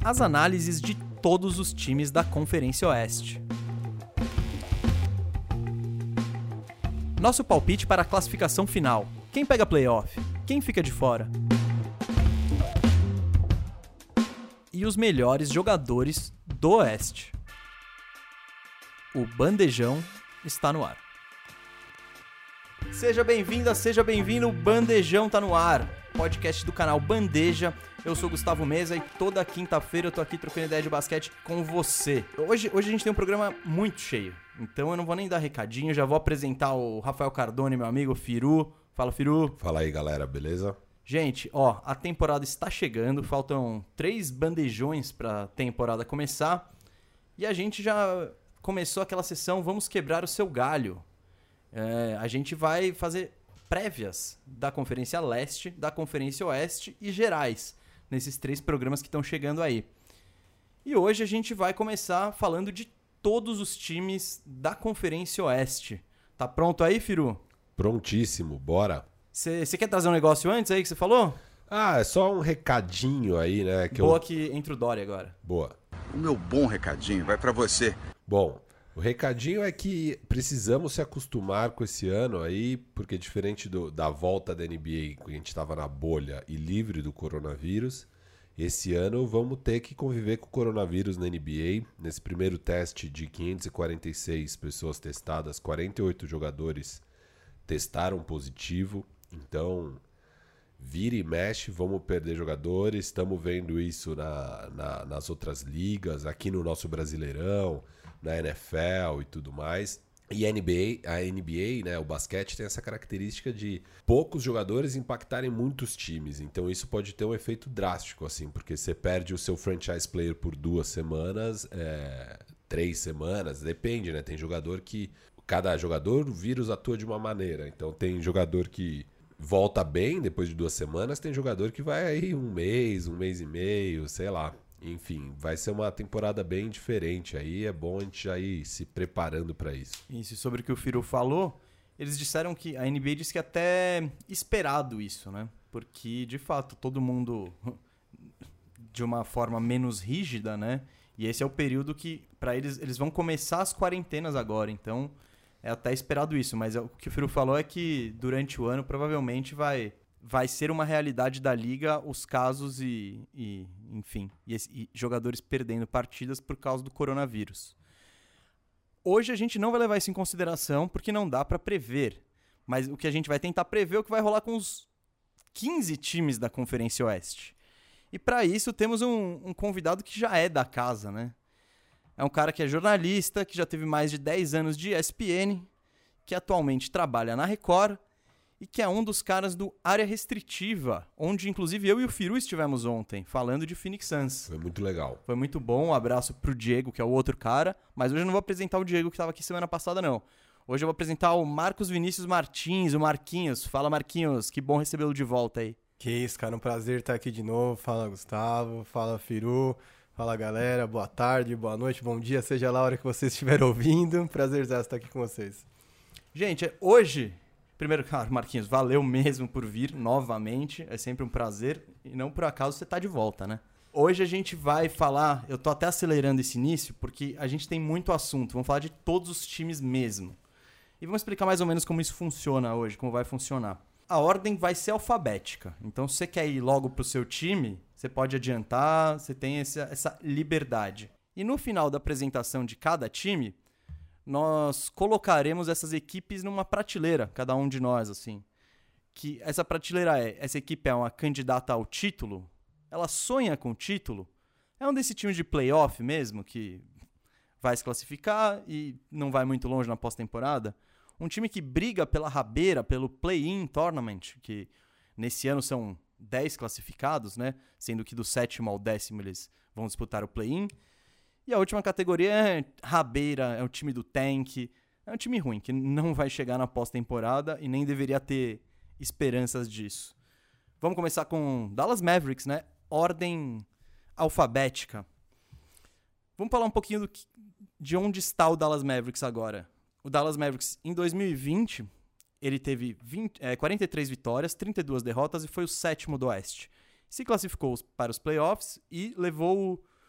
as análises de todos os times da Conferência Oeste. Nosso palpite para a classificação final. Quem pega playoff? Quem fica de fora? E os melhores jogadores do Oeste. O Bandejão está no ar. Seja bem-vinda, seja bem-vindo, o Bandejão tá no ar. Podcast do canal Bandeja. Eu sou o Gustavo Meza e toda quinta-feira eu tô aqui trocando ideia de basquete com você. Hoje a gente tem um programa muito cheio, então eu não vou nem dar recadinho, já vou apresentar o Rafael Cardone, meu amigo, Firu. Fala, Firu. Fala aí, galera, beleza? Gente, a temporada está chegando, faltam 3 bandejões pra temporada começar e a gente já começou aquela sessão Vamos Quebrar o Seu Galho. A gente vai fazer prévias da Conferência Leste, da Conferência Oeste e gerais, nesses 3 programas que estão chegando aí. E hoje a gente vai começar falando de todos os times da Conferência Oeste. Tá pronto aí, Firu? Prontíssimo, bora. Você quer trazer um negócio antes aí que você falou? É só um recadinho aí, né? Que entra o Dória agora. Boa. O meu bom recadinho vai pra você. Bom, o recadinho é que precisamos se acostumar com esse ano aí, porque diferente da volta da NBA, que a gente estava na bolha e livre do coronavírus, esse ano vamos ter que conviver com o coronavírus na NBA. Nesse primeiro teste de 546 pessoas testadas, 48 jogadores testaram positivo. Então, vira e mexe, vamos perder jogadores. Estamos vendo isso nas outras ligas, aqui no nosso Brasileirão, na NFL e tudo mais. E a NBA, né, o basquete tem essa característica de poucos jogadores impactarem muitos times. Então isso pode ter um efeito drástico, assim, porque você perde o seu franchise player por 2 semanas, 3 semanas, depende, né? Tem jogador que... Cada jogador, o vírus atua de uma maneira. Então tem jogador que volta bem depois de 2 semanas, tem jogador que vai aí um mês e meio, sei lá. Enfim, vai ser uma temporada bem diferente aí, é bom a gente já ir se preparando para isso. Isso, sobre o que o Firu falou, eles disseram que a NBA disse que é até esperado isso, né? Porque, de fato, todo mundo de uma forma menos rígida, né? E esse é o período que, para eles vão começar as quarentenas agora, então é até esperado isso. Mas o que o Firu falou é que durante o ano provavelmente vai ser uma realidade da liga os casos enfim, e jogadores perdendo partidas por causa do coronavírus. Hoje a gente não vai levar isso em consideração porque não dá para prever, mas o que a gente vai tentar prever é o que vai rolar com os 15 times da Conferência Oeste. E para isso temos um convidado que já é da casa, né? É um cara que é jornalista, que já teve mais de 10 anos de ESPN, que atualmente trabalha na Record, e que é um dos caras do Área Restritiva, onde inclusive eu e o Firu estivemos ontem, falando de Phoenix Suns. Foi muito legal. Foi muito bom, um abraço pro Diego, que é o outro cara, mas hoje eu não vou apresentar o Diego que estava aqui semana passada, não. Hoje eu vou apresentar o Marcos Vinícius Martins, o Marquinhos. Fala, Marquinhos, que bom recebê-lo de volta aí. Que isso, cara, um prazer estar aqui de novo. Fala, Gustavo, fala, Firu, fala, galera, boa tarde, boa noite, bom dia, seja lá a hora que vocês estiverem ouvindo. Prazer estar aqui com vocês. Gente, hoje... Primeiro, cara, Marquinhos, valeu mesmo por vir novamente, é sempre um prazer, e não por acaso você tá de volta, né? Hoje a gente vai falar, eu tô até acelerando esse início, porque a gente tem muito assunto, vamos falar de todos os times mesmo. E vamos explicar mais ou menos como isso funciona hoje, como vai funcionar. A ordem vai ser alfabética, então se você quer ir logo pro seu time, você pode adiantar, você tem essa liberdade. E no final da apresentação de cada time... nós colocaremos essas equipes numa prateleira, cada um de nós, assim. Que essa prateleira essa equipe é uma candidata ao título, ela sonha com o título, é um desse time de playoff mesmo, que vai se classificar e não vai muito longe na pós-temporada. Um time que briga pela rabeira, pelo play-in tournament, que nesse ano são 10 classificados, né? Sendo que do 7º ao 10º eles vão disputar o play-in. E a última categoria é rabeira, é o time do tank. É um time ruim, que não vai chegar na pós-temporada e nem deveria ter esperanças disso. Vamos começar com Dallas Mavericks, né? Ordem alfabética. Vamos falar um pouquinho de onde está o Dallas Mavericks agora. O Dallas Mavericks, em 2020, ele teve 43 vitórias, 32 derrotas e foi o 7º do Oeste. Se classificou para os playoffs e levou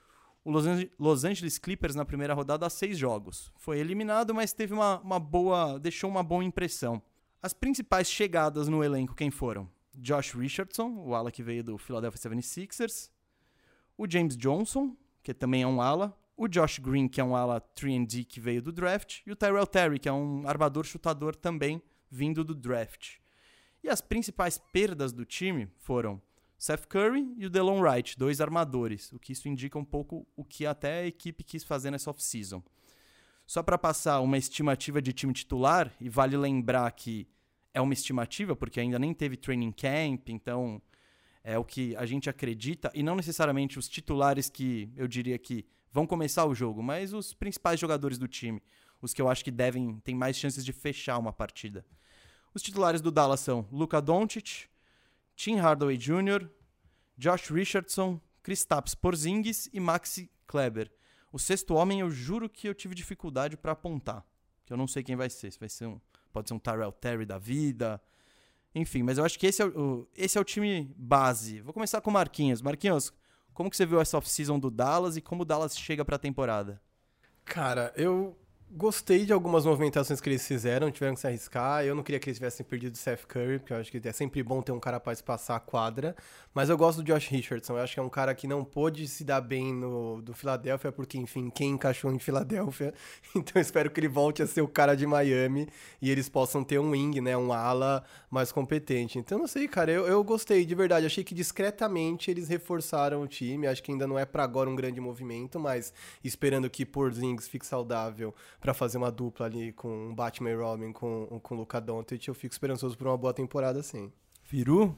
O Los Angeles Clippers na primeira rodada há 6 jogos. Foi eliminado, mas teve deixou uma boa impressão. As principais chegadas no elenco quem foram? Josh Richardson, o ala que veio do Philadelphia 76ers. O James Johnson, que também é um ala. O Josh Green, que é um ala 3&D que veio do draft. E o Tyrell Terry, que é um armador-chutador também vindo do draft. E as principais perdas do time foram Seth Curry e o Delon Wright, 2 armadores, o que isso indica um pouco o que até a equipe quis fazer nessa off-season. Só para passar uma estimativa de time titular, e vale lembrar que é uma estimativa, porque ainda nem teve training camp, então é o que a gente acredita, e não necessariamente os titulares que eu diria que vão começar o jogo, mas os principais jogadores do time, os que eu acho que têm mais chances de fechar uma partida. Os titulares do Dallas são Luka Doncic, Tim Hardaway Jr., Josh Richardson, Kristaps Porzingis e Maxi Kleber. O sexto homem eu juro que eu tive dificuldade para apontar, que eu não sei quem vai ser. Se vai ser pode ser um Tyrell Terry da vida, enfim, mas eu acho que esse é o time base. Vou começar com o Marquinhos. Marquinhos, como que você viu essa off-season do Dallas e como o Dallas chega para a temporada? Cara, eu gostei de algumas movimentações que eles fizeram, tiveram que se arriscar. Eu não queria que eles tivessem perdido o Seth Curry, porque eu acho que é sempre bom ter um cara para passar a quadra. Mas eu gosto do Josh Richardson. Eu acho que é um cara que não pôde se dar bem do Philadelphia, porque, enfim, quem encaixou em Filadélfia. Então eu espero que ele volte a ser o cara de Miami e eles possam ter um wing, né, um ala mais competente. Então, não sei, cara, eu gostei, de verdade. Achei que discretamente eles reforçaram o time. Acho que ainda não é para agora um grande movimento, mas esperando que Porzingis fique saudável pra fazer uma dupla ali com Batman e Robin, com o Luka Doncic, eu fico esperançoso por uma boa temporada, sim. Firu?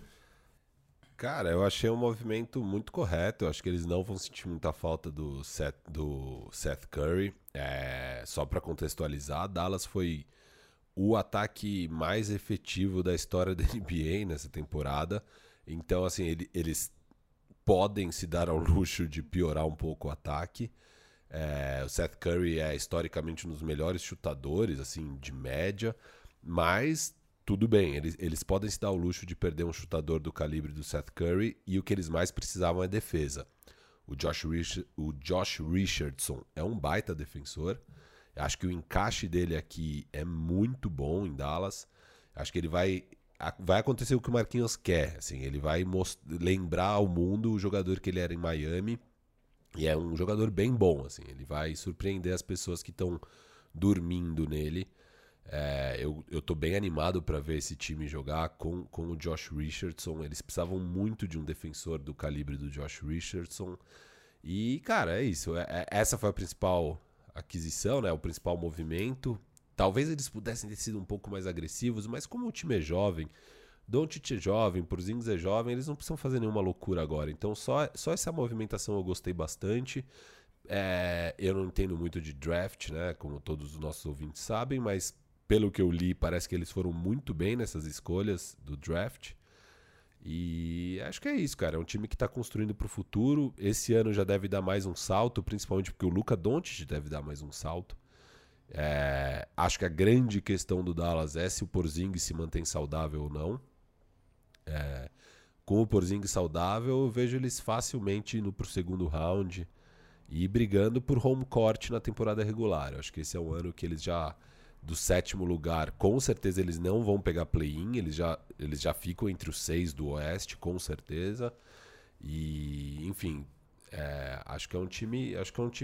Cara, eu achei um movimento muito correto. Eu acho que eles não vão sentir muita falta do Seth Curry. Só pra contextualizar, Dallas foi o ataque mais efetivo da história da NBA nessa temporada. Então, assim, eles podem se dar ao luxo de piorar um pouco o ataque. O Seth Curry é historicamente um dos melhores chutadores, assim, de média, mas tudo bem, eles podem se dar o luxo de perder um chutador do calibre do Seth Curry, e o que eles mais precisavam é defesa. O Josh Richardson é um baita defensor. Eu acho que o encaixe dele aqui é muito bom em Dallas. Acho que ele vai acontecer o que o Marquinhos quer, assim, ele vai lembrar ao mundo o jogador que ele era em Miami. E é um jogador bem bom, assim. Ele vai surpreender as pessoas que estão dormindo nele. Eu tô bem animado para ver esse time jogar com o Josh Richardson. Eles precisavam muito de um defensor do calibre do Josh Richardson. E, cara, é isso. Essa foi a principal aquisição, né? O principal movimento. Talvez eles pudessem ter sido um pouco mais agressivos, mas como o time é jovem, Doncic é jovem, Porzingis é jovem, eles não precisam fazer nenhuma loucura agora. Então só essa movimentação eu gostei bastante. Eu não entendo muito de draft, né, como todos os nossos ouvintes sabem, mas pelo que eu li, parece que eles foram muito bem nessas escolhas do draft. E acho que é isso, cara. É um time que está construindo para o futuro. Esse ano já deve dar mais um salto, principalmente porque o Luka Doncic deve dar mais um salto. Acho que a grande questão do Dallas é se o Porzingis se mantém saudável ou não. Com o Porzingis saudável, eu vejo eles facilmente indo pro segundo round e brigando por home court na temporada regular. Eu acho que esse é um ano que eles já, do 7º lugar, com certeza eles não vão pegar play-in, eles já ficam entre os 6 do Oeste, com certeza. E, enfim, acho que é um time...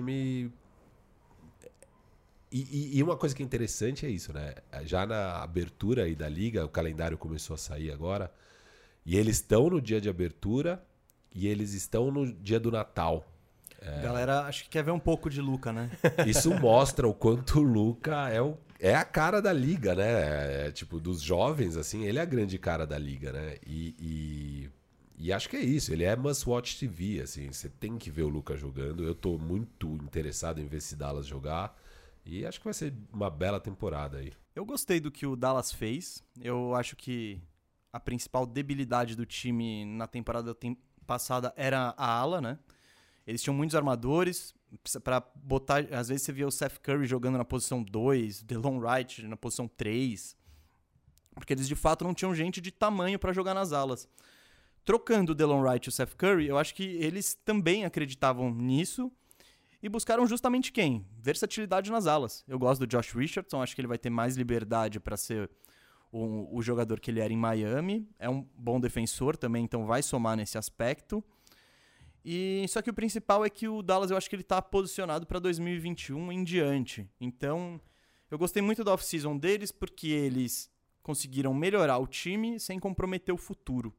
E uma coisa que é interessante é isso, né? Já na abertura aí da liga, o calendário começou a sair agora, e eles estão no dia de abertura e eles estão no dia do Natal. Galera, acho que quer ver um pouco de Luka, né? Isso mostra o quanto o Luka é a cara da liga, né? Tipo, dos jovens, assim, ele é a grande cara da liga, né? E acho que é isso, ele é must-watch TV, assim, você tem que ver o Luka jogando. Eu tô muito interessado em ver esse Dallas jogar. E acho que vai ser uma bela temporada aí. Eu gostei do que o Dallas fez. Eu acho que a principal debilidade do time na temporada passada era a ala, né? Eles tinham muitos armadores. Pra botar, às vezes você via o Seth Curry jogando na posição 2, Delon Wright na posição 3. Porque eles de fato não tinham gente de tamanho para jogar nas alas. Trocando o Delon Wright e o Seth Curry, eu acho que eles também acreditavam nisso. E buscaram justamente quem? Versatilidade nas alas. Eu gosto do Josh Richardson, acho que ele vai ter mais liberdade para ser o jogador que ele era em Miami. É um bom defensor também, então vai somar nesse aspecto. E só que o principal é que o Dallas, eu acho que ele está posicionado para 2021 em diante. Então, eu gostei muito da off-season deles porque eles conseguiram melhorar o time sem comprometer o futuro.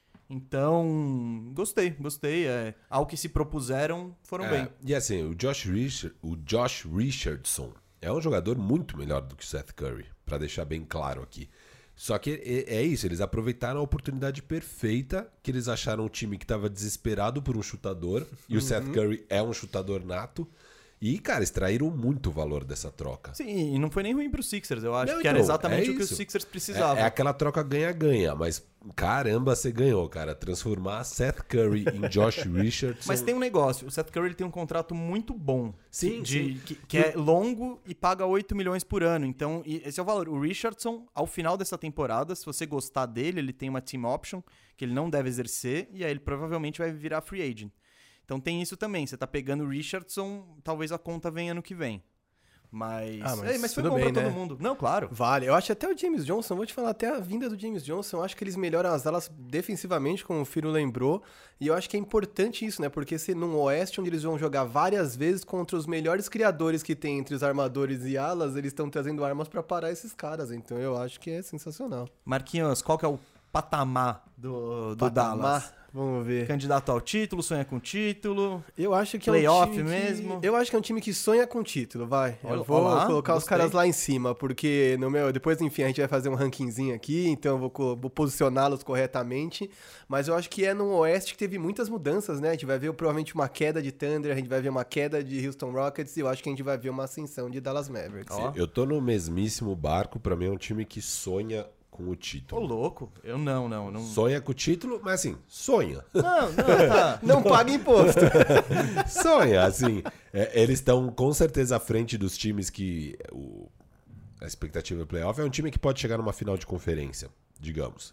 Então, gostei. Ao que se propuseram, foram bem. E assim, o Josh Richardson é um jogador muito melhor do que o Seth Curry, para deixar bem claro aqui. Só que é isso, eles aproveitaram a oportunidade perfeita, que eles acharam um time que estava desesperado por um chutador, e o Seth Curry é um chutador nato. E, cara, extraíram muito valor dessa troca. Sim, e não foi nem ruim pro Sixers. Eu acho Não, que era então, exatamente é o que os isso. Sixers precisavam. É aquela troca ganha-ganha, mas caramba, você ganhou, cara. Transformar Seth Curry em Josh Richardson... Mas tem um negócio, o Seth Curry ele tem um contrato muito bom. Sim, sim. Que é longo e paga 8 milhões por ano. Então, esse é o valor. O Richardson, ao final dessa temporada, se você gostar dele, ele tem uma team option que ele não deve exercer, e aí ele provavelmente vai virar free agent. Então tem isso também. Você tá pegando o Richardson, talvez a conta venha ano que vem. Mas foi tudo bom bem, pra todo né? mundo. Não, claro. Vale. Eu acho até o James Johnson, vou te falar, até a vinda do James Johnson, eu acho que eles melhoram as alas defensivamente, como o Firo lembrou. E eu acho que é importante isso, né? Porque se num Oeste, onde eles vão jogar várias vezes contra os melhores criadores que tem entre os armadores e alas, eles estão trazendo armas pra parar esses caras. Então eu acho que é sensacional. Marquinhos, qual que é o patamar do Dallas? Vamos ver. Candidato ao título, sonha com título. Eu acho que Playoff é um time mesmo? Eu acho que é um time que sonha com título, vai. Olha, Eu vou olá, colocar os gostei. caras lá em cima, porque depois, enfim, a gente vai fazer um rankingzinho aqui, então eu vou posicioná-los corretamente. Mas eu acho que é num Oeste que teve muitas mudanças, né? A gente vai ver provavelmente uma queda de Thunder, a gente vai ver uma queda de Houston Rockets e eu acho que a gente vai ver uma ascensão de Dallas Mavericks. Ó. Eu tô no mesmíssimo barco, pra mim é um time que sonha com o Ô, título. louco. Eu não. Sonha com o título, mas assim, sonha. Não, tá. Não paga imposto. Sonha, assim. Eles estão com certeza à frente dos times que a expectativa é playoff. É um time que pode chegar numa final de conferência, digamos.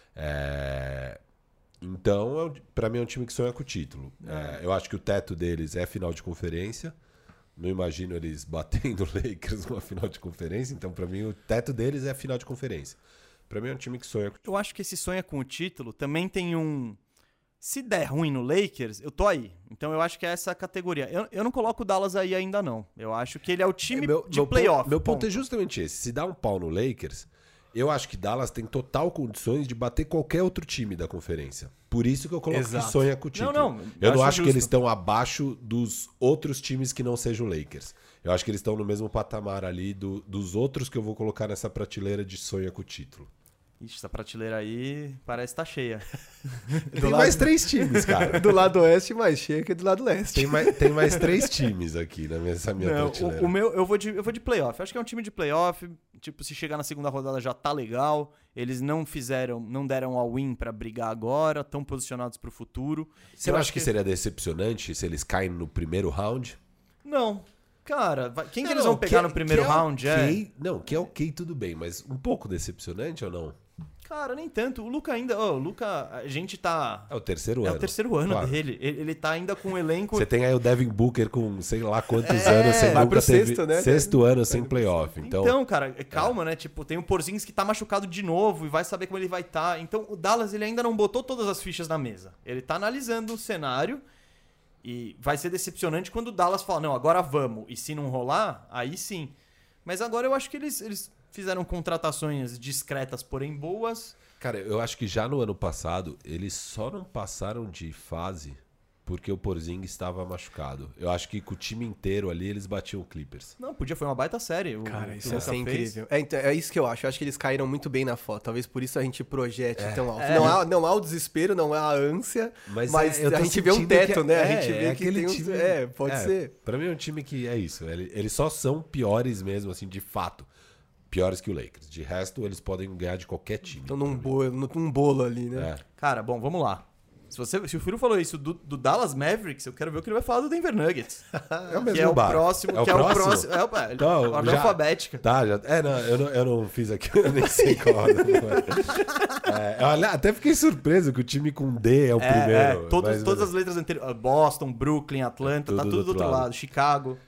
Então, pra mim é um time que sonha com o título. Eu acho que o teto deles é final de conferência. Não imagino eles batendo o Lakers numa final de conferência. Então, pra mim, o teto deles é final de conferência. Pra mim é um time que sonha com... Eu acho que esse sonha com o título também tem um... Se der ruim no Lakers, eu tô aí. Então eu acho que é essa categoria. Eu não coloco o Dallas aí ainda, não. Eu acho que ele é o time de playoff. Meu ponto é justamente esse. Se dá um pau no Lakers, eu acho que Dallas tem total condições de bater qualquer outro time da conferência. Por isso que eu coloco que sonha com o título. Eu não acho que eles estão abaixo dos outros times que não sejam o Lakers. Eu acho que eles estão no mesmo patamar ali dos outros que eu vou colocar nessa prateleira de sonha com o título. Ixi, essa prateleira aí parece estar cheia. Tem mais 3 times, cara. Do lado oeste mais cheio que do lado leste. Tem mais 3 times aqui nessa minha prateleira. O meu, eu vou de playoff. Acho que é um time de playoff. Tipo, se chegar na segunda rodada já tá legal. Eles não deram all-in pra brigar agora. Estão posicionados pro futuro. Você não acha que seria decepcionante se eles caem no primeiro round? Não. Cara, quem que eles vão pegar no primeiro round? Não, que é ok, tudo bem, mas um pouco decepcionante ou não? Cara, nem tanto. O Luka ainda... o Luka, a gente tá... É o terceiro ano. É o terceiro ano claro. dele. Ele tá ainda com um elenco... Você tem aí o Devin Booker com sei lá quantos anos sem vai nunca pro teve sexto, né? sexto ano sem playoff. Então, cara, calma, né? Tipo, tem o Porzingis que tá machucado de novo e vai saber como ele vai estar. Então, o Dallas, ele ainda não botou todas as fichas na mesa. Ele tá analisando o cenário e vai ser decepcionante quando o Dallas fala, não, agora vamos. E se não rolar, aí sim. Mas agora eu acho que eles fizeram contratações discretas, porém boas. Cara, eu acho que já no ano passado, eles só não passaram de fase porque o Porzingis estava machucado. Eu acho que com o time inteiro ali, eles batiam o Clippers. Não, foi uma baita série. Cara, isso o ia Luka ser fez. incrível. Então, é isso que eu acho. Eu acho que eles caíram muito bem na foto. Talvez por isso a gente projete tão alto. Não há o desespero, não há a ânsia, mas a gente vê um teto, né? A gente vê que tem time. Pode ser. Pra mim é um time que é isso. Eles só são piores mesmo, assim, de fato. Piores que o Lakers. De resto, eles podem ganhar de qualquer time. Estão num bolo ali, né? É. Cara, bom, vamos lá. Se o Firo falou isso do Dallas Mavericks, eu quero ver o que ele vai falar do Denver Nuggets. É o mesmo que é o bar. próximo. É o próximo? Então, Ordem alfabética. Tá, eu não fiz aqui, eu nem sei qual. Até fiquei surpreso que o time com D é o primeiro. Todas as letras anteriores. Boston, Brooklyn, Atlanta, tá tudo do outro lado. Chicago.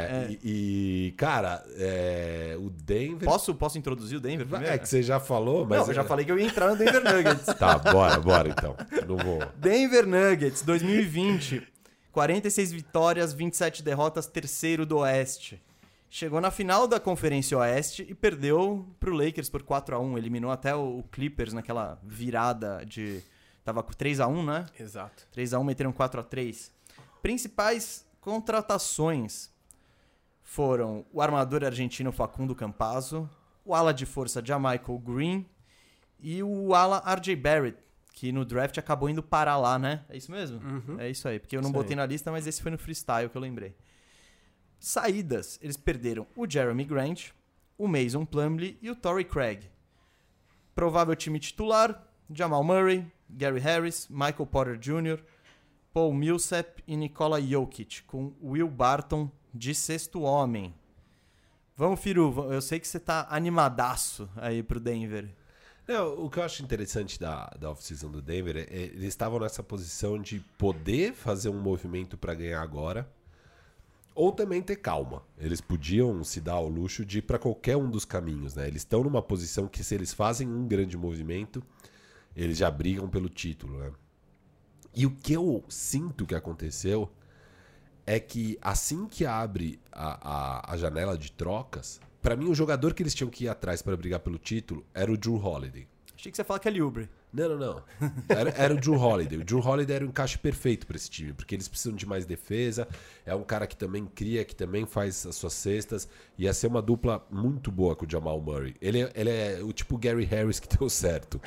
Cara, o Denver... Posso introduzir o Denver primeiro? É que você já falou, mas... Não, eu já falei que eu ia entrar no Denver Nuggets. Tá, bora então. Não vou... Denver Nuggets, 2020. 46 vitórias, 27 derrotas, terceiro do Oeste. Chegou na final da Conferência Oeste e perdeu pro Lakers por 4-1. Eliminou até o Clippers naquela virada de... Tava com 3-1, né? Exato. 3-1, meteram 4-3. Principais contratações foram o armador argentino Facundo Campazzo, o ala de força Jamichael Green e o ala RJ Barrett, que no draft acabou indo parar lá, né? É isso mesmo? Uhum. É isso aí, porque eu não botei na lista, mas esse foi no freestyle que eu lembrei. Saídas, eles perderam o Jeremy Grant, o Mason Plumlee e o Torrey Craig. Provável time titular, Jamal Murray, Gary Harris, Michael Porter Jr., Paul Millsap e Nikola Jokic, com Will Barton de sexto homem. Vamos, Firu, eu sei que você tá animadaço aí pro Denver. O que eu acho interessante da off-season do Denver é eles estavam nessa posição de poder fazer um movimento para ganhar agora, ou também ter calma. Eles podiam se dar ao luxo de ir para qualquer um dos caminhos, né? Eles estão numa posição que, se eles fazem um grande movimento, eles já brigam pelo título, né? E o que eu sinto que aconteceu é que assim que abre a janela de trocas, pra mim o jogador que eles tinham que ir atrás para brigar pelo título era o Jrue Holiday. Achei que você ia falar que é Liubre. Não. Era o Jrue Holiday. O Jrue Holiday era o encaixe perfeito pra esse time, porque eles precisam de mais defesa, é um cara que também cria, que também faz as suas cestas, ia ser uma dupla muito boa com o Jamal Murray. Ele é o tipo Gary Harris que deu certo.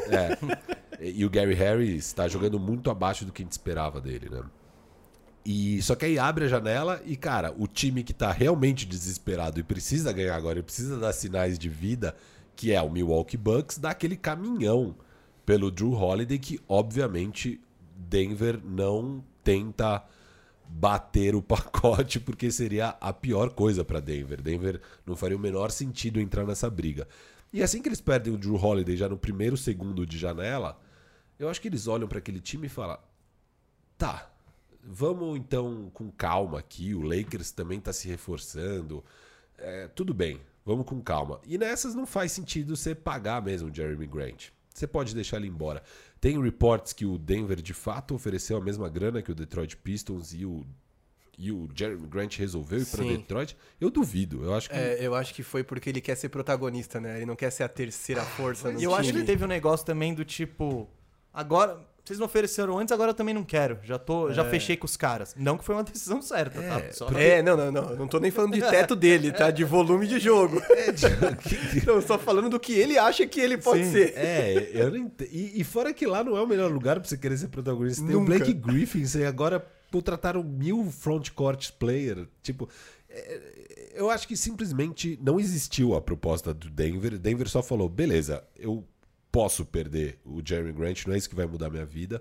E o Gary Harris tá jogando muito abaixo do que a gente esperava dele, né? Só que aí abre a janela e, cara, o time que tá realmente desesperado e precisa ganhar agora, e precisa dar sinais de vida, que é o Milwaukee Bucks, dá aquele caminhão pelo Jrue Holiday, que obviamente Denver não tenta bater o pacote, porque seria a pior coisa pra Denver. Denver não faria o menor sentido entrar nessa briga. E assim que eles perdem o Jrue Holiday já no primeiro segundo de janela, eu acho que eles olham pra aquele time e falam: tá, vamos então com calma aqui, o Lakers também tá se reforçando, tudo bem, vamos com calma. E nessas não faz sentido você pagar mesmo o Jeremy Grant. Você pode deixar ele embora. Tem reports que o Denver de fato ofereceu a mesma grana que o Detroit Pistons e o Jeremy Grant resolveu ir para Detroit. Eu duvido. Eu acho que foi porque ele quer ser protagonista, né? Ele não quer ser a terceira força no time. Eu acho que ele teve um negócio também do tipo... Agora... Vocês não ofereceram antes, agora eu também não quero. Já fechei com os caras. Não que foi uma decisão certa, tá? Não tô nem falando de teto dele, tá? De volume de jogo. Não, só falando do que ele acha que ele pode ser. Eu não entendo. E fora que lá não é o melhor lugar pra você querer ser protagonista. Tem Nunca. o Blake Griffin, você agora trataram 1000 frontcourt player. Tipo, eu acho que simplesmente não existiu a proposta do Denver. Denver só falou, beleza, eu posso perder o Jeremy Grant, não é isso que vai mudar minha vida.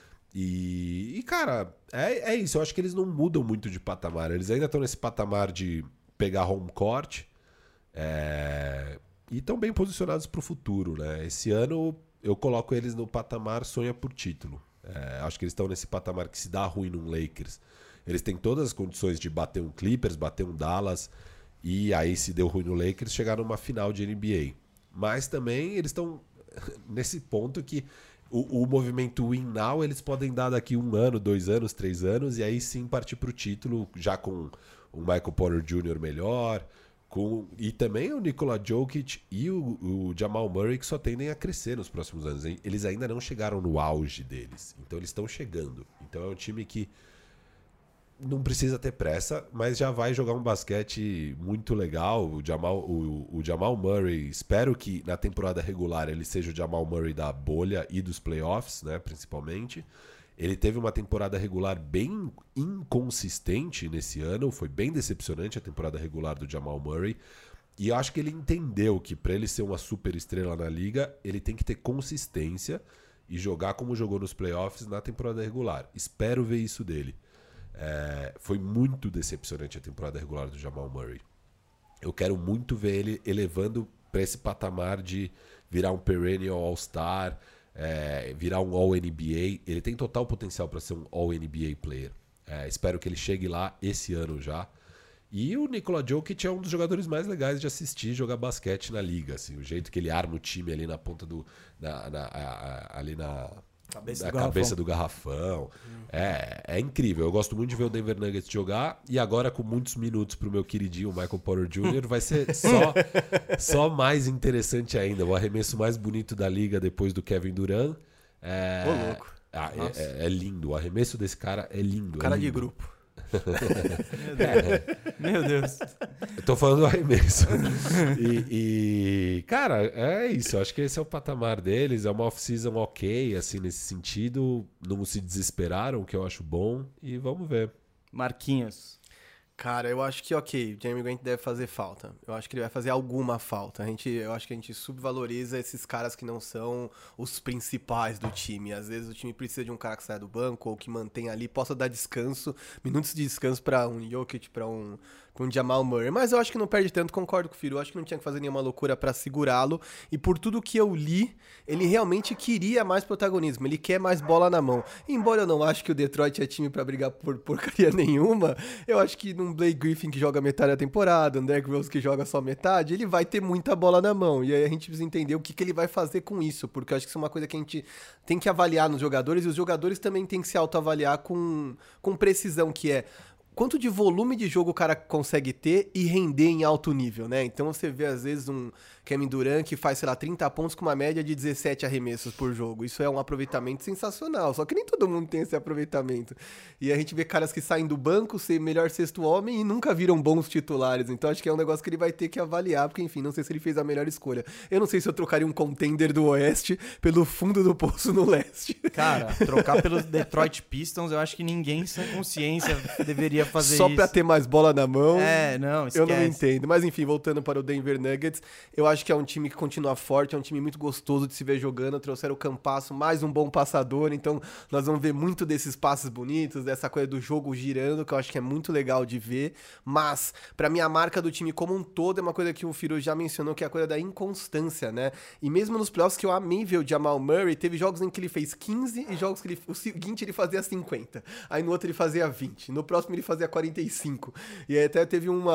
E cara, é isso. Eu acho que eles não mudam muito de patamar. Eles ainda estão nesse patamar de pegar home court e estão bem posicionados para o futuro, né? Esse ano eu coloco eles no patamar sonha por título. Acho que eles estão nesse patamar que, se dá ruim num Lakers, eles têm todas as condições de bater um Clippers, bater um Dallas, e aí, se deu ruim no Lakers, chegar numa final de NBA. Mas também eles estão nesse ponto que o movimento win now eles podem dar daqui 1 ano, 2 anos, 3 anos, e aí sim partir para o título, já com o Michael Porter Jr. melhor, e também o Nikola Jokic e o Jamal Murray, que só tendem a crescer nos próximos anos. Eles ainda não chegaram no auge deles, então eles estão chegando. Então é um time que não precisa ter pressa, mas já vai jogar um basquete muito legal. O Jamal Murray, espero que na temporada regular ele seja o Jamal Murray da bolha e dos playoffs, né, principalmente. Ele teve uma temporada regular bem inconsistente nesse ano, foi bem decepcionante a temporada regular do Jamal Murray, e eu acho que ele entendeu que para ele ser uma super estrela na liga, ele tem que ter consistência, e jogar como jogou nos playoffs na temporada regular. Espero ver isso dele. Foi muito decepcionante a temporada regular do Jamal Murray. Eu quero muito ver ele elevando para esse patamar de virar um perennial All-Star, virar um All-NBA. Ele tem total potencial para ser um All-NBA player. Espero que ele chegue lá esse ano já. E o Nikola Jokic é um dos jogadores mais legais de assistir jogar basquete na liga. Assim, o jeito que ele arma o time ali na ponta do... ali na cabeça do garrafão. É incrível. Eu gosto muito de ver o Denver Nuggets jogar. E agora, com muitos minutos pro meu queridinho Michael Porter Jr., vai ser só mais interessante ainda. O arremesso mais bonito da liga depois do Kevin Durant. Ô, louco. É lindo. O arremesso desse cara é lindo. Cara lindo. de grupo. Meu Deus. Eu tô falando do arremesso. Cara, é isso. Eu acho que esse é o patamar deles. É uma off-season ok, assim, nesse sentido. Não se desesperaram, o que eu acho bom. E vamos ver. Marquinhos. Cara, eu acho que ok, o Jeremy Grant deve fazer falta. Eu acho que ele vai fazer alguma falta. Eu acho que a gente subvaloriza esses caras que não são os principais do time. Às vezes o time precisa de um cara que saia do banco ou que mantenha ali, possa dar descanso, minutos de descanso pra um Jokic, pra um Jamal Murray. Mas eu acho que não perde tanto, concordo com o Firu. Eu acho que não tinha que fazer nenhuma loucura pra segurá-lo. E por tudo que eu li, ele realmente queria mais protagonismo. Ele quer mais bola na mão. Embora eu não ache que o Detroit é time pra brigar por porcaria nenhuma, eu acho que num Blake Griffin que joga metade da temporada, um Derrick Rose que joga só metade, ele vai ter muita bola na mão. E aí a gente precisa entender o que ele vai fazer com isso. Porque eu acho que isso é uma coisa que a gente tem que avaliar nos jogadores. E os jogadores também têm que se autoavaliar com precisão, que é... quanto de volume de jogo o cara consegue ter e render em alto nível, né? Então você vê, às vezes, um Kevin Durant que faz, 30 pontos com uma média de 17 arremessos por jogo. Isso é um aproveitamento sensacional, só que nem todo mundo tem esse aproveitamento. E a gente vê caras que saem do banco, ser melhor sexto homem e nunca viram bons titulares. Então acho que é um negócio que ele vai ter que avaliar, porque, enfim, não sei se ele fez a melhor escolha. Eu não sei se eu trocaria um contender do Oeste pelo fundo do poço no Leste. Cara, trocar pelos Detroit Pistons, eu acho que ninguém sem consciência deveria fazer só isso. Pra ter mais bola na mão. Não, esquece. Eu não entendo. Mas enfim, voltando para o Denver Nuggets, eu acho que é um time que continua forte, é um time muito gostoso de se ver jogando. Trouxeram o Campasso, mais um bom passador, então nós vamos ver muito desses passes bonitos, dessa coisa do jogo girando, que eu acho que é muito legal de ver. Mas, pra mim, a marca do time como um todo é uma coisa que o Firu já mencionou, que é a coisa da inconstância, né? E mesmo nos playoffs, que eu amei ver o Jamal Murray, teve jogos em que ele fez 15 e jogos que o seguinte ele fazia 50. Aí no outro ele fazia 20. No próximo ele fazia 45. E aí até teve um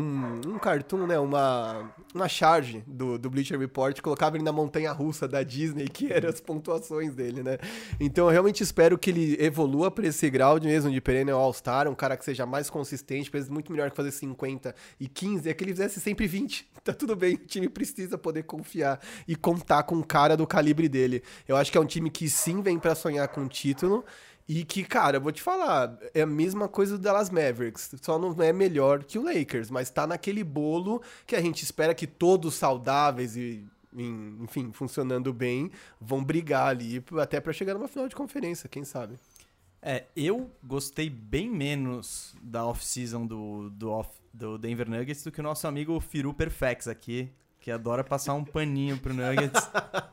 cartoon, né? Uma charge do Bleacher Report, colocava ele na montanha-russa da Disney, que eram as pontuações dele, né? Então eu realmente espero que ele evolua pra esse grau mesmo de perennial All-Star, um cara que seja mais consistente, mas muito melhor que fazer 50 e 15, é que ele fizesse sempre 20. Tá tudo bem, o time precisa poder confiar e contar com um cara do calibre dele. Eu acho que é um time que sim vem pra sonhar com o título, e que, cara, eu vou te falar, é a mesma coisa do Dallas Mavericks, só não é melhor que o Lakers, mas tá naquele bolo que a gente espera que todos saudáveis e, enfim, funcionando bem, vão brigar ali até pra chegar numa final de conferência, quem sabe? Eu gostei bem menos da off-season do Denver Nuggets do que o nosso amigo Firu Perfex aqui, que adora passar um paninho pro Nuggets.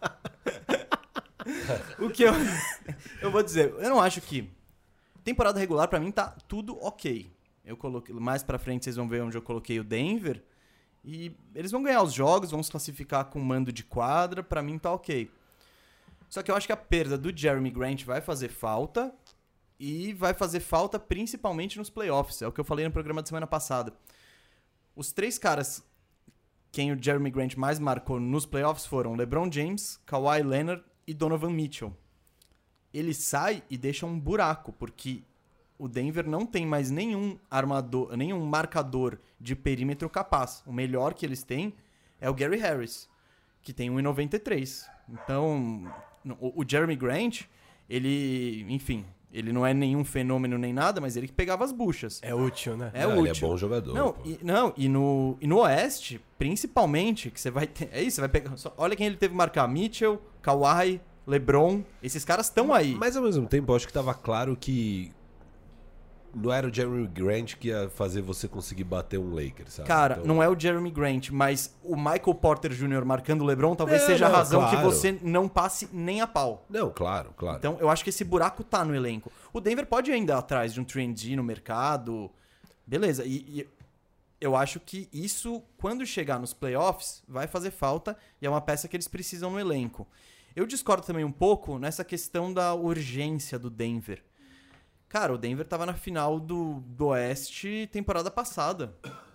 O que eu vou dizer, eu não acho que temporada regular pra mim tá tudo ok. Eu coloquei mais pra frente, vocês vão ver onde eu coloquei o Denver e eles vão ganhar os jogos, vão se classificar com mando de quadra, pra mim tá ok. Só que eu acho que a perda do Jeremy Grant vai fazer falta e vai fazer falta principalmente nos playoffs, é o que eu falei no programa da semana passada. Os 3 caras quem o Jeremy Grant mais marcou nos playoffs foram LeBron James, Kawhi Leonard e Donovan Mitchell. Ele sai e deixa um buraco, porque o Denver não tem mais nenhum marcador de perímetro capaz. O melhor que eles têm é o Gary Harris, que tem 1,93. Então, o Jeremy Grant, ele não é nenhum fenômeno nem nada, mas ele que pegava as buchas. É útil, né? Útil. Ele é bom jogador. E no Oeste, principalmente, que você vai ter... É isso, você vai pegar... Olha quem ele teve que marcar. Mitchell, Kawhi, LeBron, esses caras estão aí. Mas ao mesmo tempo, eu acho que tava claro que não era o Jeremy Grant que ia fazer você conseguir bater um Lakers, sabe? Cara, Então- não é o Jeremy Grant, mas o Michael Porter Jr. marcando o LeBron talvez seja a razão que claro. você não passe nem a pau. Não, claro. Então, eu acho que esse buraco tá no elenco. O Denver pode ainda ir atrás de um 3D no mercado. Beleza. E eu acho que isso, quando chegar nos playoffs, vai fazer falta e é uma peça que eles precisam no elenco. Eu discordo também um pouco nessa questão da urgência do Denver. Cara, o Denver tava na final do Oeste temporada passada.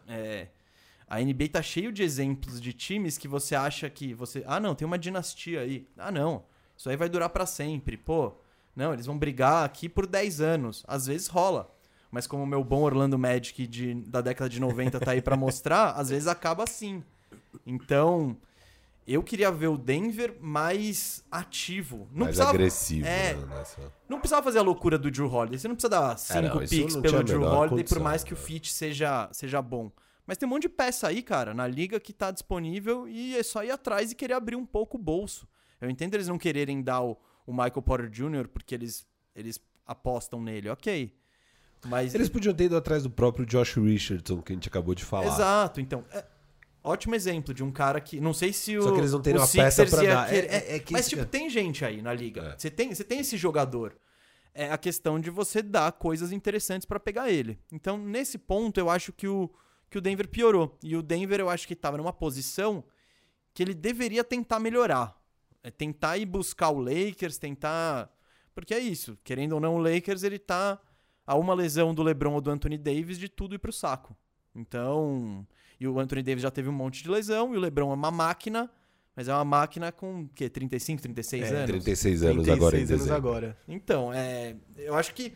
A NBA tá cheio de exemplos de times que você acha que você... Ah, não, tem uma dinastia aí. Ah, não. Isso aí vai durar pra sempre. Pô, não, eles vão brigar aqui por 10 anos. Às vezes rola. Mas como o meu bom Orlando Magic da década de 90 tá aí pra mostrar, às vezes acaba assim. Então, eu queria ver o Denver mais ativo. Não mais precisava, agressivo, é, né? Nessa... Não precisava fazer a loucura do Drew Holiday. Você não precisa dar 5 não, isso picks não pelo tinha a Drew menor Holiday, condição, por mais que o né? fit seja bom. Mas tem um monte de peça aí, cara, na liga que tá disponível e é só ir atrás e querer abrir um pouco o bolso. Eu entendo eles não quererem dar o Michael Porter Jr. porque eles apostam nele, ok. Mas... Eles podiam ter ido atrás do próprio Josh Richardson, que a gente acabou de falar. Exato, então... Ótimo exemplo de um cara que... Não sei se o... Só que eles não teriam o uma peça Sixers pra ia dar. querer- Que Mas, isso tipo, que- tem gente aí na liga. É. Você tem esse jogador. É a questão de você dar coisas interessantes pra pegar ele. Então, nesse ponto, eu acho que o Denver piorou. E o Denver, eu acho que tava numa posição que ele deveria tentar melhorar. Tentar ir buscar o Lakers, tentar... Porque é isso. Querendo ou não, o Lakers, ele tá a uma lesão do LeBron ou do Anthony Davis de tudo ir pro saco. Então... E o Anthony Davis já teve um monte de lesão, e o LeBron é uma máquina, mas é uma máquina com, o quê? 35, 36 anos? 36 anos agora em 36 anos dezembro. agora. Então, eu acho que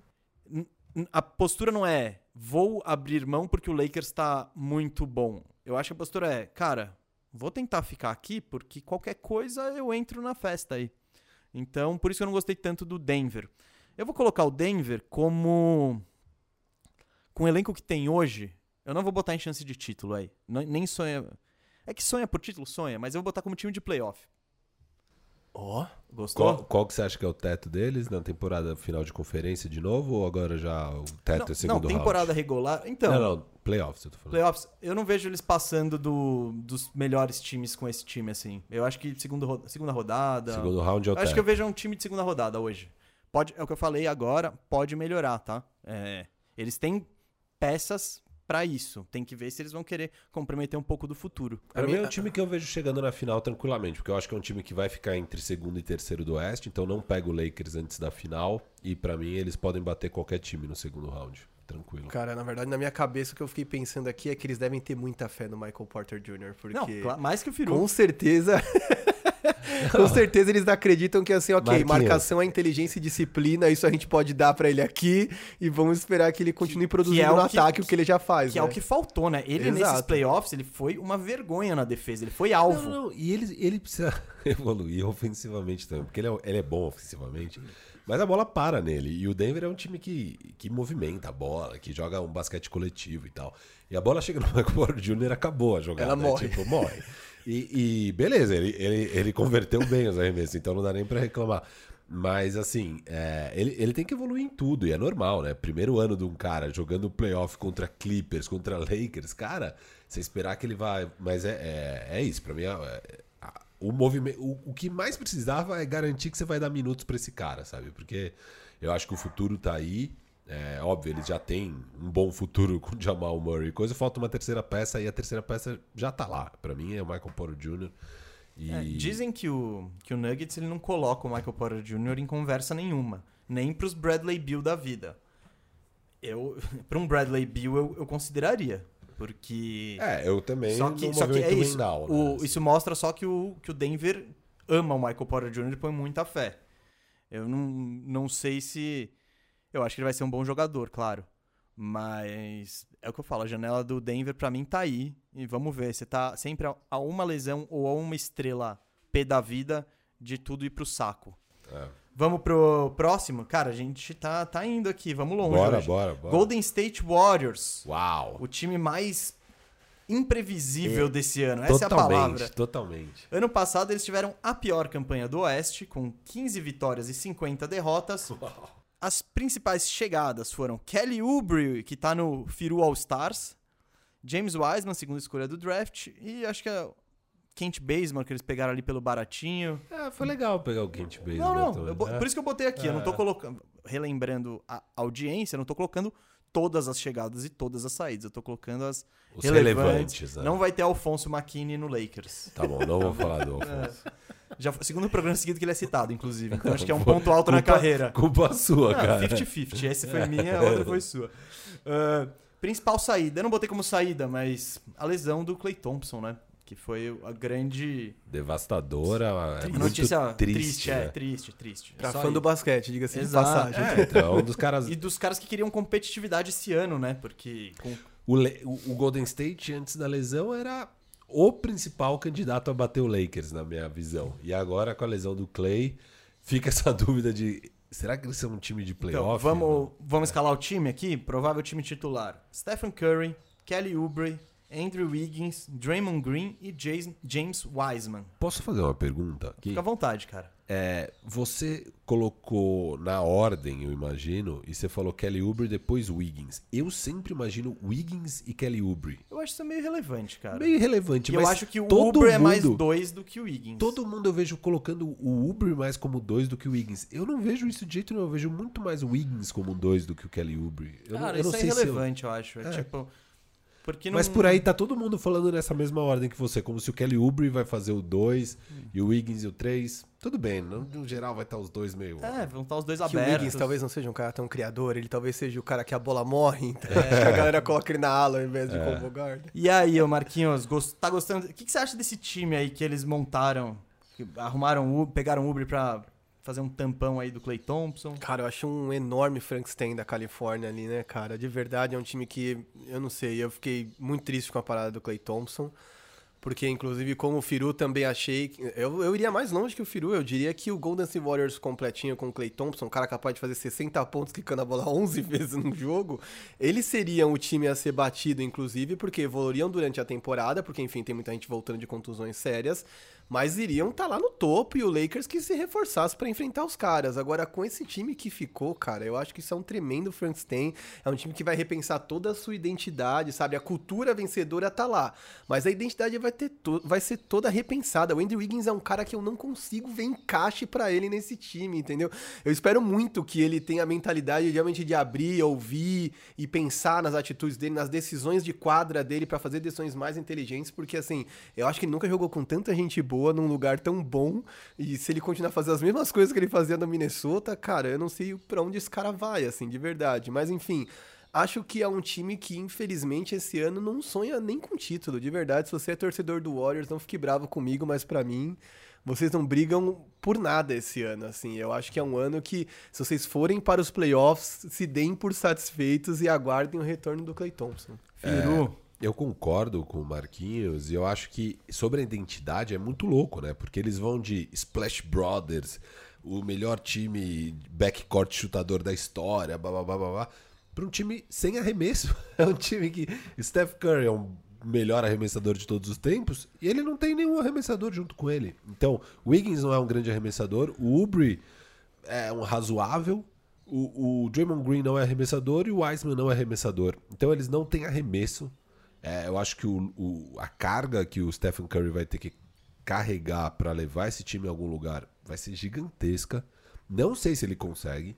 a postura não é vou abrir mão porque o Lakers tá muito bom. Eu acho que a postura é, cara, vou tentar ficar aqui porque qualquer coisa eu entro na festa aí. Então, por isso que eu não gostei tanto do Denver. Eu vou colocar o Denver como... Com o elenco que tem hoje, eu não vou botar em chance de título aí. Nem sonha... É que sonha por título, sonha, mas eu vou botar como time de playoff. Ó, Gostou? Qual que você acha que é o teto deles na temporada final de conferência de novo? Ou agora já o teto é segundo round? temporada regular... Então... Não, playoffs eu tô falando. Playoffs, eu não vejo eles passando dos melhores times com esse time, assim. Eu acho que segunda rodada... Segundo round é o Eu teto. acho que eu vejo um time de segunda rodada hoje. É o que eu falei agora, pode melhorar, tá? Eles têm peças pra isso. Tem que ver se eles vão querer comprometer um pouco do futuro. Pra mim é um time que eu vejo chegando na final tranquilamente, porque eu acho que é um time que vai ficar entre segundo e terceiro do Oeste, então não pega o Lakers antes da final, e pra mim eles podem bater qualquer time no segundo round. Tranquilo. cara, na verdade, na minha cabeça, o que eu fiquei pensando aqui é que eles devem ter muita fé no Michael Porter Jr., porque... Não, mais que o Firu. Com certeza... Com certeza eles acreditam que assim, ok, Marquinhos. marcação é inteligência e disciplina, isso a gente pode dar pra ele aqui e vamos esperar que ele continue produzindo é o no que- ataque o que ele já faz, Que né? é o que faltou, né? Ele, nesses Exato. playoffs, ele foi uma vergonha na defesa. Ele foi alvo. Não, e ele precisa evoluir ofensivamente também, porque ele é bom ofensivamente, mas a bola para nele. E o Denver é um time que movimenta a bola, que joga um basquete coletivo e tal. E a bola chega no Michael Porter Jr., acabou a jogada. Ela morre. Tipo, morre. E beleza, ele converteu bem os arremessos, então não dá nem pra reclamar. Mas assim, ele tem que evoluir em tudo, e é normal, né? Primeiro ano de um cara jogando playoff contra Clippers, contra Lakers, cara, você esperar que ele vai... Mas é isso, pra mim o movimento, o que mais precisava é garantir que você vai dar minutos pra esse cara, sabe? Porque eu acho que o futuro tá aí. Óbvio, eles já têm um bom futuro com o Jamal Murray e coisa, falta uma terceira peça e a terceira peça já tá lá. Pra mim é o Michael Porter Jr. Dizem que o Nuggets ele não coloca o Michael Porter Jr. em conversa nenhuma. Nem pros Bradley Beal da vida. Pra um Bradley Beal eu consideraria. Porque... eu também Só no que é movimento isso. win-now, né? Isso mostra só que o Denver ama o Michael Porter Jr. e põe muita fé. Eu não sei se... Eu acho que ele vai ser um bom jogador, claro. Mas é o que eu falo, a janela do Denver pra mim tá aí. E vamos ver, você tá sempre a uma lesão ou a uma estrela P da vida de tudo ir pro saco. Vamos pro próximo? Cara, a gente tá indo aqui, vamos longe hoje. Bora. Golden State Warriors. Uau! O time mais imprevisível desse ano. Essa é a palavra. Totalmente. Ano passado eles tiveram a pior campanha do Oeste, com 15 vitórias e 50 derrotas. As principais chegadas foram Kelly Oubre, que tá no Firu All-Stars, James Wiseman, segunda escolha do draft, e acho que Kent Bazemore, que eles pegaram ali pelo baratinho. Foi legal pegar o Kent Bazemore. Não, por isso que eu botei aqui. Eu não tô colocando, relembrando a audiência, eu não tô colocando todas as chegadas e todas as saídas. Eu tô colocando os relevantes. Né? Não vai ter Alfonso McKinney no Lakers. Tá bom, não vou falar do Alfonso. Já foi o segundo programa seguido que ele é citado, inclusive. Então acho que é um ponto alto na carreira. Culpa sua, cara. 50-50. Essa foi minha, a outra foi sua. Principal saída. Eu não botei como saída, mas a lesão do Klay Thompson, né? Que foi a grande... Devastadora. Notícia triste. Né? Né? Triste. Pra Só fã aí. do basquete, diga-se de Exato. passagem. Então, um dos caras... E dos caras que queriam competitividade esse ano, né? Porque... O Golden State, antes da lesão, era o principal candidato a bater o Lakers, na minha visão. E agora, com a lesão do Klay, fica essa dúvida de... Será que eles são um time de playoff? Então, vamos escalar o time aqui? Provável time titular. Stephen Curry, Kelly Oubre, Andrew Wiggins, Draymond Green e James Wiseman. Posso fazer uma pergunta aqui? Fica à vontade, cara. Você colocou na ordem, eu imagino, e você falou Kelly Oubre e depois Wiggins. Eu sempre imagino Wiggins e Kelly Oubre. Eu acho isso meio relevante, cara. Meio irrelevante, E mas eu acho que o todo Oubre é mundo- mais 2 do que o Wiggins. Todo mundo eu vejo colocando o Oubre mais como 2 do que o Wiggins. Eu não vejo isso de jeito nenhum. Eu vejo muito mais o Wiggins como 2 do que o Kelly Oubre. Cara, eu não isso é sei se eu... irrelevante, eu acho. É tipo... Porque não... Mas por aí tá todo mundo falando nessa mesma ordem que você. Como se o Kelly Oubre vai fazer o 2 e o Wiggins e o 3. Tudo bem, no geral vai estar os dois meio... vão estar os dois Que o abertos. Wiggins talvez não seja um cara tão criador, ele talvez seja o cara que a bola morre, então acho que a galera coloca ele na ala ao invés de como guarda. E aí, ô Marquinhos, tá gostando? O que você acha desse time aí que eles montaram? Que pegaram o Oubre pra fazer um tampão aí do Klay Thompson? Cara, eu acho um enorme Frankenstein da Califórnia ali, né, cara? De verdade, é um time que, eu não sei, eu fiquei muito triste com a parada do Klay Thompson. Porque, inclusive, como o Firu também achei... Eu iria mais longe que o Firu. Eu diria que o Golden State Warriors completinho com o Klay Thompson, um cara capaz de fazer 60 pontos quicando a bola 11 vezes no jogo, eles seriam o time a ser batido, inclusive, porque evoluiriam durante a temporada, porque, enfim, tem muita gente voltando de contusões sérias, mas iriam estar lá no topo e o Lakers que se reforçasse para enfrentar os caras. Agora, com esse time que ficou, cara, eu acho que isso é um tremendo Frankenstein. É um time que vai repensar toda a sua identidade, sabe? A cultura vencedora tá lá, mas a identidade vai ser toda repensada. O Andrew Wiggins é um cara que eu não consigo ver encaixe pra ele nesse time, entendeu? Eu espero muito que ele tenha a mentalidade realmente de abrir, ouvir e pensar nas atitudes dele, nas decisões de quadra dele pra fazer decisões mais inteligentes, porque assim, eu acho que ele nunca jogou com tanta gente boa num lugar tão bom, e se ele continuar fazendo as mesmas coisas que ele fazia no Minnesota, cara, eu não sei pra onde esse cara vai, assim, de verdade. Mas enfim, acho que é um time que, infelizmente, esse ano não sonha nem com título, de verdade. Se você é torcedor do Warriors, não fique bravo comigo, mas pra mim, vocês não brigam por nada esse ano, assim. Eu acho que é um ano que, se vocês forem para os playoffs, se deem por satisfeitos e aguardem o retorno do Klay Thompson. Firu. Eu concordo com o Marquinhos e eu acho que sobre a identidade é muito louco, né? Porque eles vão de Splash Brothers, o melhor time backcourt chutador da história, para um time sem arremesso. É um time que Steph Curry é o melhor arremessador de todos os tempos e ele não tem nenhum arremessador junto com ele. Então, o Wiggins não é um grande arremessador, o Oubre é um razoável, o Draymond Green não é arremessador e o Wiseman não é arremessador. Então, eles não têm arremesso. Eu acho que a carga que o Stephen Curry vai ter que carregar para levar esse time a algum lugar vai ser gigantesca. Não sei se ele consegue.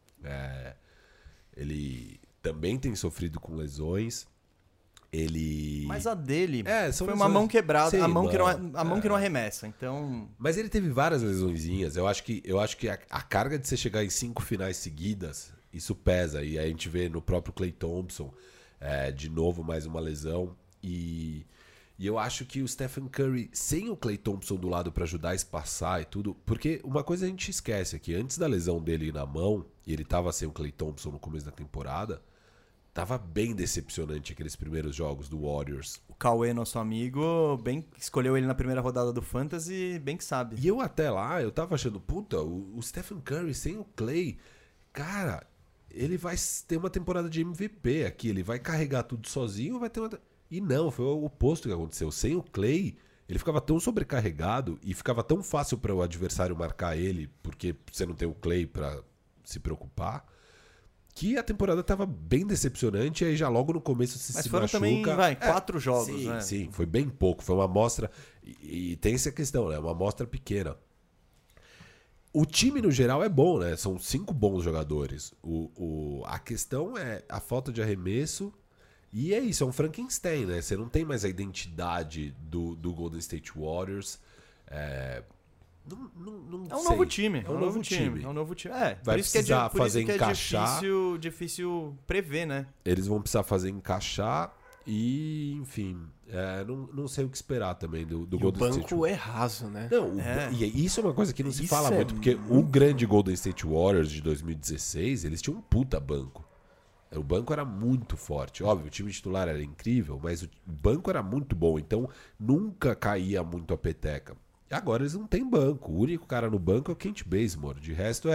Ele também tem sofrido com lesões. Mas a dele são foi uma lesões. mão quebrada, Sei, a mão mano. que não arremessa, então... Mas ele teve várias lesõezinhas. Eu acho que a carga de você chegar em 5 finais seguidas, isso pesa. E aí a gente vê no próprio Klay Thompson, de novo mais uma lesão. E eu acho que o Stephen Curry, sem o Klay Thompson do lado para ajudar a espaçar e tudo... Porque uma coisa a gente esquece aqui, antes da lesão dele na mão, e ele tava sem o Klay Thompson no começo da temporada, tava bem decepcionante aqueles primeiros jogos do Warriors. O Cauê, nosso amigo, escolheu ele na primeira rodada do Fantasy, bem que sabe. E eu até lá, eu tava achando, puta, o Stephen Curry sem o Klay, cara, ele vai ter uma temporada de MVP aqui, ele vai carregar tudo sozinho, vai ter uma... E não, foi o oposto que aconteceu. Sem o Klay, ele ficava tão sobrecarregado e ficava tão fácil para o adversário marcar ele, porque você não tem o Klay para se preocupar, que a temporada tava bem decepcionante, e aí já logo no começo Mas se foram machuca. também, 4 jogos, sim, né? Sim, foi bem pouco. Foi uma amostra... E tem essa questão, né? Uma amostra pequena. O time, no geral, é bom, né? São 5 bons jogadores. A questão é a falta de arremesso. E é isso, é um Frankenstein, né? Você não tem mais a identidade do Golden State Warriors. Não É um sei. novo time. É um novo time. É um novo time. Vai por isso que precisar por fazer isso que encaixar. é difícil prever, né? Eles vão precisar fazer encaixar. E, enfim, não sei o que esperar também do E o Golden State. banco é raso, né? Não, e isso é uma coisa que não se fala muito, porque o grande Golden State Warriors de 2016, eles tinham um puta banco. O banco era muito forte. Óbvio, o time titular era incrível, mas o banco era muito bom, então nunca caía muito a peteca. E agora eles não têm banco. O único cara no banco é o Kent Bazemore. De resto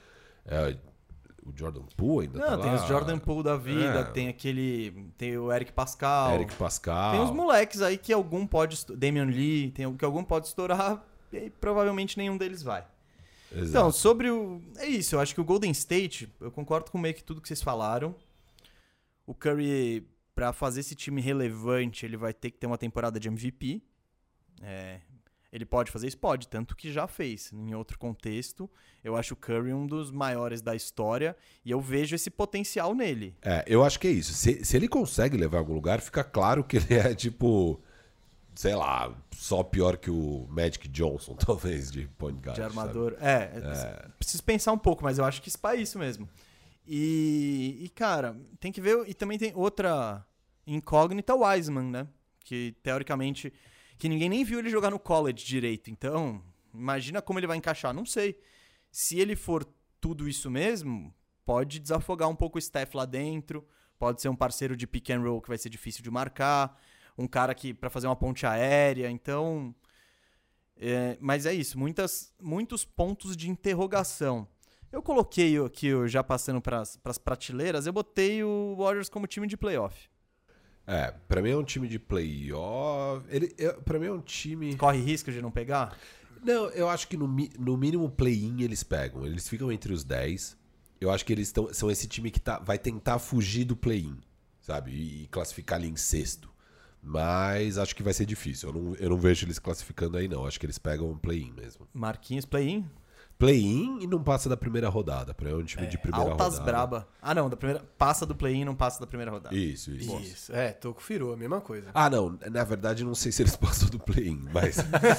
o Jordan Poole ainda tá lá. Tem os Jordan Poole da vida, tem o Eric Pascal. Tem os moleques aí que algum pode... Damian Lee, que algum pode estourar e provavelmente nenhum deles vai. Exato. Então, sobre é isso, eu acho que o Golden State, eu concordo com meio que tudo que vocês falaram. O Curry, pra fazer esse time relevante, ele vai ter que ter uma temporada de MVP. Ele pode fazer isso? Pode, tanto que já fez. Em outro contexto, eu acho o Curry um dos maiores da história e eu vejo esse potencial nele. Eu acho que é isso. Se ele consegue levar a algum lugar, fica claro que ele é tipo... Sei lá, só pior que o Magic Johnson, talvez, de point guard. De armador. Preciso pensar um pouco, mas eu acho que isso é isso mesmo. E, cara, tem que ver... E também tem outra incógnita, o Wiseman, né? Que, teoricamente... Que ninguém nem viu ele jogar no college direito. Então, imagina como ele vai encaixar. Não sei. Se ele for tudo isso mesmo, pode desafogar um pouco o Steph lá dentro. Pode ser um parceiro de pick and roll que vai ser difícil de marcar. Um cara que para fazer uma ponte aérea. Então, mas é isso. Muitos pontos de interrogação. Eu coloquei aqui, já passando para as prateleiras, eu botei o Warriors como time de playoff. Pra mim é um time de playoff. Pra mim é um time... Corre risco de não pegar? Não, eu acho que no mínimo play-in eles pegam. Eles ficam entre os 10. Eu acho que eles são esse time que vai tentar fugir do play-in, sabe? E classificar ali em sexto. Mas acho que vai ser difícil. Eu não vejo eles classificando aí, não. Acho que eles pegam um play-in mesmo. Marquinhos, play-in? Play-in e não passa da primeira rodada. Pra mim é um time de primeira rodada. Altas braba. Ah, não. Passa do play-in e não passa da primeira rodada. Isso. Toco Firu, a mesma coisa. Ah, não. Na verdade, não sei se eles passam do play-in, mas...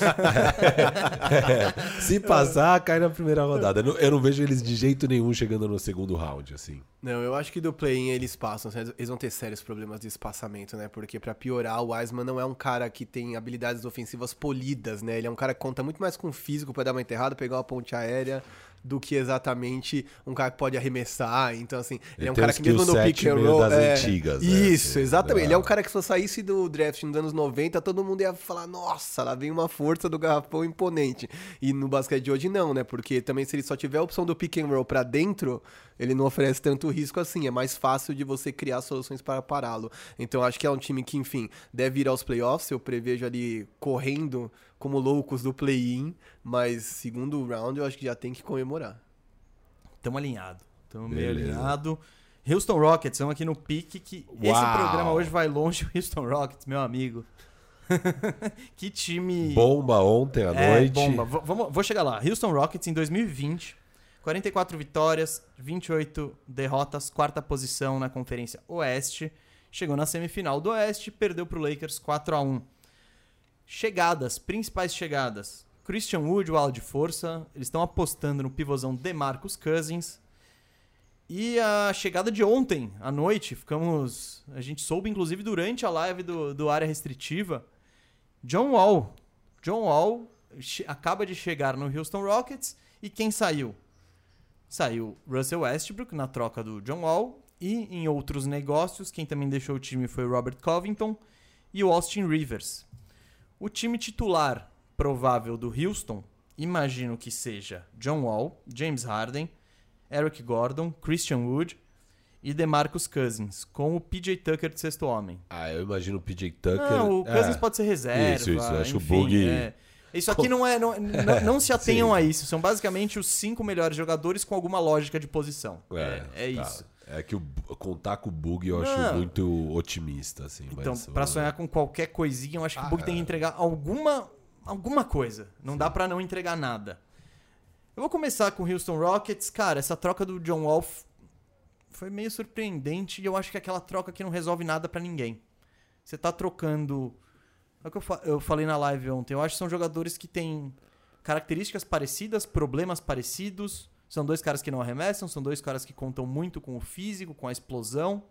Se passar, cai na primeira rodada. Eu não vejo eles de jeito nenhum chegando no segundo round, assim. Não, eu acho que do play-in eles passam. Eles vão ter sérios problemas de espaçamento, né? Porque pra piorar, o Wiseman não é um cara que tem habilidades ofensivas polidas, né? Ele é um cara que conta muito mais com o físico pra dar uma enterrada, pegar uma ponte aérea, do que exatamente um cara que pode arremessar. Então, assim, ele é um cara que mesmo no pick and roll... antigas, né? Isso, exatamente. Ele é um cara que se eu saísse do draft nos anos 90, todo mundo ia falar, nossa, lá vem uma força do garrafão imponente. E no basquete de hoje não, né? Porque também se ele só tiver a opção do pick and roll pra dentro, ele não oferece tanto risco assim. É mais fácil de você criar soluções para pará-lo. Então, acho que é um time que, enfim, deve ir aos playoffs. Eu prevejo ali correndo como loucos do play-in, mas segundo round eu acho que já tem que comemorar. Tamo alinhado. Tamo meio alinhado. Houston Rockets, estamos aqui no pique que esse programa hoje vai longe. O Houston Rockets, meu amigo. Que time... Bomba ontem à noite. Bomba. Vou chegar lá. Houston Rockets em 2020, 44 vitórias, 28 derrotas, 4ª posição na Conferência Oeste. Chegou na semifinal do Oeste, perdeu pro Lakers 4-1. Principais chegadas. Christian Wood, o ala de força. Eles estão apostando no pivôzão DeMarcus Cousins. E a chegada de ontem à noite, a gente soube, inclusive, durante a live do Área Restritiva, John Wall. John Wall acaba de chegar no Houston Rockets e quem saiu? Saiu Russell Westbrook na troca do John Wall e em outros negócios, quem também deixou o time foi o Robert Covington e o Austin Rivers. O time titular provável do Houston, imagino que seja John Wall, James Harden, Eric Gordon, Christian Wood e DeMarcus Cousins, com o PJ Tucker de sexto homem. Eu imagino o PJ Tucker... Não, o Cousins pode ser reserva. Isso, acho enfim, o bug... Isso aqui não se atenham a isso. São basicamente os 5 melhores jogadores com alguma lógica de posição. É isso. É que contar com o Bug eu acho muito otimista, assim. Então, mas, pra sonhar com qualquer coisinha, eu acho que o Bug tem que entregar alguma coisa. Não dá pra não entregar nada. Eu vou começar com o Houston Rockets. Cara, essa troca do John Wall foi meio surpreendente e eu acho que é aquela troca que não resolve nada pra ninguém. Você tá trocando... É o que eu falei na live ontem. Eu acho que são jogadores que têm características parecidas, problemas parecidos. São dois caras que não arremessam, são dois caras que contam muito com o físico, com a explosão.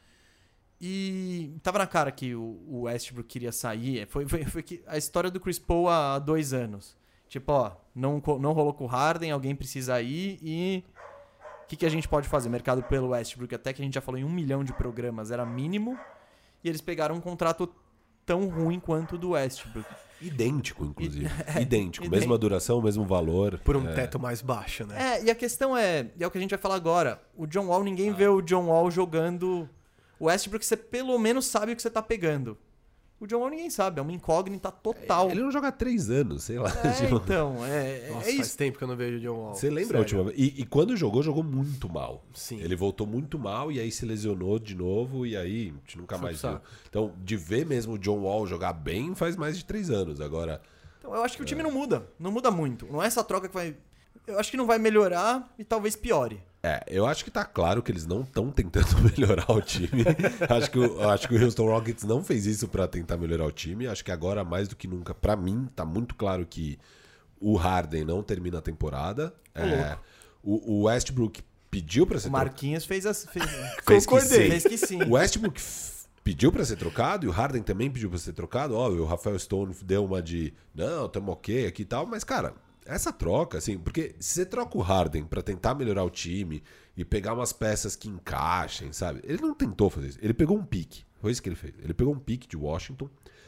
E tava na cara que o Westbrook queria sair. Foi a história do Chris Paul há 2 anos. Tipo, ó, não rolou com o Harden, alguém precisa ir e... O que a gente pode fazer? Mercado pelo Westbrook, até que a gente já falou em 1 milhão de programas, era mínimo. E eles pegaram um contrato tão ruim quanto o do Westbrook. Idêntico, inclusive. Idêntico. Mesma duração, mesmo valor. Por um teto mais baixo, né? E a questão é o que a gente vai falar agora. O John Wall, ninguém vê o John Wall jogando... O Westbrook, você pelo menos sabe o que você tá pegando. O John Wall ninguém sabe, é uma incógnita total. Ele não joga há 3 anos, sei lá. Então, Nossa, isso. faz tempo que eu não vejo o John Wall. Você lembra a última vez? E quando jogou muito mal. Sim. Ele voltou muito mal e aí se lesionou de novo e aí a gente nunca mais viu. Então, de ver mesmo o John Wall jogar bem faz mais de 3 anos. Agora... Então, eu acho que o time não muda muito. Não é essa troca que vai... Eu acho que não vai melhorar e talvez piore. Eu acho que tá claro que eles não estão tentando melhorar o time. acho que o Houston Rockets não fez isso pra tentar melhorar o time. Acho que agora, mais do que nunca, pra mim, tá muito claro que o Harden não termina a temporada. O Westbrook pediu pra ser trocado. O Marquinhos fez Concordei. Fez que sim. O Westbrook pediu pra ser trocado e o Harden também pediu pra ser trocado. O Rafael Stone deu uma de não, tamo ok aqui e tal. Mas, cara... Essa troca, assim, porque se você troca o Harden pra tentar melhorar o time e pegar umas peças que encaixem, sabe? Ele não tentou fazer isso. Ele pegou um pique. Foi isso que ele fez. Ele pegou um pique de Washington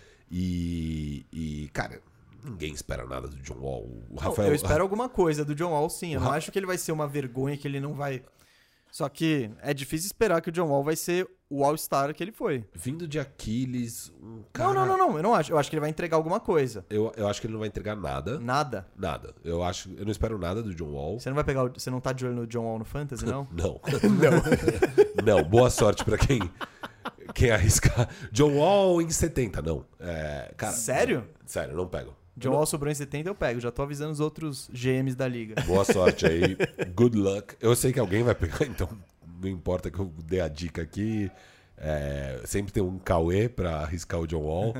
e cara, ninguém espera nada do John Wall. O Rafael... Eu espero alguma coisa do John Wall, sim. Eu não acho que ele vai ser uma vergonha, que ele não vai... Só que é difícil esperar que o John Wall vai ser o All-Star que ele foi. Vindo de Aquiles, um cara... Não, eu não acho. Eu acho que ele vai entregar alguma coisa. Eu acho que ele não vai entregar nada. Nada? Nada. Eu não espero nada do John Wall. Você não tá de olho no John Wall no Fantasy, não? Não. Não, boa sorte pra quem arriscar. John Wall em 70, não. Cara, sério? Sério, não pego. John Wall sobrou em 70, eu pego. Já tô avisando os outros GMs da liga. Boa sorte aí. Good luck. Eu sei que alguém vai pegar, então não importa que eu dê a dica aqui. Sempre tem um Cauê pra arriscar o John Wall.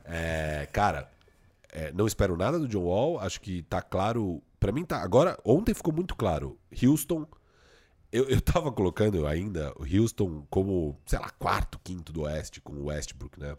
Cara, não espero nada do John Wall. Acho que tá claro. Pra mim tá. Agora, ontem ficou muito claro. Houston. Eu tava colocando ainda o Houston como, sei lá, 4º, 5º do Oeste com o Westbrook, né?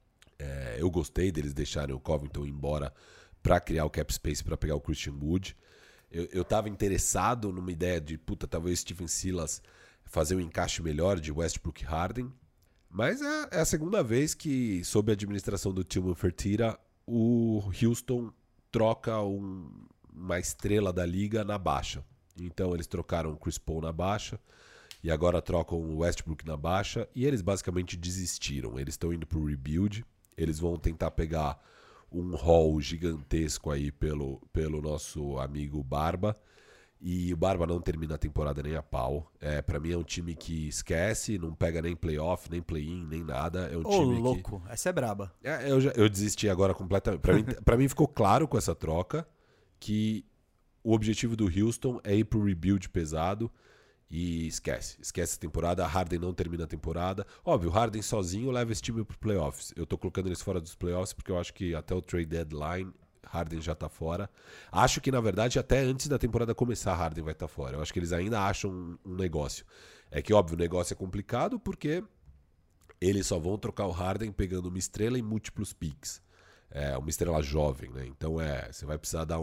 Eu gostei deles deixarem o Covington embora pra criar o cap space pra pegar o Christian Wood. Eu tava interessado numa ideia de, talvez Stephen Silas fazer um encaixe melhor de Westbrook e Harden. Mas é a segunda vez que, sob a administração do Tillman Fertitta, o Houston troca uma estrela da liga na baixa. Então eles trocaram o Chris Paul na baixa e agora trocam o Westbrook na baixa e eles basicamente desistiram. Eles estão indo pro rebuild. Eles vão tentar pegar um haul gigantesco aí pelo nosso amigo Barba. E o Barba não termina a temporada nem a pau. Pra mim é um time que esquece, não pega nem playoff, nem play-in, nem nada. É um time louco, essa é braba. Eu desisti agora completamente. Pra mim ficou claro com essa troca que o objetivo do Houston é ir pro rebuild pesado. E esquece a temporada. A Harden não termina a temporada. Óbvio, o Harden sozinho leva esse time pro playoffs. Eu tô colocando eles fora dos playoffs porque eu acho que até o trade deadline Harden já tá fora. Acho que na verdade até antes da temporada começar Harden vai estar fora. Eu acho que eles ainda acham um negócio. É que óbvio, o negócio é complicado porque eles só vão trocar o Harden pegando uma estrela e múltiplos picks. Uma estrela jovem, né? Então você vai precisar dar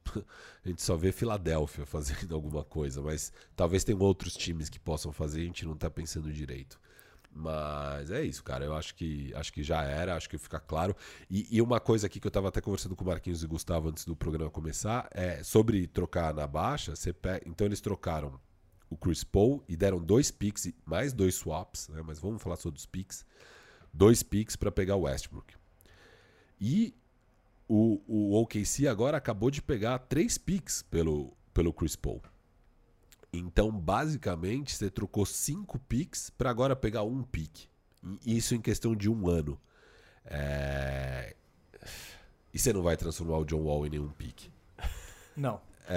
a gente só vê Filadélfia fazendo alguma coisa, mas talvez tenham outros times que possam fazer, a gente não tá pensando direito. Mas é isso, cara. Eu acho que já era, acho que fica claro. E uma coisa aqui que eu tava até conversando com o Marquinhos e o Gustavo antes do programa começar, sobre trocar na baixa, então eles trocaram o Chris Paul e deram 2 picks, mais 2 swaps, né? Mas vamos falar sobre os picks. 2 picks para pegar o Westbrook. E o OKC agora acabou de pegar 3 picks pelo Chris Paul. Então, basicamente, você trocou 5 picks para agora pegar um pick. Isso em questão de 1 ano. E você não vai transformar o John Wall em nenhum pick. Não.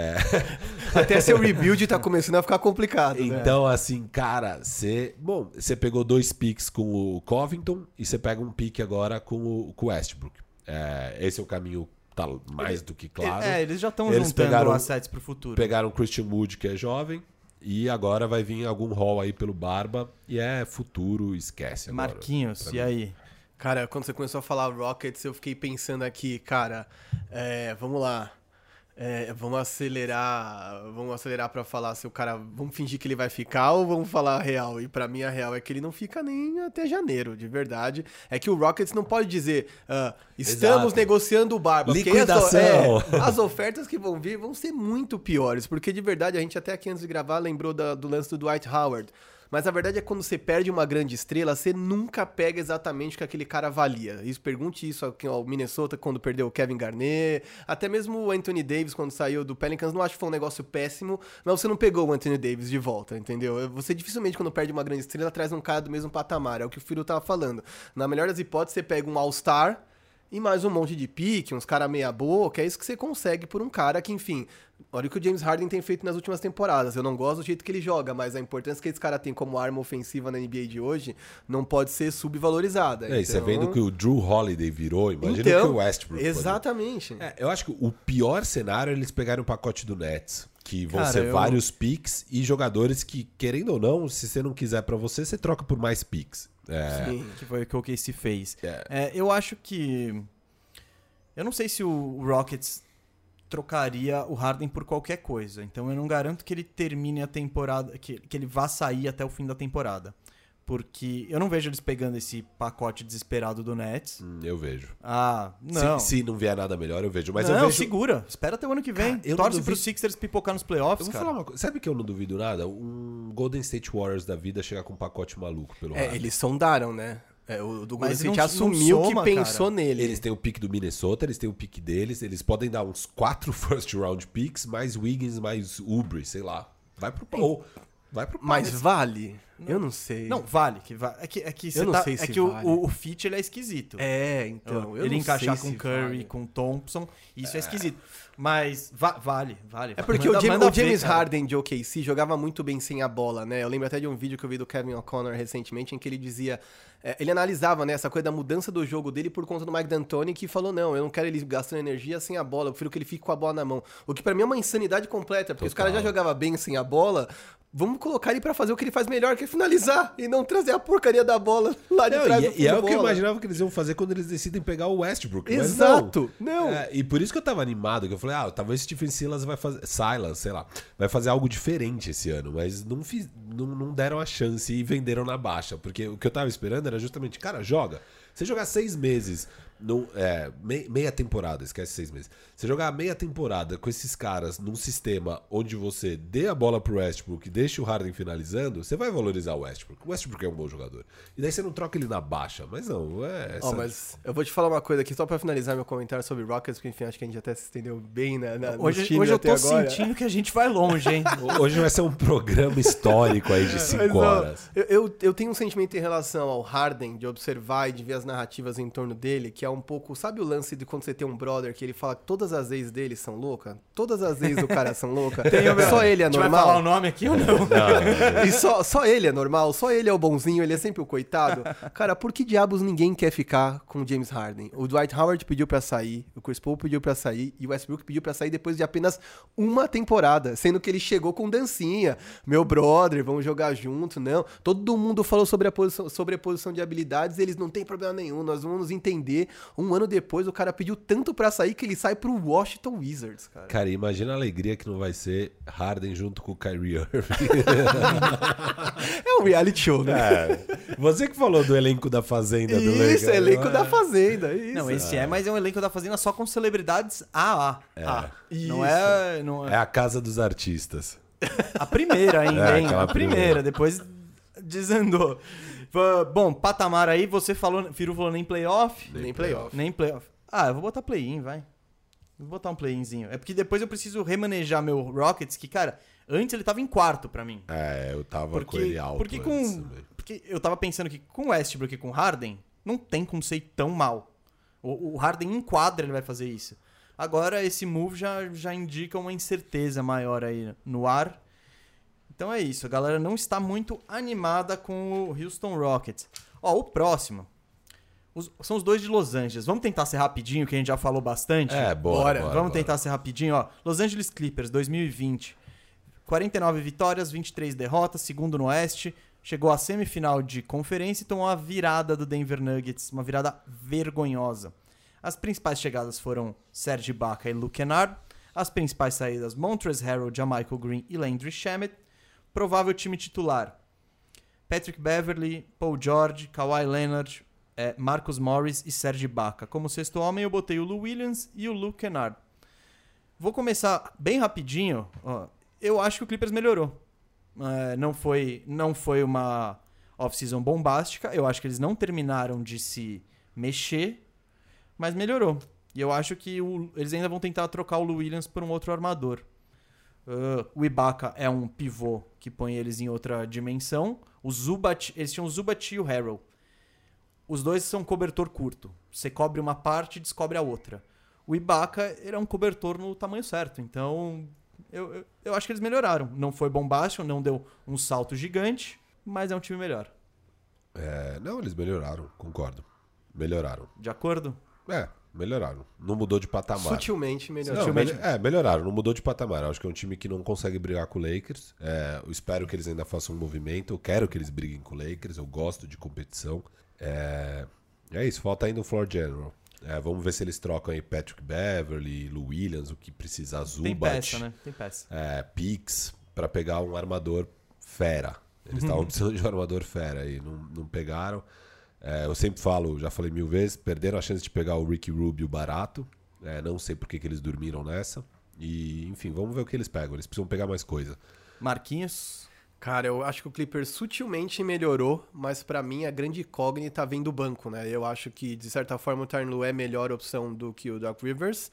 Até seu rebuild tá começando a ficar complicado, né? Então, assim, cara, você pegou 2 picks com o Covington e você pega um pick agora com o Westbrook. Esse é o caminho, tá mais do que claro. Eles já estão juntando assets pro futuro. Pegaram o Christian Wood, que é jovem, e agora vai vir algum haul aí pelo Barba, e futuro, esquece agora. Marquinhos, e aí? Cara, quando você começou a falar Rockets, eu fiquei pensando aqui, cara, vamos lá. Vamos acelerar pra falar se o cara... Vamos fingir que ele vai ficar ou vamos falar a real? E pra mim a real é que ele não fica nem até janeiro, de verdade. É que o Rockets não pode dizer estamos negociando o Barba. Liquidação! Porque as ofertas que vão vir vão ser muito piores. Porque de verdade, a gente até aqui antes de gravar lembrou do lance do Dwight Howard. Mas a verdade é que quando você perde uma grande estrela, você nunca pega exatamente o que aquele cara valia. Pergunte isso ao Minnesota quando perdeu o Kevin Garnett, até mesmo o Anthony Davis quando saiu do Pelicans, não acho que foi um negócio péssimo, mas você não pegou o Anthony Davis de volta, entendeu? Você dificilmente quando perde uma grande estrela traz um cara do mesmo patamar, é o que o Firo tava falando. Na melhor das hipóteses, você pega um All-Star e mais um monte de pique, uns caras meia boca, é isso que você consegue por um cara que, enfim, olha o que o James Harden tem feito nas últimas temporadas. Eu não gosto do jeito que ele joga, mas a importância que esse cara tem como arma ofensiva na NBA de hoje não pode ser subvalorizada. E você vendo que o Drew Holiday virou, imagina que o Westbrook. Exatamente. Eu acho que o pior cenário é eles pegarem o pacote do Nets, que vão ser vários picks e jogadores que, querendo ou não, se você não quiser pra você troca por mais picks. Sim, que foi o que o KC fez. Eu acho que... Eu não sei se o Rockets trocaria o Harden por qualquer coisa. Então eu não garanto que ele termine a temporada, que ele vá sair até o fim da temporada. Porque eu não vejo eles pegando esse pacote desesperado do Nets. Eu vejo. Não. Se não vier nada melhor, eu vejo. Mas não, eu vejo... segura. Espera até o ano que vem. Torce pro Sixers pipocar nos playoffs, cara. Falar uma coisa. Sabe que eu não duvido nada? Um Golden State Warriors da vida chegar com um pacote maluco pelo Harden. Eles sondaram, né? O do Golden State não assumiu soma, que pensou nele. Eles têm o pick do Minnesota, eles têm o pick deles, eles podem dar uns 4 first round picks, mais Wiggins, mais Oubre, sei lá. Vai pro pau. Mas vale? Não. Eu não sei. Não, vale. É que eu não sei se vale. O fit ele é esquisito. Então. Ele encaixar com Curry, com Thompson, isso é esquisito. Mas vale. É porque o James Harden de OKC jogava muito bem sem a bola, né? Eu lembro até de um vídeo que eu vi do Kevin O'Connor recentemente em que ele dizia... ele analisava, né, essa coisa da mudança do jogo dele por conta do Mike D'Antoni, que falou, não, eu não quero ele gastando energia sem a bola, eu prefiro que ele fique com a bola na mão. O que pra mim é uma insanidade completa, porque os caras já jogavam bem sem a bola, vamos colocar ele pra fazer o que ele faz melhor, que é finalizar, e não trazer a porcaria da bola lá de trás do fundo. E é o que eu imaginava que eles iam fazer quando eles decidem pegar o Westbrook. Exato! Não. E por isso que eu tava animado, que eu falei, talvez Stephen Silas vai fazer algo diferente esse ano, mas não deram a chance e venderam na baixa, porque o que eu tava esperando era justamente, cara, joga. Você jogar 6 meses, meia temporada, esquece 6 meses. Você jogar meia temporada com esses caras num sistema onde você dê a bola pro Westbrook e deixa o Harden finalizando, você vai valorizar o Westbrook. O Westbrook é um bom jogador. E daí você não troca ele na baixa, mas não, mas eu vou te falar uma coisa aqui, só pra finalizar meu comentário sobre Rockets, porque enfim, acho que a gente até se entendeu bem, né? Hoje eu tô sentindo que a gente vai longe, hein? Hoje vai ser um programa histórico aí de 5 horas. Eu tenho um sentimento em relação ao Harden, de observar e de ver as narrativas em torno dele, que é um pouco... Sabe o lance de quando você tem um brother que ele fala que todas as ex dele são loucas? Todas as ex do cara são loucas? Só ele é normal? Vai falar o nome aqui ou não? E só ele é normal? Só ele é o bonzinho? Ele é sempre o coitado? Cara, por que diabos ninguém quer ficar com o James Harden? O Dwight Howard pediu pra sair, o Chris Paul pediu pra sair e o Westbrook pediu pra sair depois de apenas uma temporada, sendo que ele chegou com dancinha. Meu brother, vamos jogar junto. Não. Todo mundo falou sobre a posição de habilidades e eles não tem problema nenhum. Nós vamos nos entender. Um ano depois, o cara pediu tanto pra sair que ele sai pro Washington Wizards, cara. Cara, imagina a alegria que não vai ser Harden junto com o Kyrie Irving. É um reality show, né? Você que falou do elenco da Fazenda do Lakers. Isso, elenco da Fazenda. Isso. Não, esse mas é um elenco da Fazenda só com celebridades AA. Não é... É a casa dos artistas. A primeira ainda, hein? A primeira. Depois desandou. Bom, patamar aí, Firu falou nem playoff? Nem playoff. Nem playoff. Eu vou botar play-in, vai. Vou botar um play-inzinho. É porque depois eu preciso remanejar meu Rockets, que, cara, Antes ele tava em quarto pra mim. Eu tava com ele alto. Porque eu tava pensando que com o Westbrook e com o Harden, não tem como ser tão mal. O Harden em quadra ele vai fazer isso. Agora esse move já indica uma incerteza maior aí no ar. Então é isso, a galera não está muito animada com o Houston Rockets. O próximo são os dois de Los Angeles. Vamos tentar ser rapidinho, que a gente já falou bastante? Bora. Vamos tentar ser rapidinho, Los Angeles Clippers, 2020. 49 vitórias, 23 derrotas, segundo no Oeste. Chegou à semifinal de conferência e tomou a virada do Denver Nuggets, uma virada vergonhosa. As principais chegadas foram Serge Ibaka e Luke Kennard. As principais saídas, Montrezl Harrell, JaMychal Green e Landry Shamet. Provável time titular, Patrick Beverley, Paul George, Kawhi Leonard, Marcus Morris e Serge Ibaka. Como sexto homem, eu botei o Lou Williams e o Luke Kennard. Vou começar bem rapidinho. Eu acho que o Clippers melhorou. Não foi uma off-season bombástica. Eu acho que eles não terminaram de se mexer, mas melhorou. E eu acho que eles ainda vão tentar trocar o Lou Williams por um outro armador. O Ibaka é um pivô que põe eles em outra dimensão. Eles tinham o Zubat e o Harrell. Os dois são cobertor curto. Você cobre uma parte e descobre a outra. O Ibaka era um cobertor no tamanho certo. Então, eu acho que eles melhoraram. Não foi bombástico, não deu um salto gigante, mas é um time melhor. Não, eles melhoraram, concordo. Melhoraram. De acordo? Melhoraram. Não mudou de patamar. Sutilmente melhoraram. Melhoraram. Não mudou de patamar. Acho que é um time que não consegue brigar com o Lakers. Eu espero que eles ainda façam um movimento. Eu quero que eles briguem com o Lakers. Eu gosto de competição. É isso. Falta ainda um floor general. Vamos ver se eles trocam aí Patrick Beverley, Lou Williams, o que precisar. Zubat. Tem peça, né? Tem peça. Picks pra pegar um armador fera. Eles estavam precisando de um armador fera e não pegaram. Eu sempre falo, já falei 1000 vezes, perderam a chance de pegar o Ricky Rubio barato. Não sei por que eles dormiram nessa. E, enfim, vamos ver o que eles pegam. Eles precisam pegar mais coisa. Marquinhos? Cara, eu acho que o Clippers sutilmente melhorou, mas pra mim a grande incógnita vem do banco, né? Eu acho que, de certa forma, o Tyronn Lue é melhor opção do que o Doc Rivers.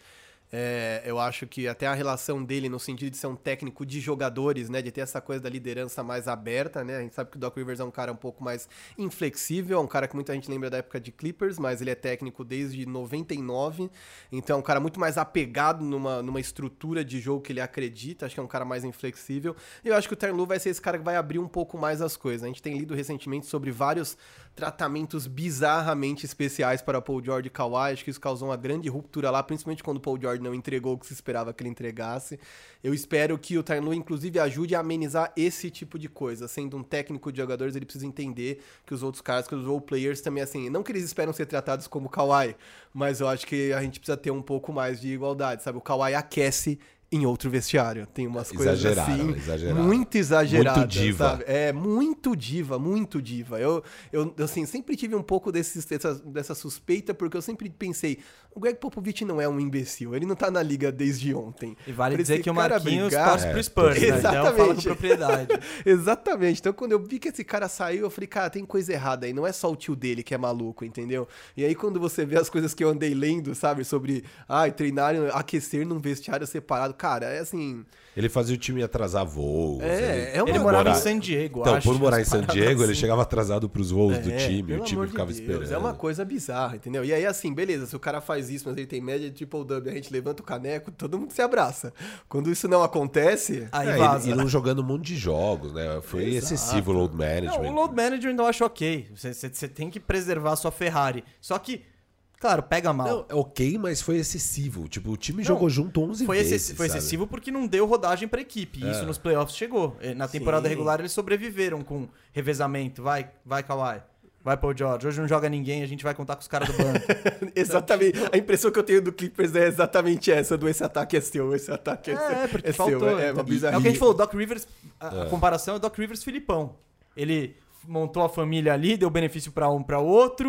Eu acho que até a relação dele no sentido de ser um técnico de jogadores, né, de ter essa coisa da liderança mais aberta, né, a gente sabe que o Doc Rivers é um cara um pouco mais inflexível, é um cara que muita gente lembra da época de Clippers, mas ele é técnico desde 99, então é um cara muito mais apegado numa estrutura de jogo que ele acredita, acho que é um cara mais inflexível, e eu acho que o Tyronn Lue vai ser esse cara que vai abrir um pouco mais as coisas. A gente tem lido recentemente sobre vários tratamentos bizarramente especiais para Paul George e Kawhi, acho que isso causou uma grande ruptura lá, principalmente quando o Paul George não entregou o que se esperava que ele entregasse. Eu espero que o Tyronn Lue, inclusive, ajude a amenizar esse tipo de coisa. Sendo um técnico de jogadores, ele precisa entender que os outros caras, que os role players também, assim, não que eles esperam ser tratados como Kawhi, mas eu acho que a gente precisa ter um pouco mais de igualdade, sabe? O Kawhi aquece em outro vestiário. Tem umas coisas assim, muito exageradas, muito diva. Sabe? Muito diva, muito diva. Eu assim, sempre tive um pouco dessa suspeita, porque eu sempre pensei, o Greg Popovich não é um imbecil, ele não tá na liga desde ontem. E vale dizer que o Marquinhos torce pro Spurs, né? Exatamente. Então fala com propriedade. Exatamente. Então quando eu vi que esse cara saiu, eu falei, cara, tem coisa errada aí, não é só o tio dele que é maluco, entendeu? E aí quando você vê as coisas que eu andei lendo, sabe, sobre treinar, aquecer num vestiário separado, cara, é assim... Ele fazia o time atrasar voos. Ele morava em San Diego, então, acho. por morar em San Diego, assim. ele chegava atrasado pros voos do time, o time ficava esperando. É uma coisa bizarra, entendeu? E aí, assim, beleza, se o cara faz isso, mas ele tem média de triple-double, a gente levanta o caneco, todo mundo se abraça. Quando isso não acontece... Aí vaza. E não jogando um monte de jogos, né? Foi excessivo o load management. Não, o load management eu acho ok. Você tem que preservar a sua Ferrari. Só que... Claro, pega mal. Não, é ok, mas foi excessivo. Tipo, o time jogou junto 11 vezes. Foi excessivo porque não deu rodagem pra equipe. Isso nos playoffs chegou. Na temporada regular eles sobreviveram com revezamento. Vai, Kawhi. Vai, Paul George. Hoje não joga ninguém, a gente vai contar com os caras do banco. Exatamente. A impressão que eu tenho do Clippers é exatamente essa, do esse ataque é seu, esse ataque é seu. Porque faltou. Seu. É uma bizarria. É o que a gente falou, Doc Rivers, a comparação é Doc Rivers Filipão. Ele montou a família ali, deu benefício pra um, pra outro,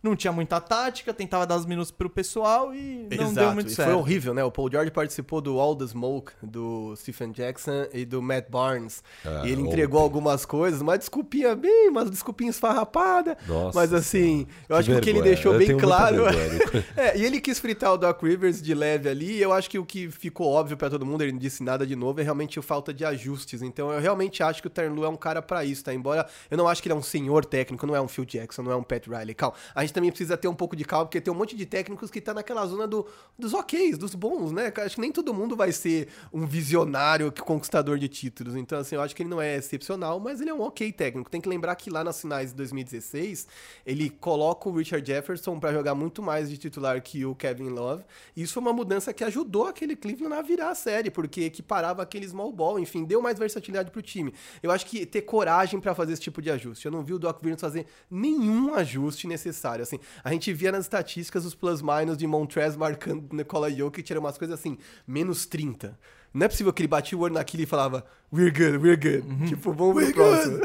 não tinha muita tática, tentava dar os minutos pro pessoal e não deu muito certo. Foi horrível, né? O Paul George participou do All the Smoke, do Stephen Jackson e do Matt Barnes. E ele entregou algumas coisas, uma desculpinha esfarrapada. Nossa, mas assim, eu acho que o que ele deixou bem claro... e ele quis fritar o Doc Rivers de leve ali, e eu acho que o que ficou óbvio pra todo mundo, ele não disse nada de novo, é realmente a falta de ajustes. Então eu realmente acho que o Tyronn Lue é um cara pra isso, tá? Embora eu não acho que ele é um senhor técnico, não é um Phil Jackson, não é um Pat Riley. Calma, a gente também precisa ter um pouco de calma, porque tem um monte de técnicos que tá naquela zona dos oks, dos bons, né? Acho que nem todo mundo vai ser um visionário conquistador de títulos. Então, assim, eu acho que ele não é excepcional, mas ele é um ok técnico. Tem que lembrar que lá nas finais de 2016, ele coloca o Richard Jefferson pra jogar muito mais de titular que o Kevin Love. E isso foi uma mudança que ajudou aquele Cleveland a virar a série, porque equiparava aquele small ball, enfim, deu mais versatilidade pro time. Eu acho que ter coragem pra fazer esse tipo de ajuste. Eu não vi o Doc Rivers fazer nenhum ajuste necessário, assim. A gente via nas estatísticas os plus-minus de Montrezl marcando Nikola Jokic, eram umas coisas assim, menos 30. Não é possível que ele batia o olho naquilo e falava we're good. Tipo, vamos pro próximo.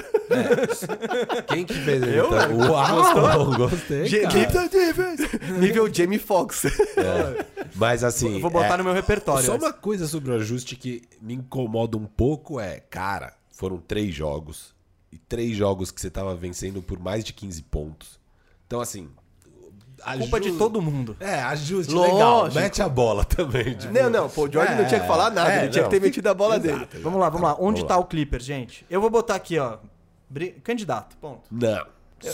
Quem que fez ele? Uau, gostei, cara. Nível Jamie Foxx. Mas assim... Vou botar no meu repertório. Só uma coisa sobre o ajuste que me incomoda um pouco cara, foram 3 jogos. E 3 jogos que você tava vencendo por mais de 15 pontos. Então, assim... Culpa de todo mundo. Ajuste legal. Mete a bola também. Tipo... Não, pô, o Jordan não tinha que falar nada. Ele tinha que ter metido a bola dele. Vamos lá. Onde tá o Clippers, gente? Eu vou botar aqui, ó. Candidato, ponto. Não.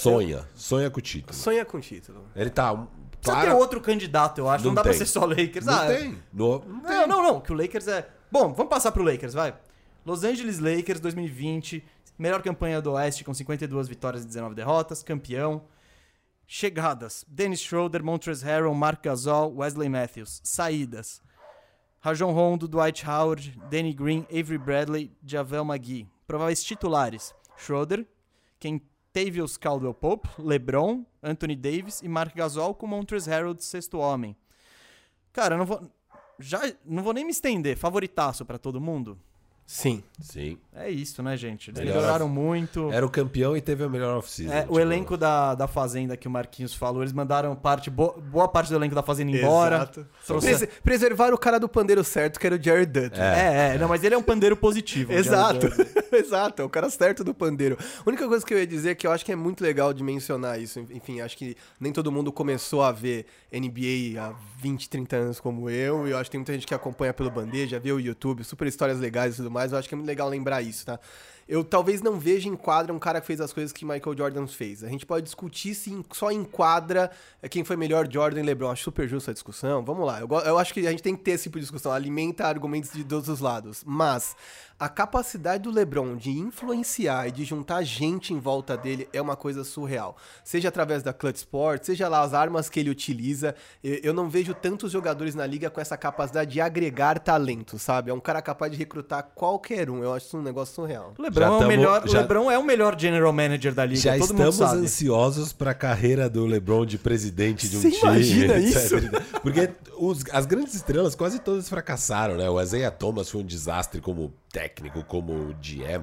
Sonha com o título. Sonha com o título. Ele tá... Precisa ter outro candidato, eu acho. Não dá pra ser só Lakers. Não tem. Não. Que o Lakers é... Bom, vamos passar pro Lakers, vai. Los Angeles Lakers 2020. Melhor campanha do Oeste com 52 vitórias e 19 derrotas. Campeão. Chegadas: Dennis Schroeder, Montrezl Harrell, Marc Gasol, Wesley Matthews. Saídas: Rajon Rondo, Dwight Howard, Danny Green, Avery Bradley, JaVale McGee. Prováveis titulares: Schroeder, Kentavious Caldwell-Pope, LeBron, Anthony Davis e Marc Gasol, com Montrezl Harrell de sexto homem. Cara, não vou nem me estender. Favoritaço pra todo mundo? Sim. É isso, né, gente? Eles melhoraram muito. Era o campeão e teve a melhor off-season. O elenco da Fazenda que o Marquinhos falou, eles mandaram boa parte do elenco da Fazenda embora. Exato. Preservaram o cara do pandeiro certo, que era o Jared Dudley. Não, mas ele é um pandeiro positivo. Exato. Exato, é o cara certo do pandeiro. A única coisa que eu ia dizer é que eu acho que é muito legal de mencionar isso. Enfim, acho que nem todo mundo começou a ver NBA há 20, 30 anos como eu. E eu acho que tem muita gente que acompanha pelo Bandeja, vê o YouTube, super histórias legais e tudo mais. Eu acho que é muito legal lembrar isso, tá? Eu talvez não veja em quadra um cara que fez as coisas que Michael Jordan fez. A gente pode discutir se só em quadra quem foi melhor, Jordan e LeBron. Acho super justa a discussão. Vamos lá. Eu acho que a gente tem que ter esse tipo de discussão. Alimenta argumentos de todos os lados. Mas a capacidade do LeBron de influenciar e de juntar gente em volta dele é uma coisa surreal. Seja através da Clutch Sports, seja lá as armas que ele utiliza. Eu não vejo tantos jogadores na liga com essa capacidade de agregar talento, sabe? É um cara capaz de recrutar qualquer um. Eu acho isso um negócio surreal. LeBron é o melhor general manager da liga. Já todo mundo estamos sabe. ansiosos para a carreira do LeBron de presidente de um Você time. imagina etc. isso? Porque as grandes estrelas quase todas fracassaram, né? O Isaiah Thomas foi um desastre como técnico, como GM.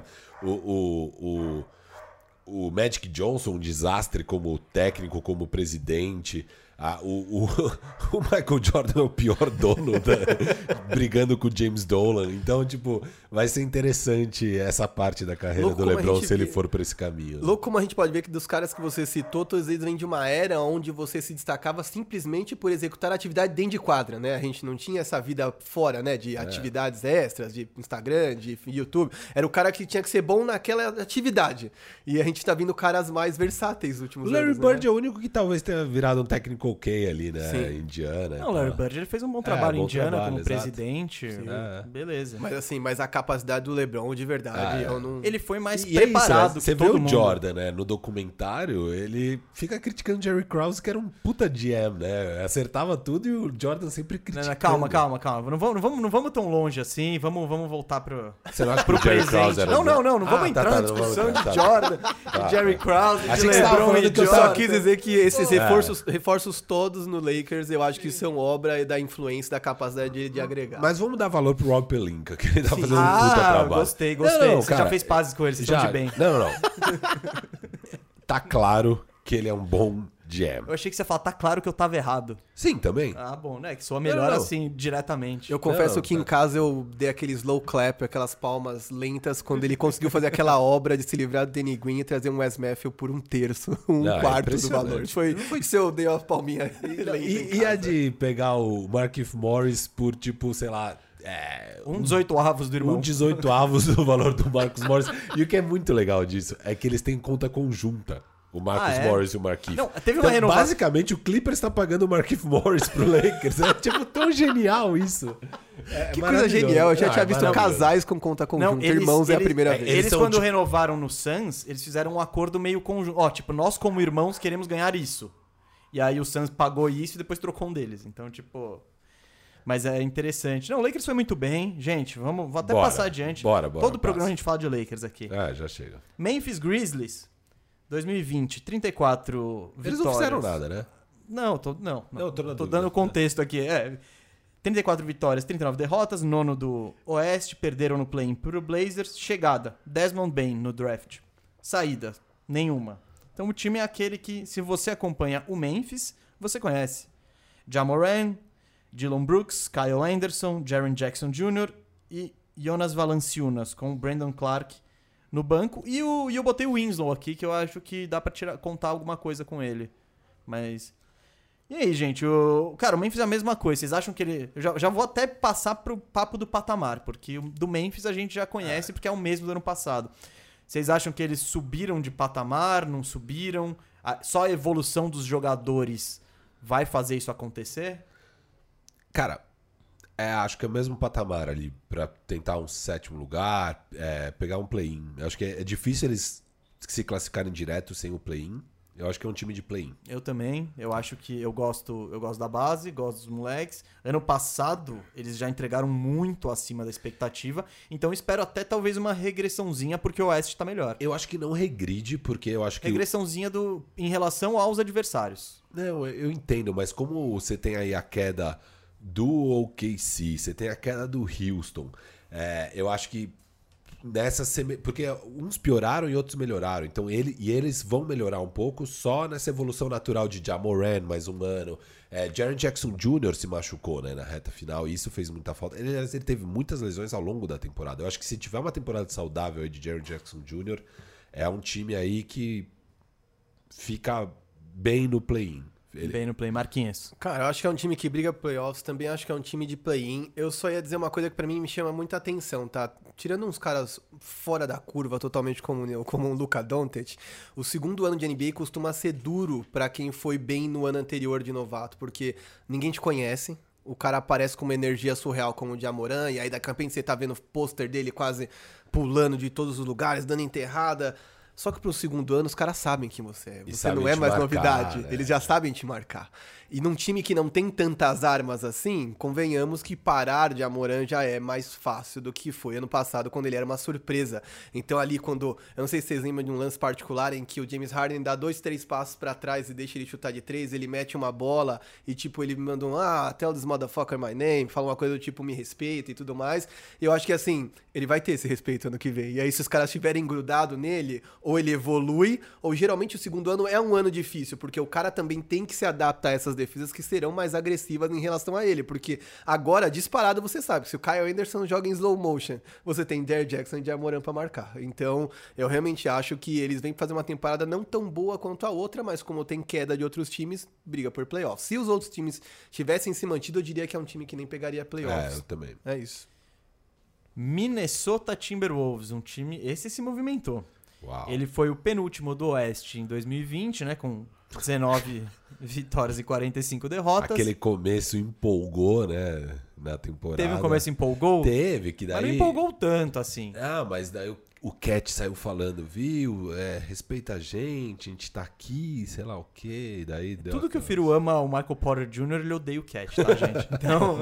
O Magic Johnson, um desastre como técnico, como presidente. O Michael Jordan é o pior dono brigando com o James Dolan. Então, tipo, vai ser interessante essa parte da carreira do LeBron se ele for por esse caminho. Louco como a gente pode ver que dos caras que você citou, todos eles vêm de uma era onde você se destacava simplesmente por executar atividade dentro de quadra, né? A gente não tinha essa vida fora, né? De atividades extras, de Instagram, de YouTube. Era o cara que tinha que ser bom naquela atividade. E a gente tá vindo caras mais versáteis nos últimos anos. O Larry Bird né? é o único que talvez tenha virado um técnico ok ali, né? Sim. Indiana. Não, o Larry Bird ele fez um bom trabalho em Indiana trabalho, como exato. presidente. Beleza. Mas a capacidade do LeBron, de verdade, eu não... Ele foi mais E preparado é isso, né? que todo Você vê mundo. o Jordan, né? No documentário, ele fica criticando o Jerry Krause, que era um puta GM, né? Acertava tudo e o Jordan sempre criticando. Calma. Não vamos tão longe assim. Vamos voltar pro Você não acha que pro o Jerry presente. Krause era Não bom? vamos entrar na discussão de Jordan, de Jerry Krause, de Achei que você tava LeBron falando e que eu Jordan. Só quis dizer que esses reforços todos no Lakers, eu acho que são obra da influência, da capacidade de agregar. Mas vamos dar valor pro Rob Pelinka, que ele tá fazendo um puta trabalho. Gostei. Não, Você cara, já fez pazes com ele, vocês estão de bem. Não. Tá claro que ele é um bom Jam. Eu achei que você ia falar, tá claro que eu tava errado. Sim, também. Ah, bom, né? Que soa melhor Não. assim, diretamente. Eu confesso Não, que em tá. casa eu dei aquele slow clap, aquelas palmas lentas, quando ele conseguiu fazer aquela obra de se livrar do Danny Green e trazer um Wes Matthews por 1/3, Não, é quarto do impressionante. valor. Foi isso, eu dei uma palminha lenta em E a casa. de pegar o Markieff Morris por, tipo, sei lá... Um 18avos do irmão. 18avos do valor do Marcus Morris. E o que é muito legal disso é que eles têm conta conjunta. O Marcus é? Morris e o Markieff. Não, teve uma então, renovação. basicamente, o Clippers está pagando o Markieff Morris pro Lakers. É tipo tão genial isso. Que coisa genial, eu já tinha visto maravilhoso. casais com conta conjunta, Não, eles- irmãos é a eles- primeira é, vez. Eles, são, quando tipo- renovaram no Suns, eles fizeram um acordo meio conjunto. Ó, tipo, nós como irmãos queremos ganhar isso. E aí o Suns pagou isso e depois trocou um deles. Então, tipo... Mas é interessante. Não, o Lakers foi muito bem. Gente, vou até Bora, passar adiante. bora, Todo programa passa. a gente fala de Lakers aqui. Já chega. Memphis Grizzlies, 2020, 34 vitórias. Eles não fizeram nada, né? Não, tô Não, tô na tô dúvida. dando contexto aqui. 34 vitórias, 39 derrotas, nono do Oeste, perderam no play-in pro Blazers. Chegada, Desmond Bane no draft. Saída, nenhuma. Então o time é aquele que, se você acompanha o Memphis, você conhece. Ja Morant, Dillon Brooks, Kyle Anderson, Jaren Jackson Jr. e Jonas Valanciunas, com o Brandon Clark no banco. E eu botei o Winslow aqui, que eu acho que dá pra contar alguma coisa com ele. Mas... E aí, gente? Cara, o Memphis é a mesma coisa. Vocês acham que ele... Eu já vou até passar pro papo do patamar, porque o do Memphis a gente já conhece, porque é o mesmo do ano passado. Vocês acham que eles subiram de patamar, não subiram? Só a evolução dos jogadores vai fazer isso acontecer? Cara, acho que é o mesmo patamar ali pra tentar um 7º lugar, pegar um play-in. Acho que é difícil eles se classificarem direto sem o play-in. Eu acho que é um time de play-in. Eu também. Eu acho que eu gosto da base, gosto dos moleques. Ano passado, eles já entregaram muito acima da expectativa. Então, espero até talvez uma regressãozinha, porque o Oeste tá melhor. Eu acho que não regride, porque eu acho que... Regressãozinha em relação aos adversários. Não, eu entendo, mas como você tem aí a queda do OKC, você tem a queda do Houston, eu acho que porque uns pioraram e outros melhoraram, então eles vão melhorar um pouco só nessa evolução natural de Ja Morant mais um ano. Jaren Jackson Jr. se machucou, né, na reta final, e isso fez muita falta. Ele teve muitas lesões ao longo da temporada. Eu acho que se tiver uma temporada saudável aí de Jaren Jackson Jr., é um time aí que fica bem no play-in. Bem no play, Marquinhos. Cara, eu acho que é um time que briga playoffs, também acho que é um time de play-in. Eu só ia dizer uma coisa que pra mim me chama muita atenção, tá? Tirando uns caras fora da curva, totalmente como o Luka Doncic, o segundo ano de NBA costuma ser duro pra quem foi bem no ano anterior de novato, porque ninguém te conhece, o cara aparece com uma energia surreal como o Ja Morant, e aí daqui a pouco você tá vendo o pôster dele quase pulando de todos os lugares, dando enterrada. Só que pro segundo ano os caras sabem quem você é. Você não é mais marcar, novidade. né? Eles já sabem te marcar. E num time que não tem tantas armas assim, convenhamos que parar de Morant já é mais fácil do que foi ano passado, quando ele era uma surpresa. Então ali quando... Eu não sei se vocês lembram de um lance particular em que o James Harden dá 2, 3 passos pra trás e deixa ele chutar de 3, ele mete uma bola e tipo, ele manda tell this motherfucker my name, fala uma coisa do tipo, me respeita e tudo mais. E eu acho que assim, ele vai ter esse respeito ano que vem. E aí se os caras estiverem grudado nele, ou ele evolui, ou geralmente o segundo ano é um ano difícil, porque o cara também tem que se adaptar a essas defesas que serão mais agressivas em relação a ele, porque agora, disparado, você sabe, se o Kyle Anderson joga em slow motion, você tem Jaren Jackson e Ja Morant pra marcar. Então, eu realmente acho que eles vêm fazer uma temporada não tão boa quanto a outra, mas como tem queda de outros times, briga por playoffs. Se os outros times tivessem se mantido, eu diria que é um time que nem pegaria playoffs. Eu também. É isso. Minnesota Timberwolves, um time... Esse se movimentou. Uau. Ele foi o penúltimo do Oeste em 2020, né? Com 19 vitórias e 45 derrotas. Aquele começo empolgou, né? Na temporada. Teve um começo empolgou? Teve, que daí... Mas não empolgou tanto, assim. Mas daí o Cat saiu falando, viu? Respeita a gente tá aqui, sei lá o quê. Daí deu Tudo que o Firo ama o Michael Porter Jr., ele odeia o Cat, tá, gente? Então...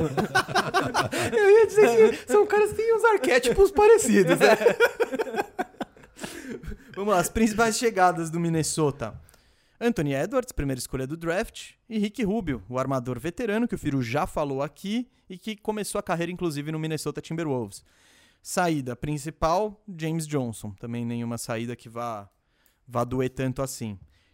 Eu ia dizer que são caras que têm uns arquétipos parecidos, né? Vamos lá, as principais chegadas do Minnesota. Anthony Edwards, primeira escolha do draft, e Ricky Rubio, o armador veterano que o Firo já falou aqui e que começou a carreira inclusive no Minnesota Timberwolves. Saída principal, James Johnson, também nenhuma saída que vá doer tanto assim.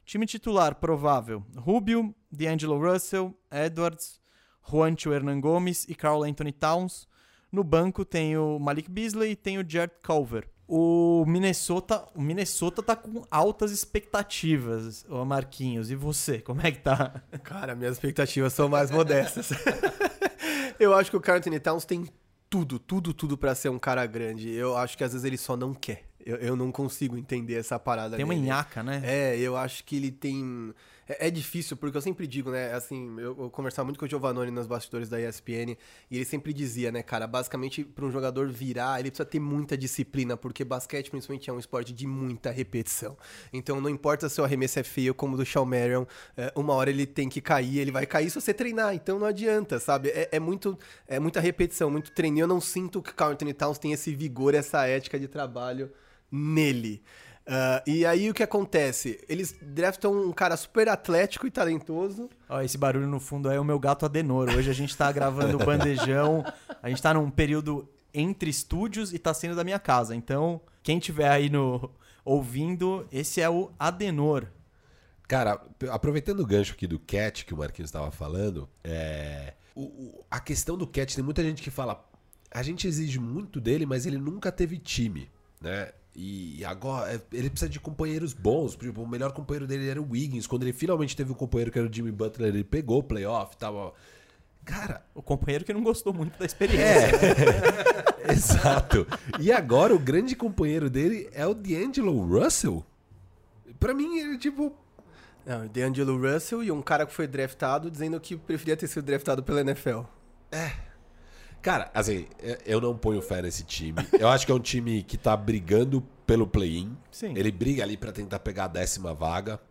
Time titular, provável. Rubio, D'Angelo Russell, Edwards, Juancho Hernan-Gomes e Karl Anthony Towns. No banco tem o Malik Beasley e tem o Jarrett Culver. O Minnesota tá com altas expectativas, ô Marquinhos. E você, como é que tá? Cara, minhas expectativas são mais modestas. Eu acho que o Karl Anthony Towns tem tudo pra ser um cara grande. Eu acho que às vezes ele só não quer. Eu não consigo entender essa parada Tem uma nele. nhaca, né? Eu acho que ele tem... É difícil, porque eu sempre digo, né, assim, eu conversava muito com o Giovannone nos bastidores da ESPN, e ele sempre dizia, né, cara, basicamente, para um jogador virar, ele precisa ter muita disciplina, porque basquete, principalmente, é um esporte de muita repetição. Então, não importa se o arremesso é feio, como o do Shawn Marion, uma hora ele tem que cair, ele vai cair se você treinar, então não adianta, sabe? É muita repetição, muito treino. Eu não sinto que o Karl Anthony Towns tem esse vigor, essa ética de trabalho nele. E aí o que acontece? Eles draftam um cara super atlético e talentoso. Ó, esse barulho no fundo é o meu gato Adenor. Hoje a gente tá gravando o Bandejão. A gente tá num período entre estúdios e tá saindo da minha casa. Então, quem tiver aí ouvindo, esse é o Adenor. Cara, aproveitando o gancho aqui do Cat que o Marquinhos estava falando, a questão do Cat, tem muita gente que fala, a gente exige muito dele, mas ele nunca teve time, né? E agora ele precisa de companheiros bons. O melhor companheiro dele era o Wiggins. Quando ele finalmente teve um companheiro que era o Jimmy Butler, ele pegou o playoff e tal. Cara, o companheiro que não gostou muito da experiência. Exato. E agora o grande companheiro dele é o D'Angelo Russell. Pra mim, ele tipo... Não, o D'Angelo Russell e um cara que foi draftado dizendo que preferia ter sido draftado pela NFL. Cara, assim, eu não ponho fé nesse time. Eu acho que é um time que tá brigando pelo play-in. Sim. Ele briga ali pra tentar pegar a 10ª vaga.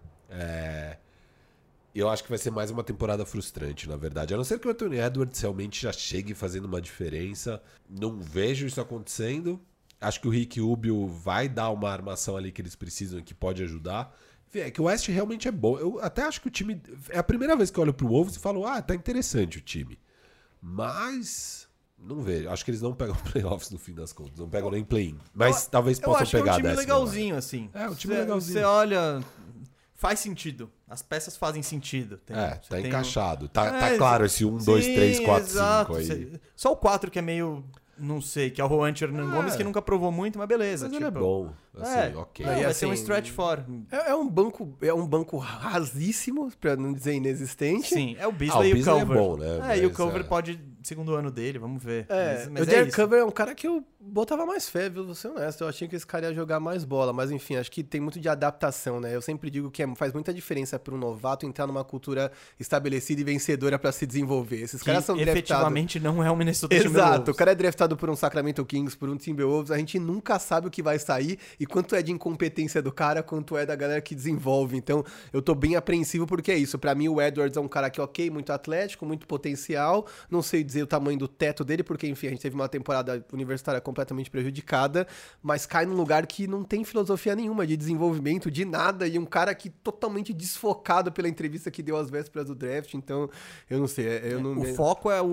Eu acho que vai ser mais uma temporada frustrante, na verdade. A não ser que o Anthony Edwards realmente já chegue fazendo uma diferença. Não vejo isso acontecendo. Acho que o Ricky Rubio vai dar uma armação ali que eles precisam e que pode ajudar. É que o West realmente é bom. Eu até acho que o time... É a primeira vez que eu olho pro Wolves e falo, tá interessante o time. Mas... Não vejo. Acho que eles não pegam playoffs no fim das contas. Não pegam nem play-in. Mas talvez possam pegar a 10ª. É um time legalzinho, assim. É, um time legalzinho. Você olha... Faz sentido. As peças fazem sentido. Tá encaixado. Tá claro esse 1, 2, 3, 4, 5 aí. Só o 4 que é meio... Não sei, que é o Juancho Hernan-Gomes, que nunca provou muito, mas beleza. Mas ele é bom. Assim, ok. Vai ser um stretch 4. É um banco rasíssimo, pra não dizer inexistente. Sim, é o Beasley e o Culver. É bom, né? E o Culver pode... Segundo ano dele, vamos ver. Mas o Derek Culver é um cara que eu botava mais fé, viu? Vou ser honesto. Eu achei que esse cara ia jogar mais bola. Mas enfim, acho que tem muito de adaptação, né? Eu sempre digo que faz muita diferença para um novato entrar numa cultura estabelecida e vencedora para se desenvolver. Esses caras são draftados... efetivamente não é o Minnesota Timberwolves. Exato. O cara é draftado por um Sacramento Kings, por um Timberwolves. A gente nunca sabe o que vai sair e quanto é de incompetência do cara, quanto é da galera que desenvolve. Então, eu tô bem apreensivo porque é isso. Para mim, o Edwards é um cara que, muito atlético, muito potencial. Não sei dizer o tamanho do teto dele, porque, enfim, a gente teve uma temporada universitária completamente prejudicada, mas cai num lugar que não tem filosofia nenhuma de desenvolvimento, de nada, e um cara que totalmente desfocado pela entrevista que deu às vésperas do draft, então, eu não sei. O foco é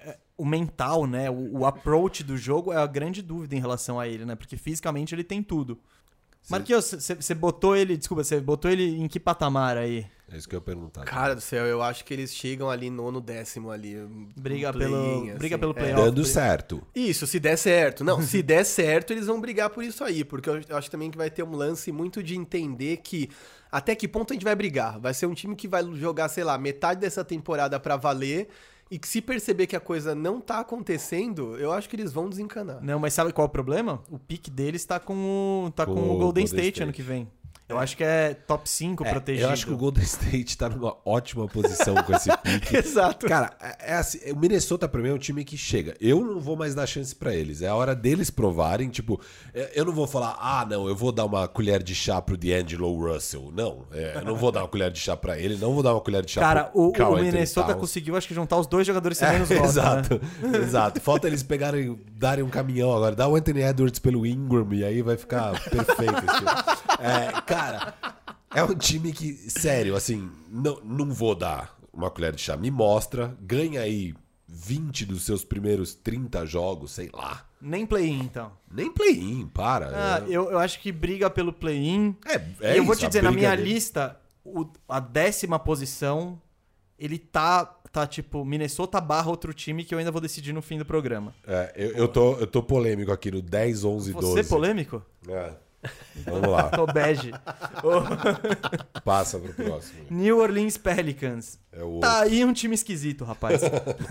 o mental, né? O approach do jogo é a grande dúvida em relação a ele, né? Porque fisicamente ele tem tudo. Marquinhos, você botou ele... Desculpa, você botou ele em que patamar aí? É isso que eu ia perguntar. Cara do céu, eu acho que eles chegam ali 9º, 10º ali. Briga pelo playoff. Dando certo. Isso, se der certo. Não, se der certo, eles vão brigar por isso aí. Porque eu acho também que vai ter um lance muito de entender que até que ponto a gente vai brigar. Vai ser um time que vai jogar, sei lá, metade dessa temporada pra valer... E que se perceber que a coisa não tá acontecendo, eu acho que eles vão desencanar. Não, mas sabe qual é o problema? O pique deles tá com o Golden State ano que vem. Eu acho que é top 5 protegido. Eu acho que o Golden State tá numa ótima posição com esse pique. Exato. Cara, assim, o Minnesota pra mim é um time que chega. Eu não vou mais dar chance pra eles. É a hora deles provarem. Tipo, eu não vou falar, não, eu vou dar uma colher de chá pro D'Angelo Russell. Não, eu não vou dar uma colher de chá pra ele. Não vou dar uma colher de chá pro Cara, o Minnesota conseguiu, acho que, juntar os dois jogadores que você menos gosta. Exato, né? Exato. Falta eles darem um caminhão agora. Dá o Anthony Edwards pelo Ingram e aí vai ficar perfeito esse time. Cara, é um time que, sério, assim, não vou dar uma colher de chá. Me mostra, ganha aí 20 dos seus primeiros 30 jogos, sei lá. Nem play-in, então. Nem play-in, para. Eu acho que briga pelo play-in. E eu vou te dizer, na minha lista, a 10ª posição, ele tá tipo Minnesota / outro time que eu ainda vou decidir no fim do programa. Eu tô polêmico aqui no 10, 11, 12. Você polêmico? Vamos lá. Tô bege. Passa pro próximo. New Orleans Pelicans. É o Tá aí um time esquisito, rapaz.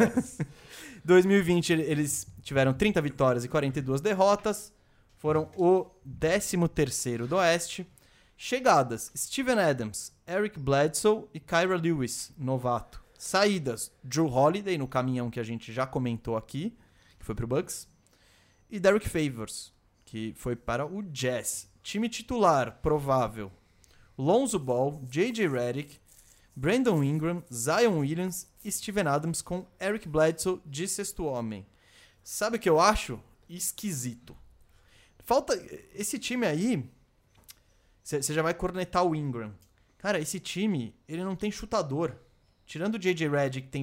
2020 eles tiveram 30 vitórias e 42 derrotas. Foram o 13º do Oeste. Chegadas: Steven Adams, Eric Bledsoe e Kyra Lewis, novato. Saídas: Drew Holiday, no caminhão que a gente já comentou aqui, que foi pro Bucks. E Derek Favors, que foi para o Jazz. Time titular, provável: Lonzo Ball, J.J. Redick, Brandon Ingram, Zion Williams e Steven Adams com Eric Bledsoe de sexto homem. Sabe o que eu acho? Esquisito. Falta... Esse time aí... Você já vai cornetar o Ingram. Cara, esse time, ele não tem chutador. Tirando o J.J. Redick, que tem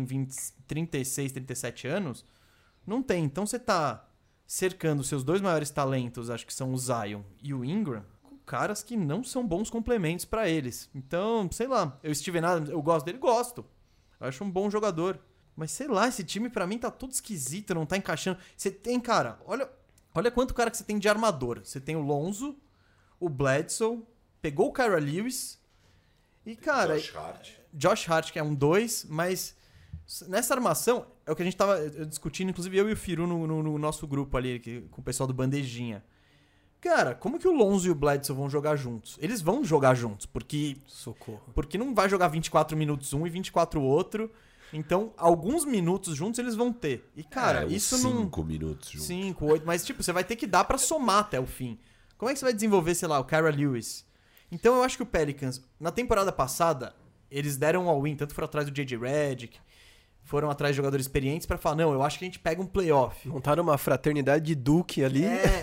36, 37 anos, não tem. Então você tá cercando seus dois maiores talentos, acho que são o Zion e o Ingram, com caras que não são bons complementos pra eles. Então, sei lá, o Steven Adams, eu gosto dele, gosto. Eu acho um bom jogador. Mas sei lá, esse time pra mim tá todo esquisito, não tá encaixando. Você tem, cara, olha quanto cara que você tem de armador. Você tem o Lonzo, o Bledsoe, pegou o Kyra Lewis e, cara... Josh Hart, que é um 2, mas nessa armação, é o que a gente tava discutindo, inclusive eu e o Firu no nosso grupo ali, com o pessoal do Bandejinha. Cara, como que o Lonzo e o Bledsoe vão jogar juntos? Eles vão jogar juntos, porque... Socorro. Porque não vai jogar 24 minutos um e 24 o outro. Então, alguns minutos juntos eles vão ter. E, cara, isso não... 5 minutos juntos. 5, 8, mas, tipo, você vai ter que dar pra somar até o fim. Como é que você vai desenvolver, sei lá, o Kyra Lewis? Então, eu acho que o Pelicans, na temporada passada, eles deram um all-in, tanto foram atrás do J.J. Redick, foram atrás de jogadores experientes pra falar, não, eu acho que a gente pega um playoff. Montaram uma fraternidade de Duke ali.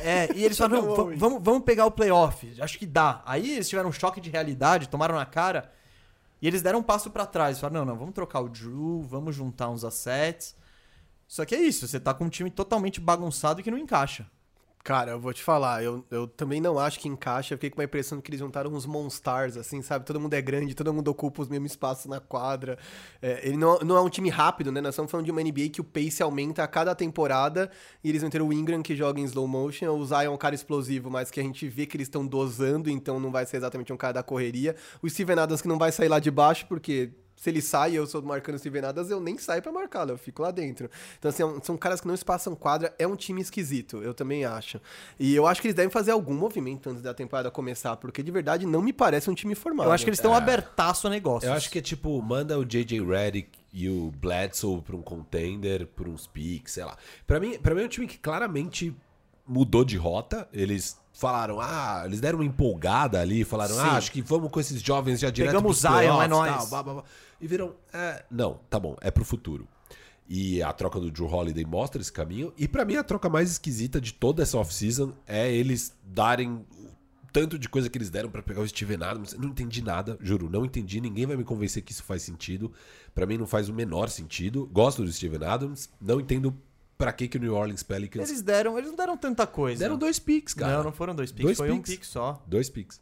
E eles falaram, não, vamos pegar o playoff, acho que dá. Aí eles tiveram um choque de realidade, tomaram na cara, e eles deram um passo pra trás. Falaram, não, vamos trocar o Drew, vamos juntar uns assets. Só que é isso, você tá com um time totalmente bagunçado e que não encaixa. Cara, eu vou te falar, eu também não acho que encaixa, eu fiquei com uma impressão de que eles juntaram uns monstars, assim, sabe? Todo mundo é grande, todo mundo ocupa os mesmos espaços na quadra. Ele não é um time rápido, né? Nós estamos falando de uma NBA que o pace aumenta a cada temporada, e eles vão ter o Ingram, que joga em slow motion, o Zion é um cara explosivo, mas que a gente vê que eles estão dosando, então não vai ser exatamente um cara da correria. O Steven Adams que não vai sair lá de baixo, porque... Se ele sai e eu sou marcando o Steven Adams, eu nem saio pra marcá-lo, eu fico lá dentro. Então, assim, são caras que não espaçam quadra, é um time esquisito, eu também acho. E eu acho que eles devem fazer algum movimento antes da temporada começar, porque de verdade não me parece um time formado. Eu acho que eles estão abertaço a negócios. Eu acho que é tipo, manda o J.J. Redick e o Bledsoe pra um contender, por uns picks, sei lá. Pra mim é um time que claramente mudou de rota, eles... Falaram, eles deram uma empolgada ali, falaram, acho que vamos com esses jovens já direto pegamos o Zion, é nóis. Blá, blá, blá. E viram, não, tá bom, é pro futuro. E a troca do Drew Holiday mostra esse caminho. E pra mim a troca mais esquisita de toda essa off-season é eles darem tanto de coisa que eles deram pra pegar o Steven Adams. Eu não entendi nada, juro, não entendi. Ninguém vai me convencer que isso faz sentido. Pra mim não faz o menor sentido. Gosto do Steven Adams, não entendo pra que o New Orleans Pelicans... Eles não deram tanta coisa. Deram 2 picks, cara. Não foram 2 picks, foi 1 pick só. 2 picks.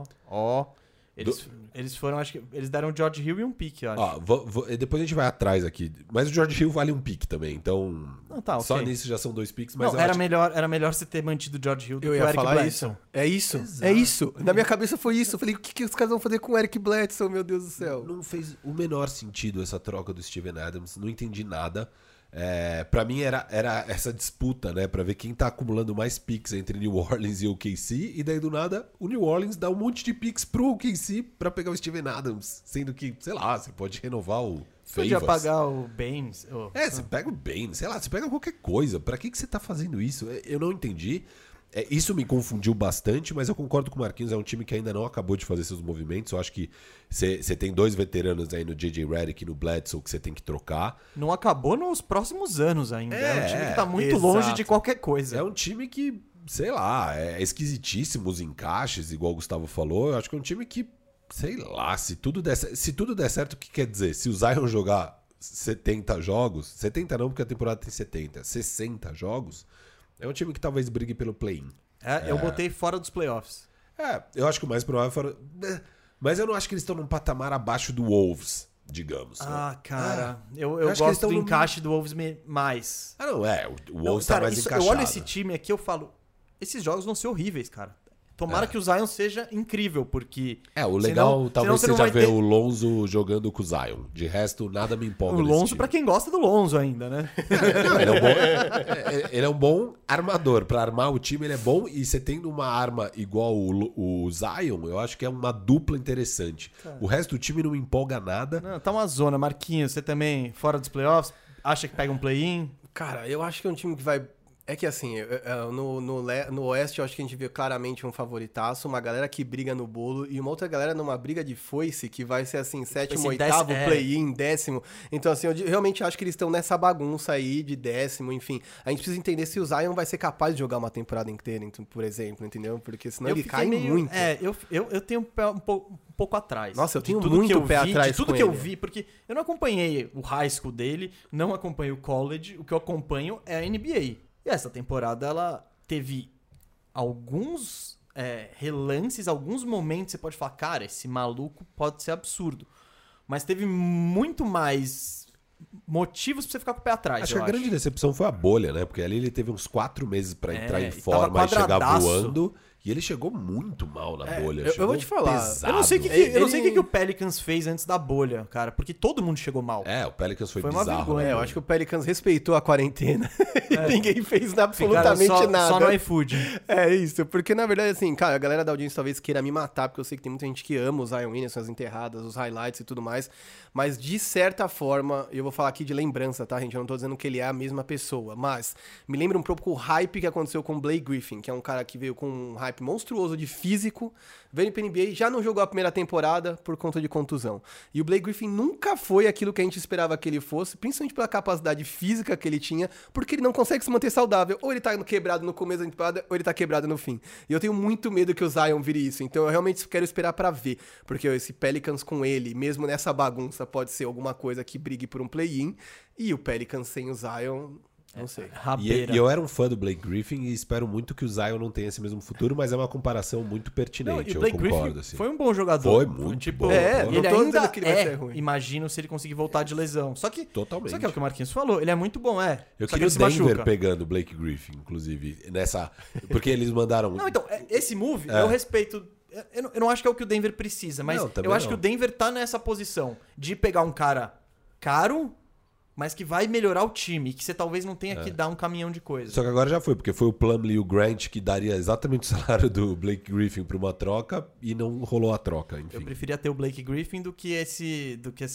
Eles foram, acho que eles deram o George Hill e 1 pick, eu acho. Depois a gente vai atrás aqui. Mas o George Hill vale 1 pick também, então... Não, tá, só okay. Nisso já são 2 picks, mas... Não, era melhor você ter mantido o George Hill do que o Eric Bledsoe. É isso. Na minha cabeça foi isso. Eu falei, o que os caras vão fazer com o Eric Bledsoe, meu Deus do céu? Não fez o menor sentido essa troca do Steven Adams, não entendi nada. Pra mim era essa disputa, né, pra ver quem tá acumulando mais picks entre New Orleans e o OKC, e daí do nada o New Orleans dá um monte de picks pro OKC pra pegar o Steven Adams, sendo que, sei lá, você pode renovar o Favors. Podia pagar o Baines. Você pega o Baines, sei lá, você pega qualquer coisa. Pra que você tá fazendo isso? Eu não entendi. Isso me confundiu bastante, mas eu concordo com o Marquinhos, é um time que ainda não acabou de fazer seus movimentos. Eu acho que você tem 2 veteranos aí no J.J. Redick e no Bledsoe que você tem que trocar. Não acabou nos próximos anos ainda. É um time que tá muito longe de qualquer coisa. É um time que, sei lá, é esquisitíssimo os encaixes, igual o Gustavo falou. Eu acho que é um time que, sei lá, se tudo der certo, o que quer dizer? Se o Zion jogar 70 jogos, 70 não, porque a temporada tem 70, 60 jogos... É um time que talvez brigue pelo play-in. Eu botei fora dos playoffs. Eu acho que o mais provável Mas eu não acho que eles estão num patamar abaixo do Wolves, digamos. Cara, eu acho que eles gosto do tão encaixe do Wolves mais. Não é. O Não, Wolves tá cara, mais isso- encaixado. eu olho esse time aqui e eu falo, esses jogos vão ser horríveis, cara. Tomara que o Zion seja incrível, porque... O legal senão talvez você não seja vai ver ter- o Lonzo jogando com o Zion. De resto, nada me empolga O nesse Lonzo, time. pra quem gosta do Lonzo ainda, né? Não, ele é um bom armador. Pra armar o time, ele é bom. E você tendo uma arma igual o Zion, eu acho que é uma dupla interessante. O resto do time não me empolga nada. Não, tá uma zona. Marquinhos, você também, fora dos playoffs, acha que pega um play-in? Cara, eu acho que é um time que vai... É que assim, no Oeste eu acho que a gente vê claramente um favoritaço, uma galera que briga no bolo e uma outra galera numa briga de foice que vai ser assim, sétimo, Vai ser oitavo, décimo, play-in, décimo. Então assim, eu realmente acho que eles estão nessa bagunça aí de décimo, enfim. A gente precisa entender se o Zion vai ser capaz de jogar uma temporada inteira, então, por exemplo, entendeu? Porque senão ele fiquei cai muito. Eu tenho um pé um pouco atrás. Nossa, eu de tenho tudo muito que eu pé vi, atrás de tudo com que eu ele. vi, porque eu não acompanhei o high school dele, não acompanhei o college, o que eu acompanho é a NBA. E essa temporada, ela teve alguns relances, alguns momentos, você pode falar, cara, esse maluco pode ser absurdo. Mas teve muito mais motivos pra você ficar com o pé atrás, Acho que a grande decepção foi a bolha, né? Porque ali ele teve uns 4 meses pra entrar em e tava forma e chegar quadradaço. voando. E ele chegou muito mal na bolha. eu chegou vou te falar, pesado. Eu não sei o que o Pelicans fez antes da bolha, cara, porque todo mundo chegou mal. O Pelicans foi Foi uma bizarro. vergonha. né? Eu acho que o Pelicans respeitou a quarentena e ninguém fez absolutamente Ficaram nada. Só no iFood. É isso, porque na verdade, assim, cara, a galera da audiência talvez queira me matar, porque eu sei que tem muita gente que ama os Zion Williamson, as enterradas, os highlights e tudo mais, mas de certa forma, eu vou falar aqui de lembrança, tá, gente? Eu não tô dizendo que ele é a mesma pessoa, mas me lembra um pouco o hype que aconteceu com o Blake Griffin, que é um cara que veio com um hype monstruoso de físico, veio pra NBA, já não jogou a primeira temporada por conta de contusão. E o Blake Griffin nunca foi aquilo que a gente esperava que ele fosse, principalmente pela capacidade física que ele tinha, porque ele não consegue se manter saudável. Ou ele tá quebrado no começo da temporada, ou ele tá quebrado no fim. E eu tenho muito medo que o Zion vire isso. Então eu realmente quero esperar pra ver. Porque esse Pelicans com ele, mesmo nessa bagunça, pode ser alguma coisa que brigue por um play-in. E o Pelicans sem o Zion, não sei. Rabeira. E eu era um fã do Blake Griffin e espero muito que o Zion não tenha esse mesmo futuro, mas é uma comparação muito Não, pertinente, e o eu Blake concordo. Griffin Assim. foi um bom jogador. Foi muito bom. É, Ele não tô ainda dizendo que ele vai ser ruim. imagino se ele conseguir voltar de lesão. Só que Totalmente. é o que o Marquinhos falou, ele é muito bom, Eu Só que queria ele o se Denver machuca. pegando o Blake Griffin, inclusive, porque eles mandaram... Não, então, esse move, eu respeito. Eu não acho que é o que o Denver precisa, mas Não, também eu acho não. que o Denver tá nessa posição de pegar um cara caro, mas que vai melhorar o time, que você talvez não tenha que dar um caminhão de coisa. Só que agora já foi, porque foi o Plumlee e o Grant que daria exatamente o salário do Blake Griffin pra uma troca e não rolou a troca, enfim. Eu preferia ter o Blake Griffin do que esse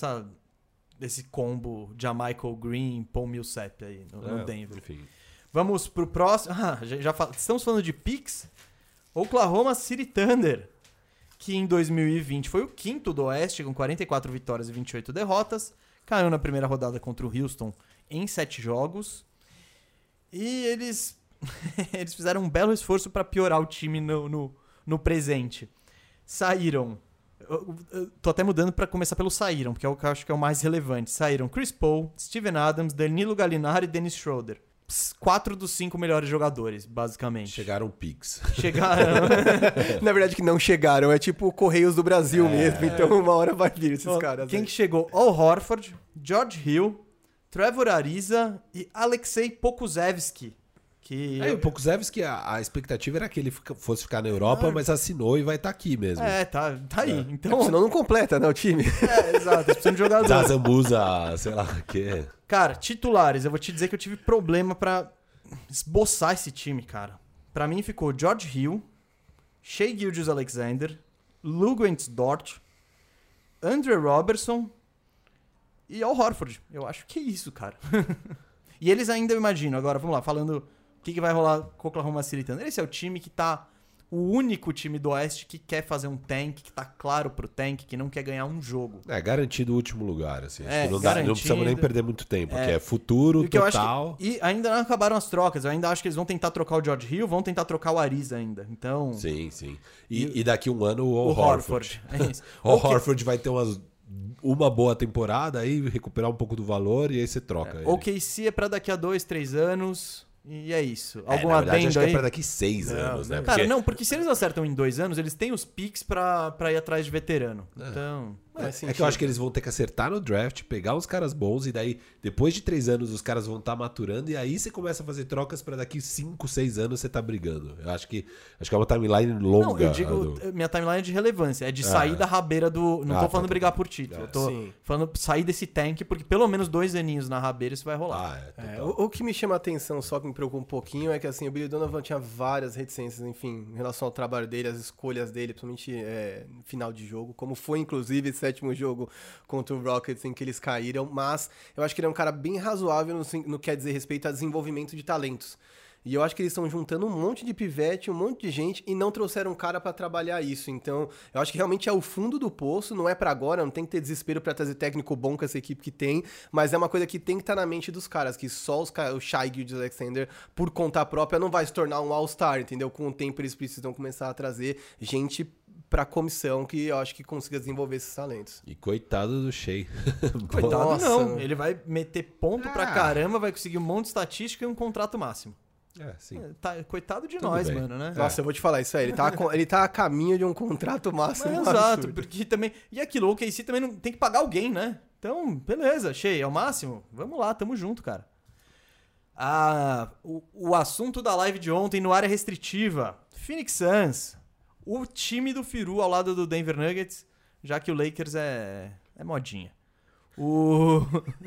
combo de Michael Green, Paul Millsap aí no Denver. Enfim. Vamos pro próximo. Estamos falando de picks. Oklahoma City Thunder, que em 2020 foi o quinto do Oeste, com 44 vitórias e 28 derrotas. Caiu na primeira rodada contra o Houston em 7 jogos. E eles fizeram um belo esforço para piorar o time no presente. Saíram. Eu tô até mudando para começar pelo saíram, porque é o que eu acho que é o mais relevante. Saíram Chris Paul, Steven Adams, Danilo Gallinari e Dennis Schroeder. 4 dos 5 melhores jogadores, basicamente. Chegaram picks. Chegaram. Na verdade que não chegaram, é tipo Correios do Brasil mesmo, então uma hora vai vir esses caras. Quem aí. que chegou? Al Horford, George Hill, Trevor Ariza e Alexei Pokusevski. Que O Pokusevski, a expectativa era que ele fosse ficar na Europa, mas assinou e vai estar aqui mesmo. tá aí. Então, Senão não completa, né, o time. exato, eles precisam de jogador. Zazamuza, sei lá o quê. Cara, titulares, eu vou te dizer que eu tive problema pra esboçar esse time, cara. Pra mim ficou George Hill, Shai Gilgeous-Alexander, Luguentz Dort, Andre Robertson e Al Horford. Eu acho que é isso, cara. E eles ainda, eu imagino, agora, vamos lá, falando o que vai rolar com o Oklahoma City Thunder. Esse é o time que tá... O único time do Oeste que quer fazer um tank, que tá claro pro tank, que não quer ganhar um jogo. É, garantido o último lugar, assim. Acho que não garantido. precisamos nem perder muito tempo, porque é futuro, E o que eu total. acho e ainda não acabaram as trocas. Eu ainda acho que eles vão tentar trocar o George Hill, vão tentar trocar o Ariza ainda. Então, Sim. E daqui um ano o o Al Horford. É isso. O Al Horford vai ter uma boa temporada, aí recuperar um pouco do valor e aí você troca ele. O KC é pra daqui a 2, 3 anos. E é isso. Na Algum verdade, adendo acho que aí? é pra daqui 6 anos, né? Cara, não, porque se eles acertam em 2 anos, eles têm os picks pra ir atrás de veterano. Então... É que eu acho que eles vão ter que acertar no draft, pegar uns caras bons e daí, depois de 3 anos, os caras vão estar maturando e aí você começa a fazer trocas pra daqui 5, 6 anos você tá brigando. Eu acho que é uma timeline longa. Não, eu digo, minha timeline é de relevância, é de sair da rabeira do... Não tô falando brigar por título, eu tô falando sair desse tank, porque pelo menos 2 aninhos na rabeira isso vai rolar. O que me chama a atenção, só que me preocupa um pouquinho, é que assim, o Billy Donovan tinha várias reticências, enfim, em relação ao trabalho dele, as escolhas dele, principalmente no final de jogo, como foi inclusive esse 7º jogo contra o Rockets em que eles caíram, mas eu acho que ele é um cara bem razoável no que quer dizer respeito a desenvolvimento de talentos. E eu acho que eles estão juntando um monte de pivete, um monte de gente e não trouxeram um cara pra trabalhar isso. Então, eu acho que realmente é o fundo do poço, não é pra agora, não tem que ter desespero pra trazer técnico bom com essa equipe que tem, mas é uma coisa que tem que estar na mente dos caras, que só o Shai Gilgeous-Alexander, por conta própria, não vai se tornar um All-Star, entendeu? Com o tempo eles precisam começar a trazer gente pra comissão que eu acho que consiga desenvolver esses talentos. E coitado do Shai. Coitado Nossa. não, ele vai meter ponto pra caramba, vai conseguir um monte de estatística e um contrato máximo. Sim. Coitado de Tudo nós, bem. mano, né? Nossa, eu vou te falar isso aí, ele tá a caminho de um contrato máximo. Mas exato, absurdo. porque também... E aquilo, o OKC também não tem que pagar alguém, né? Então, beleza, Shai, é o máximo. Vamos lá, tamo junto, cara. O assunto da live de ontem no área restritiva. Phoenix Suns. O time do Firu ao lado do Denver Nuggets, já que o Lakers é modinha. O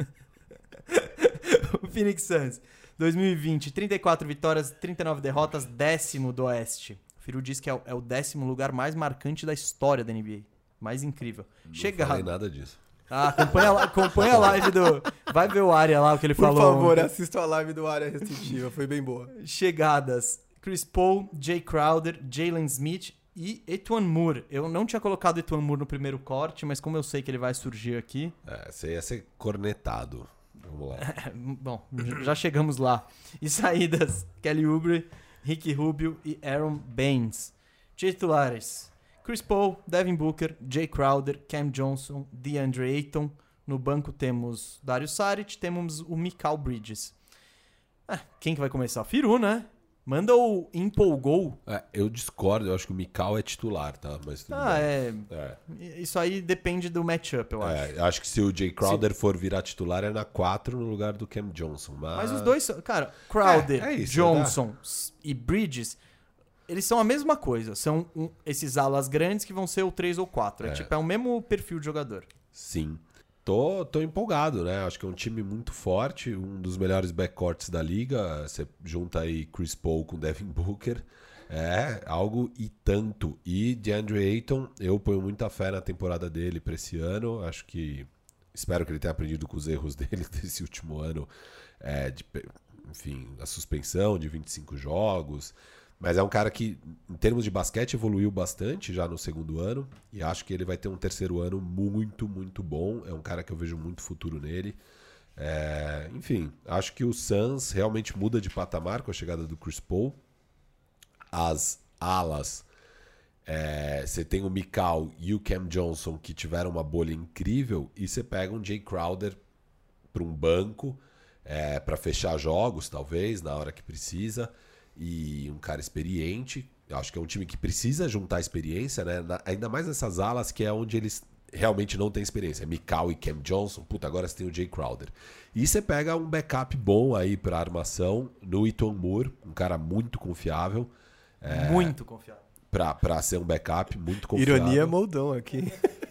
Phoenix Suns, 2020, 34 vitórias, 39 derrotas, 10º do Oeste. O Firu diz que é o 10º lugar mais marcante da história da NBA. Mais incrível. Não falei nada disso. Acompanha a live do... Vai ver o área lá, o que ele falou. Por favor, ontem. assista a live do área restritiva, foi bem boa. Chegadas. Chris Paul, Jay Crowder, Jalen Smith e Etuan Moore. Eu não tinha colocado Etuan Moore no primeiro corte, mas como eu sei que ele vai surgir aqui... Você ia ser cornetado. Vamos lá. Bom, já chegamos lá. E saídas, Kelly Oubre, Ricky Rubio e Aaron Baines. Titulares, Chris Paul, Devin Booker, Jay Crowder, Cam Johnson, DeAndre Ayton. No banco temos Dario Saric, temos o Mikal Bridges. Quem que vai começar? Firu, né? Manda o empolgou. Eu discordo, eu acho que o Mikal é titular, tá? Mas tudo bem. Isso aí depende do matchup, eu acho. Eu acho que se o Jay Crowder for virar titular, é na 4 no lugar do Cam Johnson. Mas os dois, cara, Crowder, Johnson e Bridges, eles são a mesma coisa. São esses alas grandes que vão ser o 3 ou 4. É o mesmo perfil de jogador. Sim. Tô empolgado, né? Acho que é um time muito forte, um dos melhores backcourts da liga. Você junta aí Chris Paul com Devin Booker. É algo e tanto. E DeAndre Ayton, eu ponho muita fé na temporada dele para esse ano. Espero que ele tenha aprendido com os erros dele desse último ano. A suspensão de 25 jogos. Mas é um cara que, em termos de basquete, evoluiu bastante já no segundo ano. E acho que ele vai ter um terceiro ano muito, muito bom. É um cara que eu vejo muito futuro nele. Acho que o Suns realmente muda de patamar com a chegada do Chris Paul. As alas, você tem o Mikal e o Cam Johnson que tiveram uma bolha incrível. E você pega um Jay Crowder para um banco, para fechar jogos, talvez, na hora que precisa. E um cara experiente. Eu acho que é um time que precisa juntar experiência, né? Ainda mais nessas alas que é onde eles realmente não têm experiência. Mikal e Cam Johnson. Agora você tem o Jay Crowder. E você pega um backup bom aí pra armação no Etuan Moore, um cara muito confiável. Muito confiável. Pra ser um backup muito confiável. Ironia moldão aqui.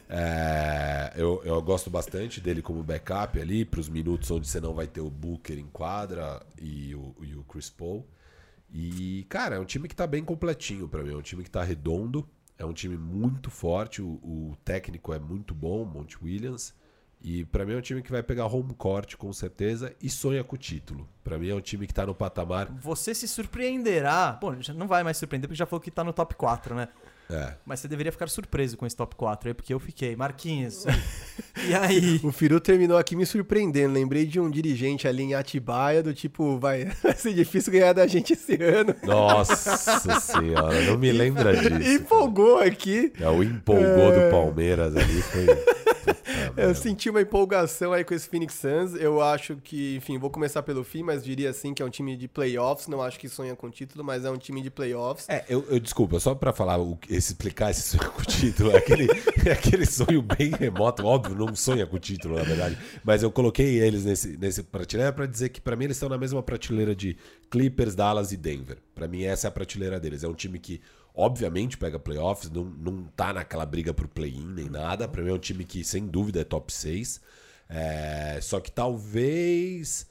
Eu gosto bastante dele como backup ali, pros minutos onde você não vai ter o Booker em quadra e o Chris Paul. E, cara, é um time que tá bem completinho pra mim. É um time que tá redondo. É um time muito forte. O técnico é muito bom, Monty Williams. E pra mim é um time que vai pegar home court com certeza e sonha com o título. Pra mim é um time que tá no patamar... Você se surpreenderá... Bom, não vai mais surpreender porque já falou que tá no top 4, né? Mas você deveria ficar surpreso com esse top 4 aí, porque eu fiquei. Marquinhos. E aí? O Firu terminou aqui me surpreendendo. Lembrei de um dirigente ali em Atibaia, do tipo, vai ser difícil ganhar da gente esse ano. Nossa senhora, não me lembra disso. Empolgou aqui. O empolgou do Palmeiras ali foi... Eu senti uma empolgação aí com esse Phoenix Suns. Eu acho que, enfim, vou começar pelo fim, mas diria assim que é um time de playoffs. Não acho que sonha com título, mas é um time de playoffs. Desculpa, só pra falar, explicar esse sonho com o título, aquele sonho bem remoto, óbvio, não sonha com o título, na verdade. Mas eu coloquei eles nesse prateleira pra dizer que pra mim eles estão na mesma prateleira de Clippers, Dallas e Denver. Pra mim essa é a prateleira deles. É um time que obviamente pega playoffs, não tá naquela briga pro play-in nem nada. Pra mim é um time que, sem dúvida, é top 6. Só que talvez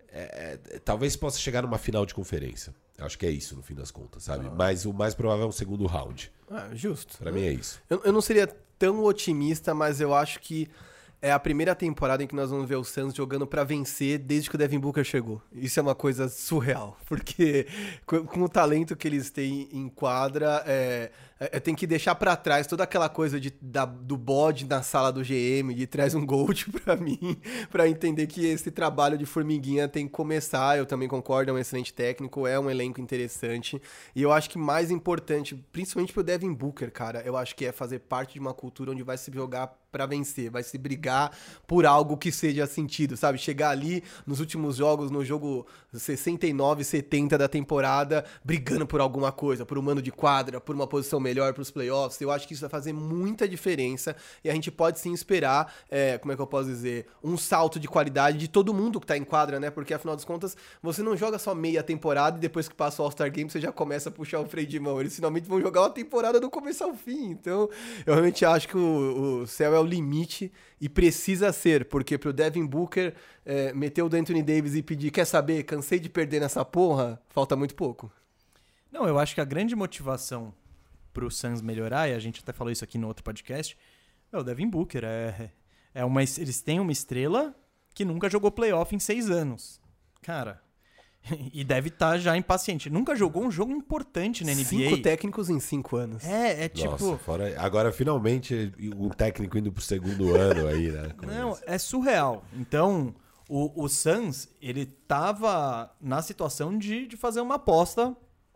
possa chegar numa final de conferência. Acho que é isso, no fim das contas, sabe? Mas o mais provável é um segundo round. Justo. Pra mim é isso. Eu não seria tão otimista, mas eu acho que é a primeira temporada em que nós vamos ver o Suns jogando pra vencer desde que o Devin Booker chegou. Isso é uma coisa surreal, porque com o talento que eles têm em quadra, tem que deixar pra trás toda aquela coisa do bode na sala do GM, de traz um Gold pra mim, pra entender que esse trabalho de formiguinha tem que começar. Eu também concordo, é um excelente técnico, é um elenco interessante, e eu acho que mais importante, principalmente pro Devin Booker, cara, eu acho que é fazer parte de uma cultura onde vai se jogar pra vencer, vai se brigar por algo que seja sentido, sabe? Chegar ali nos últimos jogos, no jogo 69, 70 da temporada, brigando por alguma coisa, por um mando de quadra, por uma posição melhor pros playoffs. Eu acho que isso vai fazer muita diferença e a gente pode sim esperar, como é que eu posso dizer, um salto de qualidade de todo mundo que tá em quadra, né? Porque afinal das contas, você não joga só meia temporada e depois que passa o All-Star Game você já começa a puxar o freio de mão. Eles finalmente vão jogar uma temporada do começo ao fim. Então, eu realmente acho que o céu é o limite e precisa ser, porque pro Devin Booker meter o Anthony Davis e pedir, quer saber, cansei de perder nessa porra, falta muito pouco. Não, eu acho que a grande motivação pro Suns melhorar, e a gente até falou isso aqui no outro podcast, é o Devin Booker. Eles têm uma estrela que nunca jogou playoff em 6 anos. Cara, e deve estar já impaciente. Nunca jogou um jogo importante na NBA. 5 técnicos em 5 anos. Tipo... Nossa, agora finalmente um técnico indo pro segundo ano aí, né? Não, é surreal. Então, o Suns, ele tava na situação de fazer uma aposta,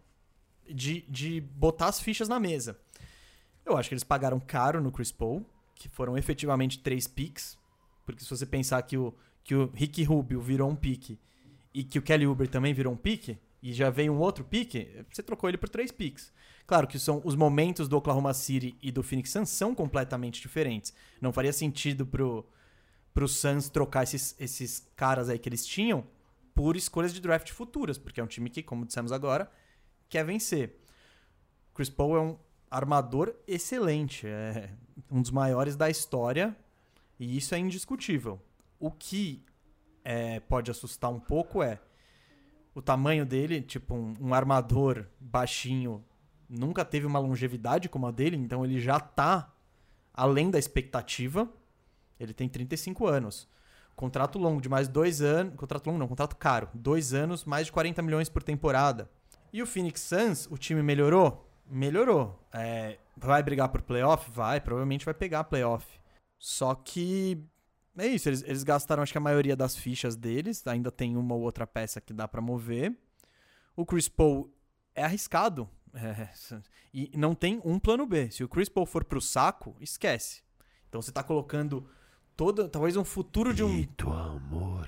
de botar as fichas na mesa. Eu acho que eles pagaram caro no Chris Paul, que foram efetivamente 3 picks, porque se você pensar que o Ricky Rubio virou um pique e que o Kelly Oubre também virou um pique, e já veio um outro pique, você trocou ele por 3 picks. Claro que os momentos do Oklahoma City e do Phoenix Suns são completamente diferentes. Não faria sentido pro Suns trocar esses caras aí que eles tinham por escolhas de draft futuras, porque é um time que, como dissemos agora, quer vencer. Chris Paul é um armador excelente, é um dos maiores da história, e isso é indiscutível. O que pode assustar um pouco é o tamanho dele, tipo um armador baixinho, nunca teve uma longevidade como a dele, então ele já tá além da expectativa. Ele tem 35 anos. Contrato longo de mais 2 anos. Contrato longo não, contrato caro. 2 anos, mais de 40 milhões por temporada. E o Phoenix Suns, o time melhorou? Melhorou. Vai brigar por playoff? Vai, provavelmente vai pegar playoff. Só que é isso, eles gastaram acho que a maioria das fichas deles, ainda tem uma ou outra peça que dá pra mover. O Chris Paul é arriscado, e não tem um plano B. Se o Chris Paul for pro saco, esquece. Então você tá colocando talvez um futuro de um... Dito amor.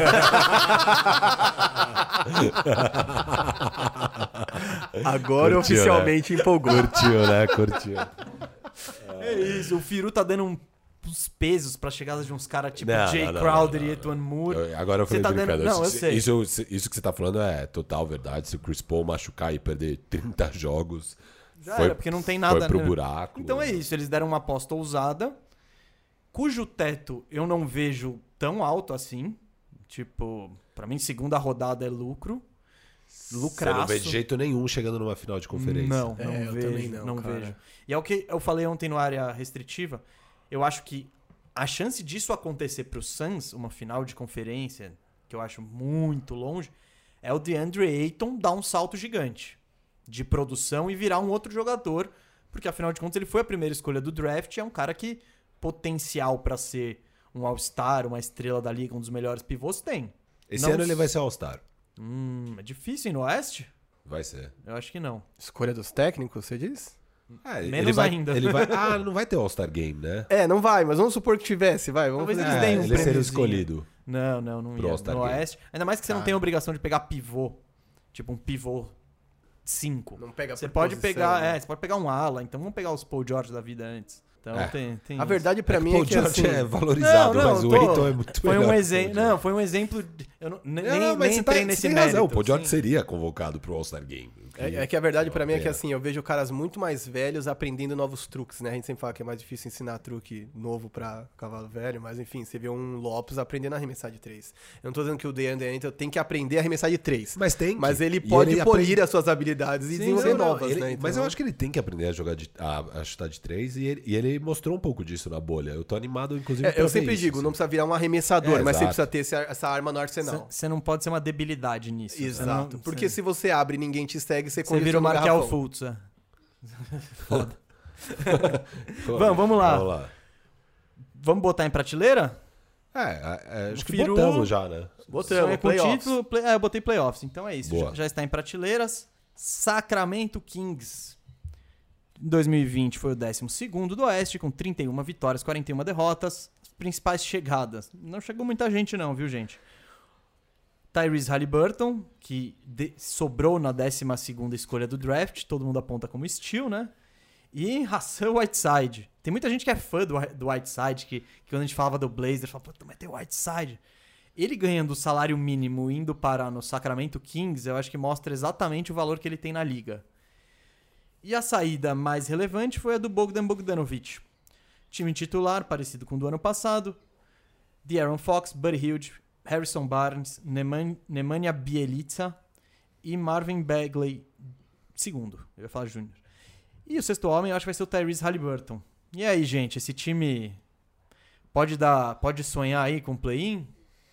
Agora curtiu, oficialmente, né? Empolgou. Curtiu. É isso, o Firu tá dando uns pesos pra chegada de uns caras tipo Jay Crowder e Etuan Moore. Agora eu falei brincando. Não, eu sei. Isso que você tá falando é total verdade. Se o Chris Paul machucar e perder 30 jogos, era, porque não tem nada. Foi pro buraco. Então é isso, eles deram uma aposta ousada, cujo teto eu não vejo tão alto assim. Tipo, pra mim, segunda rodada é lucro. Lucraço. Você não vê de jeito nenhum chegando numa final de conferência. Não eu vejo, também não vejo. E é o que eu falei ontem no área restritiva. Eu acho que a chance disso acontecer pro Suns, uma final de conferência, que eu acho muito longe, é o DeAndre Ayton dar um salto gigante de produção e virar um outro jogador, porque afinal de contas ele foi a primeira escolha do draft, é um cara que potencial pra ser um All-Star, uma estrela da liga, um dos melhores pivôs, tem. Esse ano ele vai ser All-Star. É difícil, hein, no Oeste? Vai ser. Eu acho que não. Escolha dos técnicos, você diz? Menos ainda. Não vai ter All-Star Game, né? Não vai, mas vamos supor que tivesse, vai. Vamos Talvez fazer. eles deem um ele seria prêmiozinho. escolhido. Não Pro ia. All-Star No Game. Oeste. Ainda mais que você não tem a obrigação de pegar pivô. Tipo um pivô 5. Não pega Você por pode posição, pegar, né? você pode pegar um ala, então vamos pegar os Paul George da vida antes. Então tem A verdade pra mim é Paul que George assim... é valorizado, mas o Ayton é muito foi melhor. um exemplo. Não, foi um exemplo. Eu nem você entrei nesse você tem mérito. razão, o Paul George sim. seria convocado pro All-Star Game. É que a verdade pra mim é que assim, eu vejo caras muito mais velhos aprendendo novos truques, né? A gente sempre fala que é mais difícil ensinar truque novo pra cavalo velho, mas enfim, você vê um Lopes aprendendo a arremessar de 3. Eu não tô dizendo que o DeAndre Ayton tem que aprender a arremessar de 3. Mas tem que. Mas ele E pode ele polir aprende- as suas habilidades e desenvolver novas, ele- né? Mas eu acho que ele tem que aprender a jogar a chutar de 3 e ele mostrou um pouco disso na bolha. Eu tô animado, inclusive, pra eu ver sempre isso, digo, assim. não precisa virar um arremessador, mas você exato. precisa ter essa arma no arsenal. Você não pode ser uma debilidade nisso. Você Exato. não- Porque se você abre e ninguém te segue, você Você vira o condiciona Markel garrafão. Fultz. Foda. Vamos lá. Vamos lá. Vamos botar em prateleira? Acho que Firu- botamos já, né? Botamos, Sonha com playoffs. título, eu botei playoffs. Então é isso. Boa. Já está em prateleiras. Sacramento Kings. Em 2020 foi o 12º do Oeste, com 31 vitórias, 41 derrotas. As principais chegadas. Não chegou muita gente não, viu, gente? Tyrese Haliburton, que sobrou na 12ª escolha do draft. Todo mundo aponta como steal, né? E Hassan Whiteside. Tem muita gente que é fã do Whiteside, que quando a gente falava do Blazers, fala, pô, mas tem o Whiteside. Ele ganhando o salário mínimo indo parar no Sacramento Kings, eu acho que mostra exatamente o valor que ele tem na liga. E a saída mais relevante foi a do Bogdan Bogdanovic. Time titular, parecido com o do ano passado. De'Aaron Fox, Buddy Hield, Harrison Barnes, Nemanja Bjelica e Marvin Bagley segundo. Eu ia falar júnior. E o sexto homem eu acho que vai ser o Tyrese Haliburton. E aí, gente, esse time pode sonhar aí com play-in?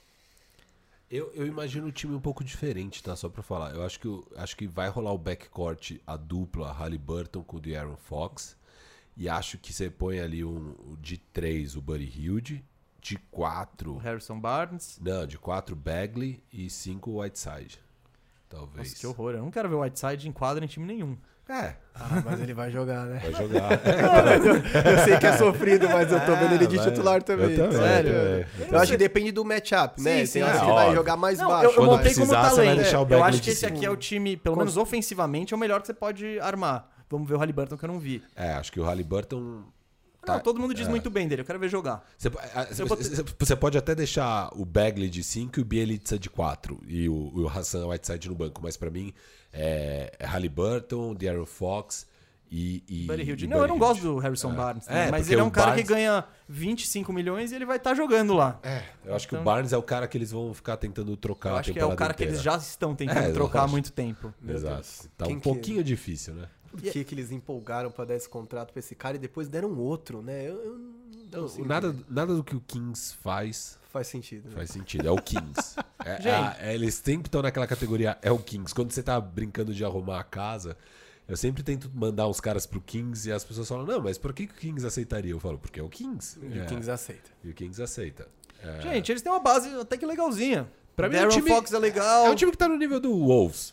Eu imagino um time um pouco diferente, tá? Só pra falar. Eu acho que vai rolar o backcourt, a dupla Haliburton com o De'Aaron Fox. E acho que você põe ali de 3 o Buddy Hield, de 4... O Harrison Barnes. Não, de 4 Bagley e 5 Whiteside. Talvez. Nossa, que horror. Eu não quero ver o Whiteside em quadra em time nenhum. Mas ele vai jogar, né? Vai jogar. Eu sei que é sofrido, mas eu tô vendo ele de titular também. Eu também, Sério. eu Eu acho que depende do matchup, né? Sim, Tem horas sim, que ele vai óbvio. jogar mais Não, baixo. eu Quando montei como precisar, você vai talento. deixar o Eu Bagley acho que de esse aqui é o time, pelo menos ofensivamente, é o melhor que você pode armar. Vamos ver o Haliburton que eu não vi. Acho que o Haliburton... Não, todo mundo diz muito bem dele, eu quero ver jogar. Você pode até deixar o Bagley de 5 e o Bjelica de 4 e o Hassan Whiteside no banco, mas pra mim é Haliburton, De'Aaron Fox e Buddy Hield. e Não, eu não Buddy gosto Hield. do Harrison Barnes, né? Mas porque ele é um o cara Barnes- que ganha 25 milhões e ele vai estar jogando lá. Eu acho que o Então- Barnes é o cara que eles vão ficar tentando trocar Eu a acho que é o temporada cara que eles inteira. já estão tentando trocar há lógico. muito tempo. Exato. Tá Quem um que- pouquinho difícil, né? Por que eles empolgaram pra dar esse contrato pra esse cara e depois deram outro, né? Eu não consigo Nada entender. do que o Kings faz Faz sentido. Né? faz sentido. É o Kings. Gente. Eles sempre estão naquela categoria, é o Kings. Quando você tá brincando de arrumar a casa, eu sempre tento mandar uns caras pro Kings e as pessoas falam, não, mas por que o Kings aceitaria? Eu falo, porque é o Kings. E o Kings aceita. E o Kings aceita. Gente, eles têm uma base até que legalzinha. Pra mim, De'Aaron o time Fox é legal. É um time que tá no nível do Wolves.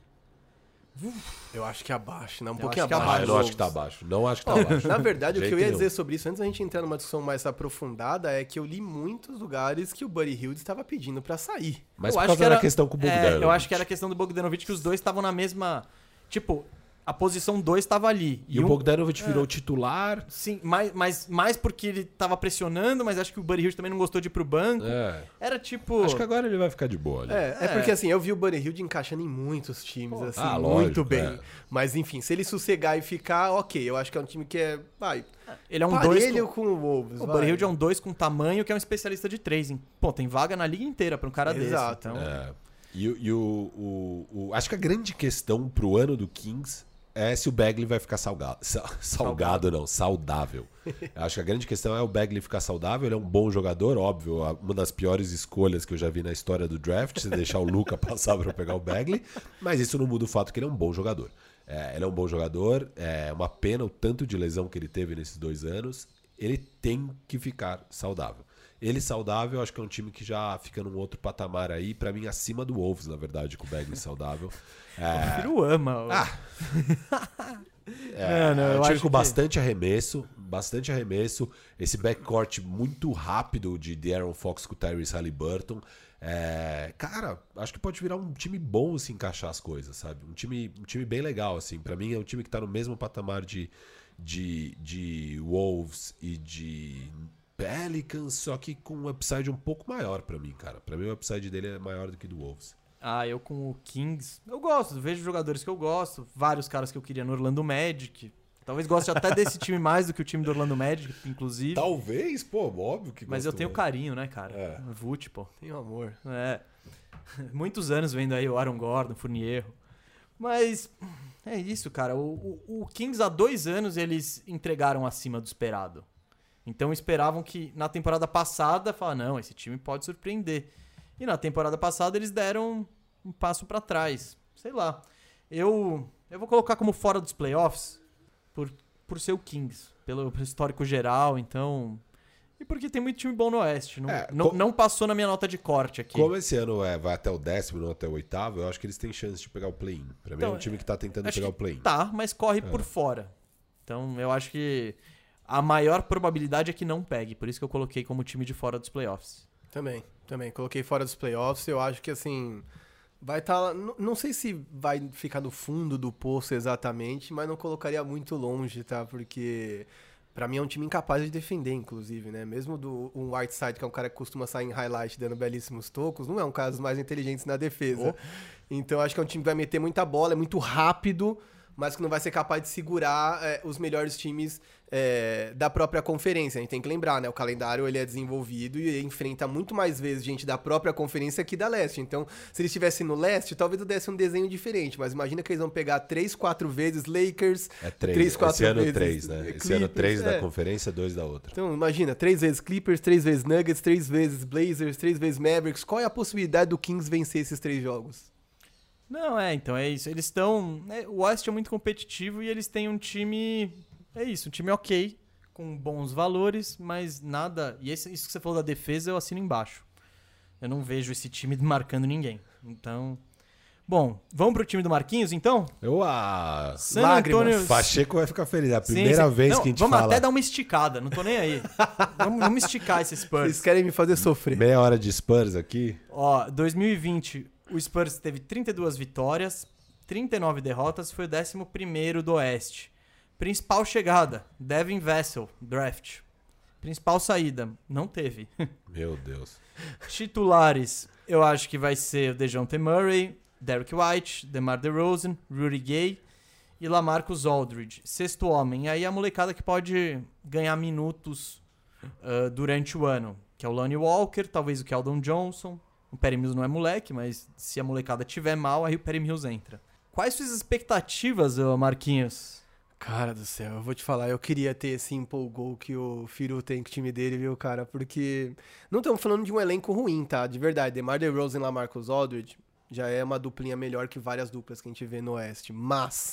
Eu acho que abaixo, né? Um Eu pouquinho acho que abaixo. Eu não acho que tá abaixo. Não acho que tá Ó, abaixo. na verdade, o que Jeito eu ia nenhum. dizer sobre isso, antes da gente entrar numa discussão mais aprofundada, é que eu li muitos lugares que o Buddy Hield estava pedindo pra sair. Mas Eu por acho causa que era- da questão com o Bogdanovic. eu acho que era a questão do Bogdanovic, que os dois estavam na mesma... Tipo, a posição 2 estava ali. E o Bogdanovic virou titular. Sim, mais porque ele tava pressionando, mas acho que o Buddy Hield também não gostou de ir pro banco. Era tipo... Acho que agora ele vai ficar de boa ali. É porque assim, eu vi o Buddy Hield encaixando em muitos times, assim, lógico, muito bem. é. Mas enfim, se ele sossegar e ficar, ok. Eu acho que é um time que é, Ele é um 2 parelho com o Wolves. O vai. Buddy Hield é um 2 com tamanho que é um especialista de 3. Pô, tem vaga na liga inteira pra um cara Exato. desse. Então... É. Acho que a grande questão pro ano do Kings é se o Bagley vai ficar saudável. Eu acho que a grande questão é o Bagley ficar saudável. Ele é um bom jogador, óbvio. Uma das piores escolhas que eu já vi na história do draft, se deixar o Luka passar para pegar o Bagley. Mas isso não muda o fato que ele é um bom jogador. Ele é um bom jogador. É uma pena o tanto de lesão que ele teve nesses 2 anos. Ele tem que ficar saudável. Ele saudável, acho que é um time que já fica num outro patamar aí. Pra mim, acima do Wolves, na verdade, com o Bagley saudável. O Firo ama. eu um time acho com que- bastante arremesso. Esse backcourt muito rápido de De'Aaron Fox com o Tyrese Haliburton. Cara, acho que pode virar um time bom se encaixar as coisas, sabe? Um time bem legal, assim. Pra mim é um time que tá no mesmo patamar de Wolves e de Pelicans, só que com um upside um pouco maior pra mim, cara. Pra mim o upside dele é maior do que do Wolves. Eu com o Kings, eu gosto, vejo jogadores que eu gosto, vários caras que eu queria no Orlando Magic. Talvez goste até desse time mais do que o time do Orlando Magic, inclusive. Talvez, pô, óbvio que Mas eu tenho carinho, né, cara? É. Vult, pô. Tenho amor. Muitos anos vendo aí o Aaron Gordon, Fournier. Mas é isso, cara. O Kings há 2 anos eles entregaram acima do esperado. Então esperavam que na temporada passada, não, esse time pode surpreender. E na temporada passada eles deram um passo pra trás. Sei lá. Eu vou colocar como fora dos playoffs por ser o Kings, pelo histórico geral, então... E porque tem muito time bom no Oeste. Não passou na minha nota de corte aqui. Como esse ano vai até o 10º, não até o 8º, eu acho que eles têm chance de pegar o play-in. Pra mim é um time que tá tentando acho pegar que o play-in. Tá, mas corre por fora. Então eu acho que a maior probabilidade é que não pegue. Por isso que eu coloquei como time de fora dos playoffs. Também. Coloquei fora dos playoffs. Eu acho que, assim, vai estar... Não sei se vai ficar no fundo do poço exatamente, mas não colocaria muito longe, tá? Porque, pra mim, é um time incapaz de defender, inclusive, né? Mesmo um Whiteside, que é um cara que costuma sair em highlight dando belíssimos tocos, não é um cara dos mais inteligentes na defesa. Então, acho que é um time que vai meter muita bola, é muito rápido, mas que não vai ser capaz de segurar os melhores times da própria conferência. A gente tem que lembrar, né? O calendário ele é desenvolvido e enfrenta muito mais vezes gente da própria conferência que da leste. Então, se eles estivessem no leste, talvez eu desse um desenho diferente. Mas imagina que eles vão pegar 3, 4 vezes Lakers, 3, 4 esse ano vezes 3, né? Clippers, Esse ano 3 da conferência, 2 da outra. Então, imagina, 3 vezes Clippers, 3 vezes Nuggets, 3 vezes Blazers, 3 vezes Mavericks. Qual é a possibilidade do Kings vencer esses 3 jogos? Não, então é isso. Eles estão... o West é muito competitivo e eles têm um time... É isso, um time ok, com bons valores, mas nada... E isso que você falou da defesa, eu assino embaixo. Eu não vejo esse time marcando ninguém. Então... Bom, vamos pro time do Marquinhos, então? San Antonio... Pacheco vai ficar feliz. É a primeira vez que a gente vamos fala... até dar uma esticada, não tô nem aí. vamos esticar esse Spurs. Vocês querem me fazer sofrer. Meia hora de Spurs aqui. 2020, o Spurs teve 32 vitórias, 39 derrotas, foi o 11º do Oeste. Principal chegada, Devin Vassell, draft. Principal saída, não teve. Meu Deus. Titulares, eu acho que vai ser o DeJounte Murray, Derrick White, DeMar DeRozan, Rudy Gay e LaMarcus Aldridge. 6º homem. E aí a molecada que pode ganhar minutos durante o ano, que é o Lonnie Walker, talvez o Keldon Johnson. O Patty Mills não é moleque, mas se a molecada tiver mal, aí o Patty Mills entra. Quais suas expectativas, Marquinhos? Cara do céu, eu vou te falar, eu queria ter esse empolgou que o Firu tem com o time dele, viu, cara? Porque não estamos falando de um elenco ruim, tá? De verdade, DeMar DeRozan e LaMarcus Aldridge já é uma duplinha melhor que várias duplas que a gente vê no Oeste. Mas,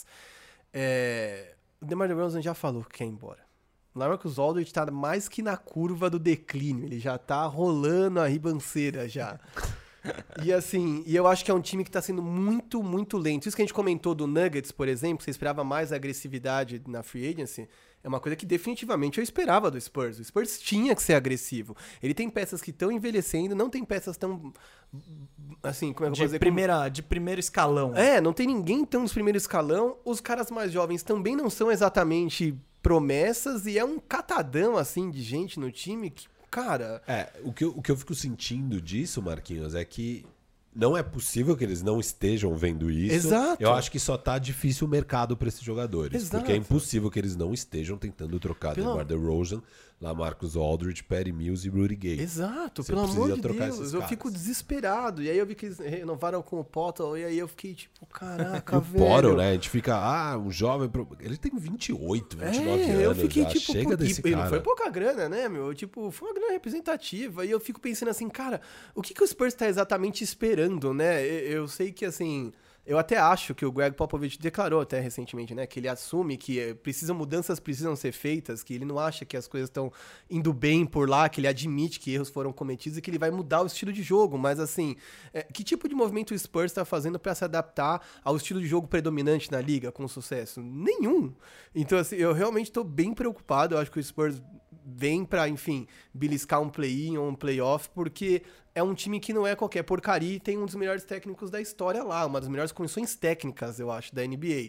o DeMar DeRozan já falou que quer ir embora. O LaMarcus Aldridge tá mais que na curva do declínio, ele já tá rolando a ribanceira já. E assim, eu acho que é um time que tá sendo muito, muito lento. Isso que a gente comentou do Nuggets, por exemplo, você esperava mais agressividade na free agency, é uma coisa que definitivamente eu esperava do Spurs. O Spurs tinha que ser agressivo. Ele tem peças que estão envelhecendo, não tem peças tão... Assim, como é que eu vou dizer? De primeiro escalão. Não tem ninguém tão no primeiro escalão. Os caras mais jovens também não são exatamente promessas e é um catadão, assim, de gente no time que, cara... O que eu fico sentindo disso, Marquinhos, é que não é possível que eles não estejam vendo isso. Exato. Eu acho que só tá difícil o mercado para esses jogadores. Exato. Porque é impossível que eles não estejam tentando trocar DeMar DeRozan, LaMarcus Aldridge, Patty Mills e Rudy Gay. Exato, Você pelo amor de trocar Deus. esses Eu caras. fico desesperado. E aí eu vi que eles renovaram com o Potter, e aí eu fiquei tipo, caraca, O velho. Poro, né? A gente fica, um jovem... Ele tem 28, 29 anos. Eu fiquei já. tipo, Chega desse cara. não foi pouca grana, né, meu? Tipo, foi uma grana representativa. E eu fico pensando assim, cara, o que o Spurs tá exatamente esperando, né? Eu sei que, assim, Eu até acho que o Greg Popovich declarou até recentemente, né, que ele assume que mudanças precisam ser feitas, que ele não acha que as coisas estão indo bem por lá, que ele admite que erros foram cometidos e que ele vai mudar o estilo de jogo. Mas assim, que tipo de movimento o Spurs está fazendo para se adaptar ao estilo de jogo predominante na liga com sucesso? Nenhum. Então assim, eu realmente estou bem preocupado. Eu acho que o Spurs vem para, enfim, beliscar um play-in ou um playoff, porque é um time que não é qualquer porcaria e tem um dos melhores técnicos da história lá, uma das melhores condições técnicas, eu acho, da NBA.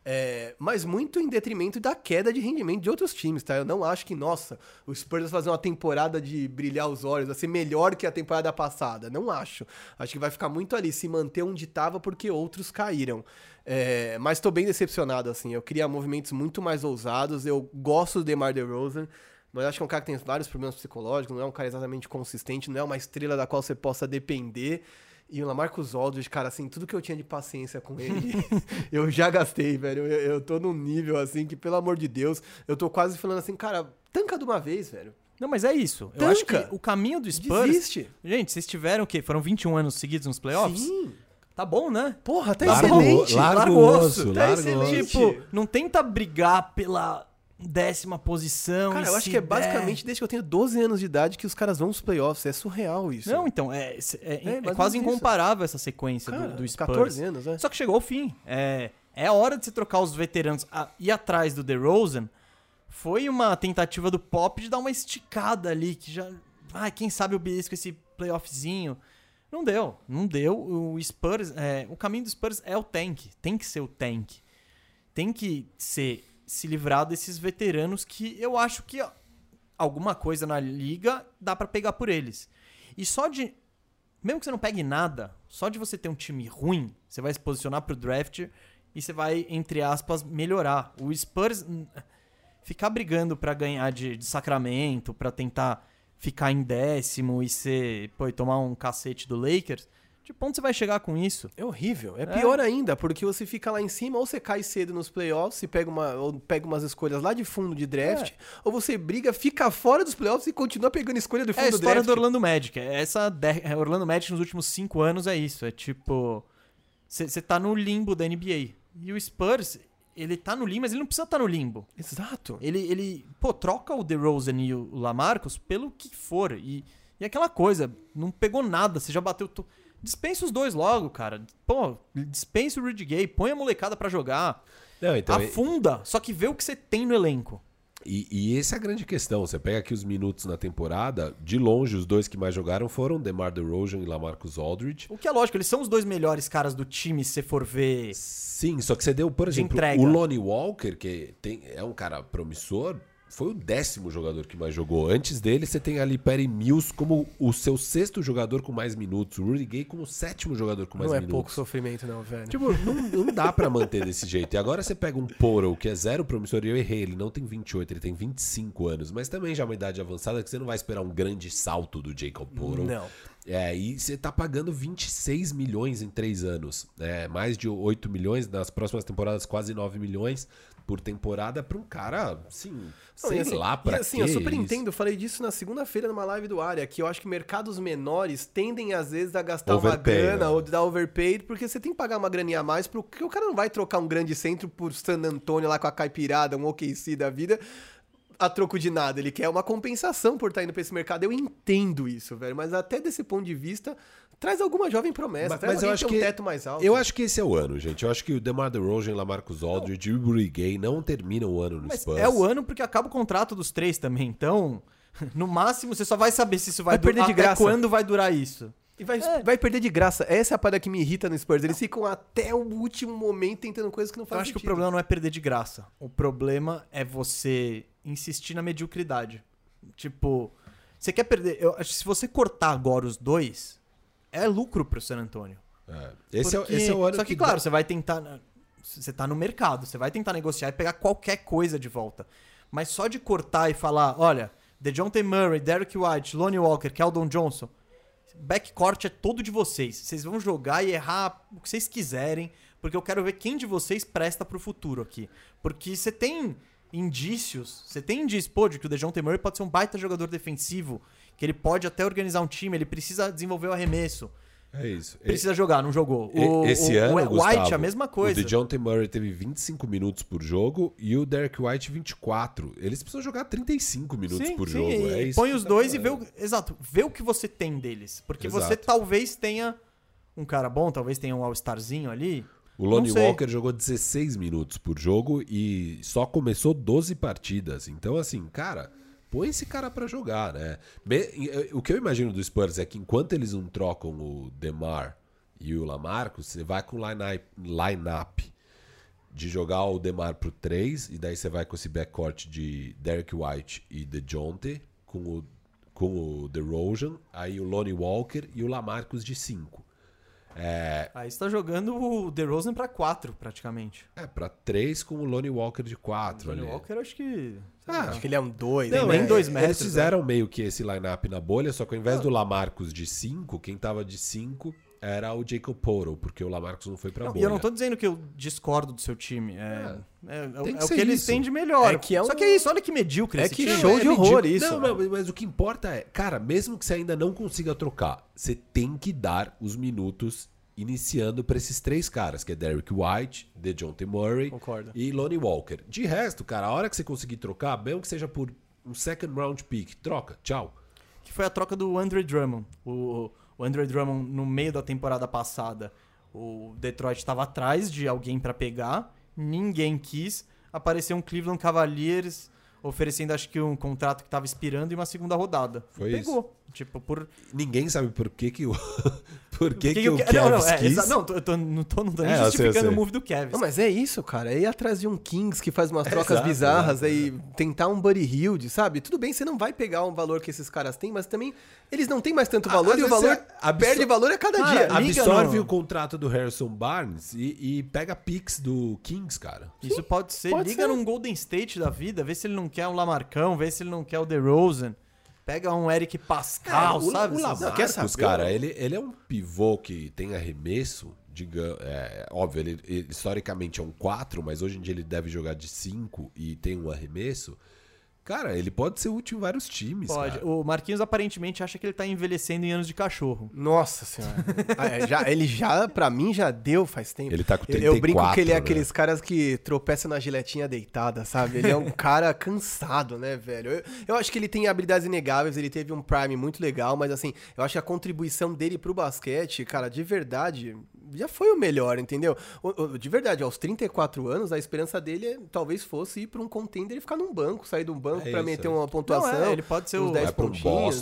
Mas muito em detrimento da queda de rendimento de outros times, tá? Eu não acho que, nossa, o Spurs vai fazer uma temporada de brilhar os olhos, vai ser melhor que a temporada passada. Não acho. Acho que vai ficar muito ali, se manter onde estava porque outros caíram. Mas tô bem decepcionado, assim. Eu queria movimentos muito mais ousados. Eu gosto do DeMar DeRozan, mas acho que é um cara que tem vários problemas psicológicos, não é um cara exatamente consistente, não é uma estrela da qual você possa depender. E o LaMarcus Aldridge, cara, assim, tudo que eu tinha de paciência com ele, eu já gastei, velho. Eu tô num nível, assim, que, pelo amor de Deus, eu tô quase falando assim, cara, tanca de uma vez, velho. Não, mas é isso. Tanca. Eu acho que o caminho do Spurs... Desiste. Gente, vocês tiveram o quê? Foram 21 anos seguidos nos playoffs? Sim. Tá bom, né? Porra, tá Larga excelente. larga o osso, tá larga o excelente. osso. Tipo, não tenta brigar pela 10ª posição. Cara, eu acho que é basicamente desde que eu tenho 12 anos de idade que os caras vão pros playoffs. É surreal isso. Não, então, é quase isso. incomparável essa sequência Cara, do Spurs. 14 anos, né? Só que chegou ao fim. É a hora de você trocar os veteranos. Ir atrás do DeRozan foi uma tentativa do Pop de dar uma esticada ali, que já... quem sabe eu belisco esse playoffzinho. Não deu. O Spurs... o caminho do Spurs é o tank. Tem que ser o tank. Tem que se livrar desses veteranos que eu acho que alguma coisa na liga dá pra pegar por eles. E só de... Mesmo que você não pegue nada, só de você ter um time ruim, você vai se posicionar pro draft e você vai, entre aspas, melhorar. O Spurs ficar brigando pra ganhar de Sacramento, pra tentar ficar em 10º e tomar um cacete do Lakers... De ponto você vai chegar com isso? É horrível. É pior ainda, porque você fica lá em cima, ou você cai cedo nos playoffs e pega umas escolhas lá de fundo de draft, ou você briga, fica fora dos playoffs e continua pegando escolha do fundo do draft. É a história do Orlando Magic. Orlando Magic nos últimos 5 anos é isso. É tipo... Você tá no limbo da NBA. E o Spurs, ele tá no limbo, mas ele não precisa estar no limbo. Exato. Ele troca o DeRozan e o LaMarcus pelo que for. E aquela coisa, não pegou nada, você já bateu... Dispensa os dois logo, cara. Pô, dispensa o Rudy Gay, põe a molecada pra jogar. Não, então, afunda, só que vê o que você tem no elenco. E essa é a grande questão. Você pega aqui os minutos na temporada, de longe os dois que mais jogaram foram DeMar DeRozan e LaMarcus Aldridge. O que é lógico, eles são os dois melhores caras do time, se você for ver. Sim, só que você deu, por exemplo, o Lonnie Walker, que é um cara promissor, foi o 10º jogador que mais jogou. Antes dele, você tem ali Patty Mills como o seu 6º jogador com mais minutos. O Rudy Gay como o 7º jogador com mais minutos. Não é pouco sofrimento não, velho. Tipo, não dá pra manter desse jeito. E agora você pega um Portal, que é 0 promissor, e eu errei, ele não tem 28, ele tem 25 anos. Mas também já é uma idade avançada que você não vai esperar um grande salto do Jacob Portal. Não. E você tá pagando 26 milhões em 3 anos. Mais de 8 milhões, nas próximas temporadas quase 9 milhões por temporada pra um cara, assim, lá pra quê? Eu super entendo, eu falei disso na segunda-feira numa live do Área, que eu acho que mercados menores tendem às vezes a gastar uma grana ou dar overpaid, porque você tem que pagar uma graninha a mais, porque o cara não vai trocar um grande centro por San Antonio lá com a Caipirada, um OKC da vida, a troco de nada. Ele quer uma compensação por estar indo pra esse mercado. Eu entendo isso, velho, mas até desse ponto de vista, traz alguma jovem promessa, traz eu acho que tem um teto mais alto. Eu acho que esse é o ano, gente. Eu acho que o DeMar DeRozan, LaMarcus Aldridge e o Rudy Gay não terminam o ano no Spurs. É o ano porque acaba o contrato dos três também, então, no máximo, você só vai saber se isso vai perder de graça. Até quando vai durar isso. E vai perder de graça. Essa é a parada que me irrita no Spurs. Eles ficam até o último momento tentando coisas que não fazem sentido. Eu acho que o problema não é perder de graça. O problema é você insistir na mediocridade. Tipo, você quer perder... Eu acho que se você cortar agora os dois, é lucro pro San Antonio. Esse é o ano. Só que claro, você vai tentar... Você tá no mercado, você vai tentar negociar e pegar qualquer coisa de volta. Mas só de cortar e falar, olha, DeJounte Murray, Derrick White, Lonnie Walker, Keldon Johnson... Backcourt é todo de vocês. Vocês vão jogar e errar o que vocês quiserem, porque eu quero ver quem de vocês presta pro futuro aqui. Porque você tem indícios, pô, de que o DeJounte Murray pode ser um baita jogador defensivo, que ele pode até organizar um time, ele precisa desenvolver o arremesso. É isso. Precisa jogar, não jogou. Esse ano, o Gustavo, White, a mesma coisa. O DeJounte Murray teve 25 minutos por jogo e o Derek White 24. Eles precisam jogar 35 minutos por jogo. É isso. Põe os dois e vê vê o que você tem deles. Porque você talvez tenha um cara bom, talvez tenha um All-Starzinho ali. O Lonnie Walker jogou 16 minutos por jogo e só começou 12 partidas. Então, assim, cara, põe esse cara pra jogar, né? O que eu imagino do Spurs é que enquanto eles não trocam o DeMar e o LaMarcus, você vai com line-up de jogar o DeMar pro 3 e daí você vai com esse backcourt de Derek White e DeJounte com o DeRozan, aí o Lonnie Walker e o LaMarcus de 5. Aí você tá jogando o DeRozan pra 4, praticamente. Pra 3 com o Lonnie Walker de 4. O Lonnie Walker, eu acho que... acho que ele é um 2. Não, nem 2 metros. Eles fizeram meio que esse line-up na bolha, só que ao invés do LaMarcus de 5, quem tava de 5 era o Jacob Poeltl, porque o LaMarcus não foi pra bolha. E eu não tô dizendo que eu discordo do seu time. É o que ser eles isso. têm de melhor. Só que é isso, olha que medíocre esse time. Show de horror isso. Não, mas o que importa é, cara, mesmo que você ainda não consiga trocar, você tem que dar os minutos iniciando pra esses 3 caras, que é Derek White, DeJounte Murray e Lonnie Walker. De resto, cara, a hora que você conseguir trocar, mesmo que seja por um second round pick, troca, tchau. Que foi a troca do Andre Drummond. O Andre Drummond, no meio da temporada passada, o Detroit estava atrás de alguém pra pegar, ninguém quis, apareceu um Cleveland Cavaliers oferecendo, acho que um contrato que tava expirando e uma segunda rodada. Foi Pegou. Isso. Tipo, por... Ninguém sabe por que o Cavs quis. Não, eu não tô nem justificando o move do Cavs. Não, mas é isso, cara. É ir atrás de um Kings que faz umas trocas bizarras, aí tentar um Buddy Hield, sabe? Tudo bem, você não vai pegar um valor que esses caras têm, mas também eles não têm mais tanto valor e o valor perde valor a cada dia. Absorve o contrato do Harrison Barnes e pega picks do Kings, cara. Isso pode ser. Liga num Golden State da vida, vê se ele não quer um Lamarcão, vê se ele não quer o DeRozan. Pega um Eric Pascal, sabe? O LaMarcus, cara, ele é um pivô que tem arremesso, óbvio, ele historicamente é um 4, mas hoje em dia ele deve jogar de 5 e tem um arremesso. Cara, ele pode ser útil em vários times, Pode. Cara. O Marquinhos aparentemente acha que ele tá envelhecendo em anos de cachorro. Nossa senhora. Ele já, pra mim, já deu faz tempo. Ele tá com 34, eu brinco que ele é né? aqueles caras que tropeçam na giletinha deitada, sabe? Ele é um cara cansado, né, velho? Eu acho que ele tem habilidades inegáveis, ele teve um prime muito legal, mas assim, eu acho que a contribuição dele pro basquete, cara, de verdade, já foi o melhor, entendeu? De verdade, aos 34 anos, a esperança dele talvez fosse ir pra um contender e ficar num banco, sair de um banco pra meter uma pontuação. Ele pode ser uns 10 pontinhos.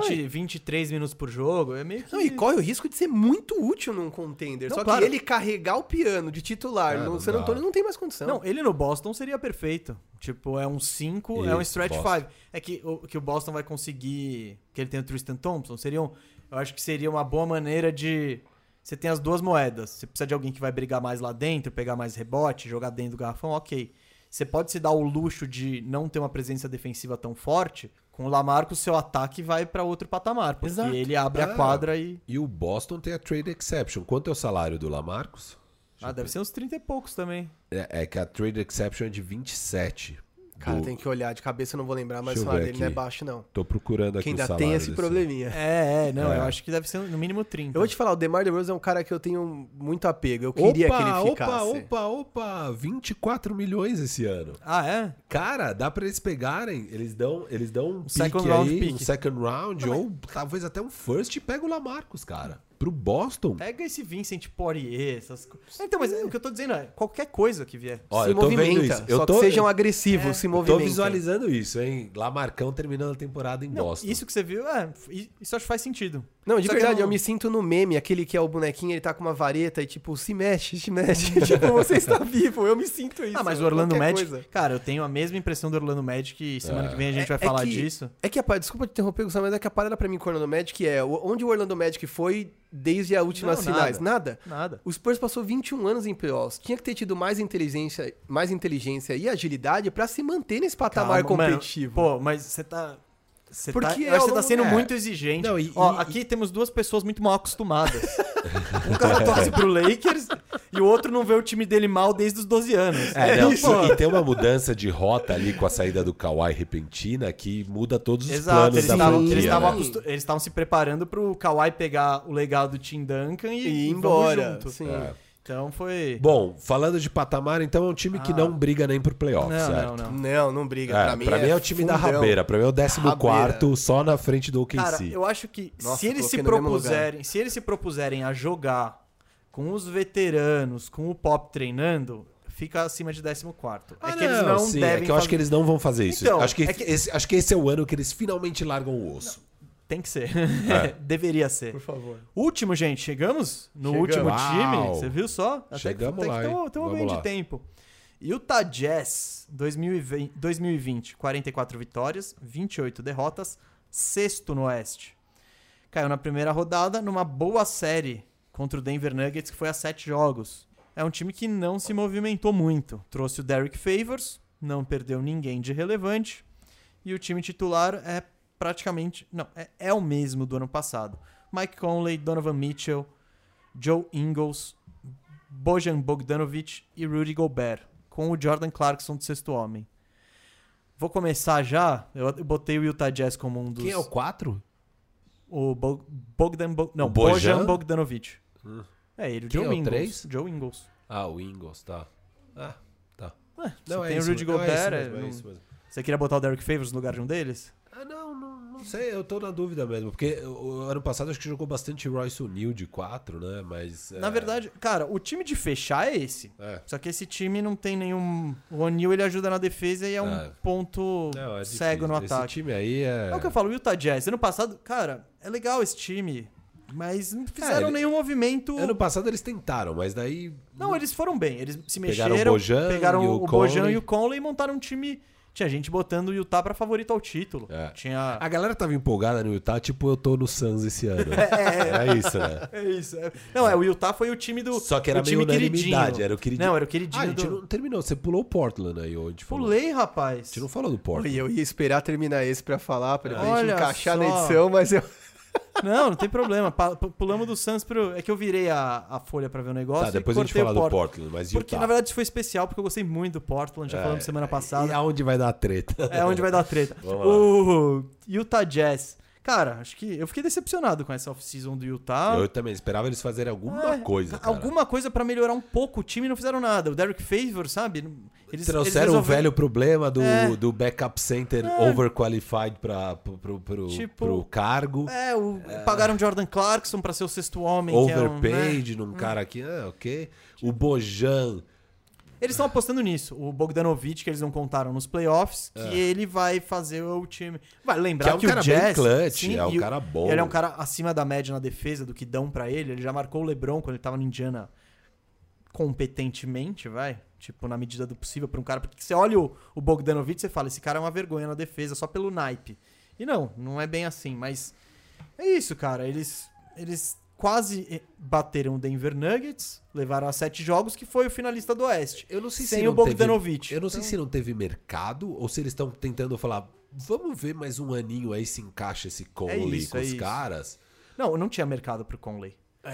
23 minutos por jogo. É meio que... Não, e corre o risco de ser muito útil num contender. Só que ele carregar o piano de titular no San Antonio não tem mais condição. Não, ele no Boston seria perfeito. Tipo, é um 5, é um stretch 5. É que o Boston vai conseguir... Que ele tem o Tristan Thompson. Eu acho que seria uma boa maneira de... Você tem as duas moedas. Você precisa de alguém que vai brigar mais lá dentro, pegar mais rebote, jogar dentro do garrafão, ok. Você pode se dar o luxo de não ter uma presença defensiva tão forte. Com o LaMarcus, seu ataque vai pra outro patamar. Porque ele abre a quadra e... E o Boston tem a trade exception. Quanto é o salário do LaMarcus? Deve ser uns 30 e poucos também. É que a trade exception é de 27. Cara, tem que olhar de cabeça, eu não vou lembrar, mas o salário dele não é baixo, não. Tô procurando aqui que ainda o salário tem esse probleminha. Eu acho que deve ser no mínimo 30. Eu vou te falar, o DeMar DeRozan é um cara que eu tenho muito apego. Eu queria que ele ficasse. Opa! 24 milhões esse ano. Ah, é? Cara, dá pra eles pegarem, eles dão um second round, ou talvez até um first e pega o LaMarcus, cara. Pro Boston. Pega esse Vincent Poirier, essas coisas. Então, mas o que eu tô dizendo é, qualquer coisa que vier. Se movimenta, só que sejam agressivos, se movimentem. Tô visualizando isso, hein? Lamarcão terminando a temporada em Boston. Isso que você viu, isso acho que faz sentido. Não, de verdade, eu me sinto no meme, aquele que é o bonequinho, ele tá com uma vareta e tipo, se mexe. Tipo, você está vivo, eu me sinto isso. Mas o Orlando Magic, cara, eu tenho a mesma impressão do Orlando Magic e semana que vem a gente vai falar disso. Desculpa te interromper, Gustavo, mas é que a parada pra mim com o Orlando Magic é, onde o Orlando Magic foi desde as últimas finais? Nada. O Spurs passou 21 anos em playoffs, tinha que ter tido mais inteligência e agilidade pra se manter nesse patamar competitivo. Mano, mas você tá... Você Porque eu acho que você tá eu sendo não- muito exigente. Não, Aqui temos duas pessoas muito mal acostumadas. Um cara torce pro Lakers e o outro não vê o time dele mal desde os 12 anos. Não, Pô. e tem uma mudança de rota ali com a saída do Kawhi repentina que muda todos os Exato, planos eles da estavam franquia, né? eles estavam se preparando pro Kawhi pegar o legado do Tim Duncan E e ir vamos embora. junto. Sim. Então foi... Bom, falando de patamar, então é um time que não briga nem pro playoff, certo? Não briga. Pra mim é o time da fundão. rabeira. Pra mim é o 14º, Rabeira. só na frente do OKC. Cara, eu acho que Nossa, se eles coloquei no mesmo se propuserem a jogar com os veteranos, com o Pop treinando, fica acima de 14º. É que eles não sim, devem é que eu acho que eles não vão fazer isso. Então, acho que, é que- acho que esse é o ano que eles finalmente largam o osso. Tem que ser. Deveria ser. Por favor. Último, gente, chegamos no Chegamos. último Uau. time. Você viu só? Chegamos lá, hein? Estamos Vamos bem lá. de tempo. Utah Jazz, 2020, 44 vitórias, 28 derrotas, sexto no Oeste. Caiu na primeira rodada numa boa série contra o Denver Nuggets, que foi a 7 jogos. É um time que não se movimentou muito. Trouxe o Derrick Favors, não perdeu ninguém de relevante. E o time titular é praticamente... Não, é o mesmo do ano passado. Mike Conley, Donovan Mitchell, Joe Ingles, Bojan Bogdanovic e Rudy Gobert, com o Jordan Clarkson de sexto homem. Vou começar já. Eu botei o Utah Jazz como um dos... Quem é o 4? O O Bojan? Bojan Bogdanovic. É ele, o Quem Joe é o Ingles. 3? Joe Ingles. Ah, o Ingles, tá. Ah, tá. Você tem o Rudy mesmo, Gobert. é isso mesmo. Você queria botar o Derrick Favors no lugar de um deles? Ah, não sei, eu tô na dúvida mesmo. Porque o ano passado acho que jogou bastante Royce O'Neal de 4, né? Mas. Na verdade, cara, o time de fechar é esse. É. Só que esse time não tem nenhum... O O'Neal, ele ajuda na defesa e é um ponto Não, é cego no difícil. ataque. Esse time aí é. É o que eu falo, o Utah Jazz. Ano passado, cara, é legal esse time, mas não fizeram nenhum movimento... Ano passado eles tentaram, mas daí. Não, eles foram bem. Eles se Pegaram mexeram, o Bojan pegaram e o o Bojan Conley. e o Conley e montaram um time... Tinha gente botando o Utah pra favorito ao título. É. Tinha... A galera tava empolgada no Utah, tipo eu tô no Suns esse ano. É isso, né? É isso. Não, o Utah foi o time do... Só que era o time meio unanimidade, era o queridinho. Não, era o queridinho Ah, a gente do... não terminou. Você pulou o Portland aí hoje. Pulei, rapaz. A gente não falou do Portland. Eu ia esperar terminar esse pra falar, pra gente Olha encaixar só. na edição, mas eu... Não tem problema. Pulamos do Suns pro... É que eu virei a folha pra ver o negócio Tá, depois e a gente cortei fala o do Portland. Portland, mas Porque, Utah. na verdade, isso foi especial, porque eu gostei muito do Portland, já falamos semana passada. E aonde vai dar a treta? É onde vai dar treta. Vamos lá. O Utah Jazz. Cara, acho que eu fiquei decepcionado com essa off-season do Utah. Eu também esperava eles fazerem alguma coisa, cara. Alguma coisa pra melhorar um pouco o time e não fizeram nada. O Derrick Favors, sabe? Eles Trouxeram o velho problema do backup center overqualified pro cargo. Pagaram Jordan Clarkson pra ser o sexto homem. que é Overpaid num cara aqui, ok. O Bojan. Eles estão apostando nisso. O Bogdanovic, que eles não contaram nos playoffs, que ele vai fazer o time... Vai lembrar Que é um cara o Jazz... bem clutch, sim, é um e cara bom. Ele é um cara acima da média na defesa do que dão pra ele. Ele já marcou o LeBron quando ele tava no Indiana competentemente, vai. Tipo, na medida do possível pra um cara... Porque você olha o Bogdanovic e você fala, esse cara é uma vergonha na defesa só pelo naipe. E não é bem assim, mas... É isso, cara. Eles quase bateram o Denver Nuggets, levaram a 7 jogos, que foi o finalista do Oeste. Eu não sei sem se o não teve- Bogdanovic. Eu não sei se não teve mercado ou se eles estão tentando falar, vamos ver mais um aninho aí se encaixa esse Conley isso, com é os isso. caras. Não tinha mercado pro Conley.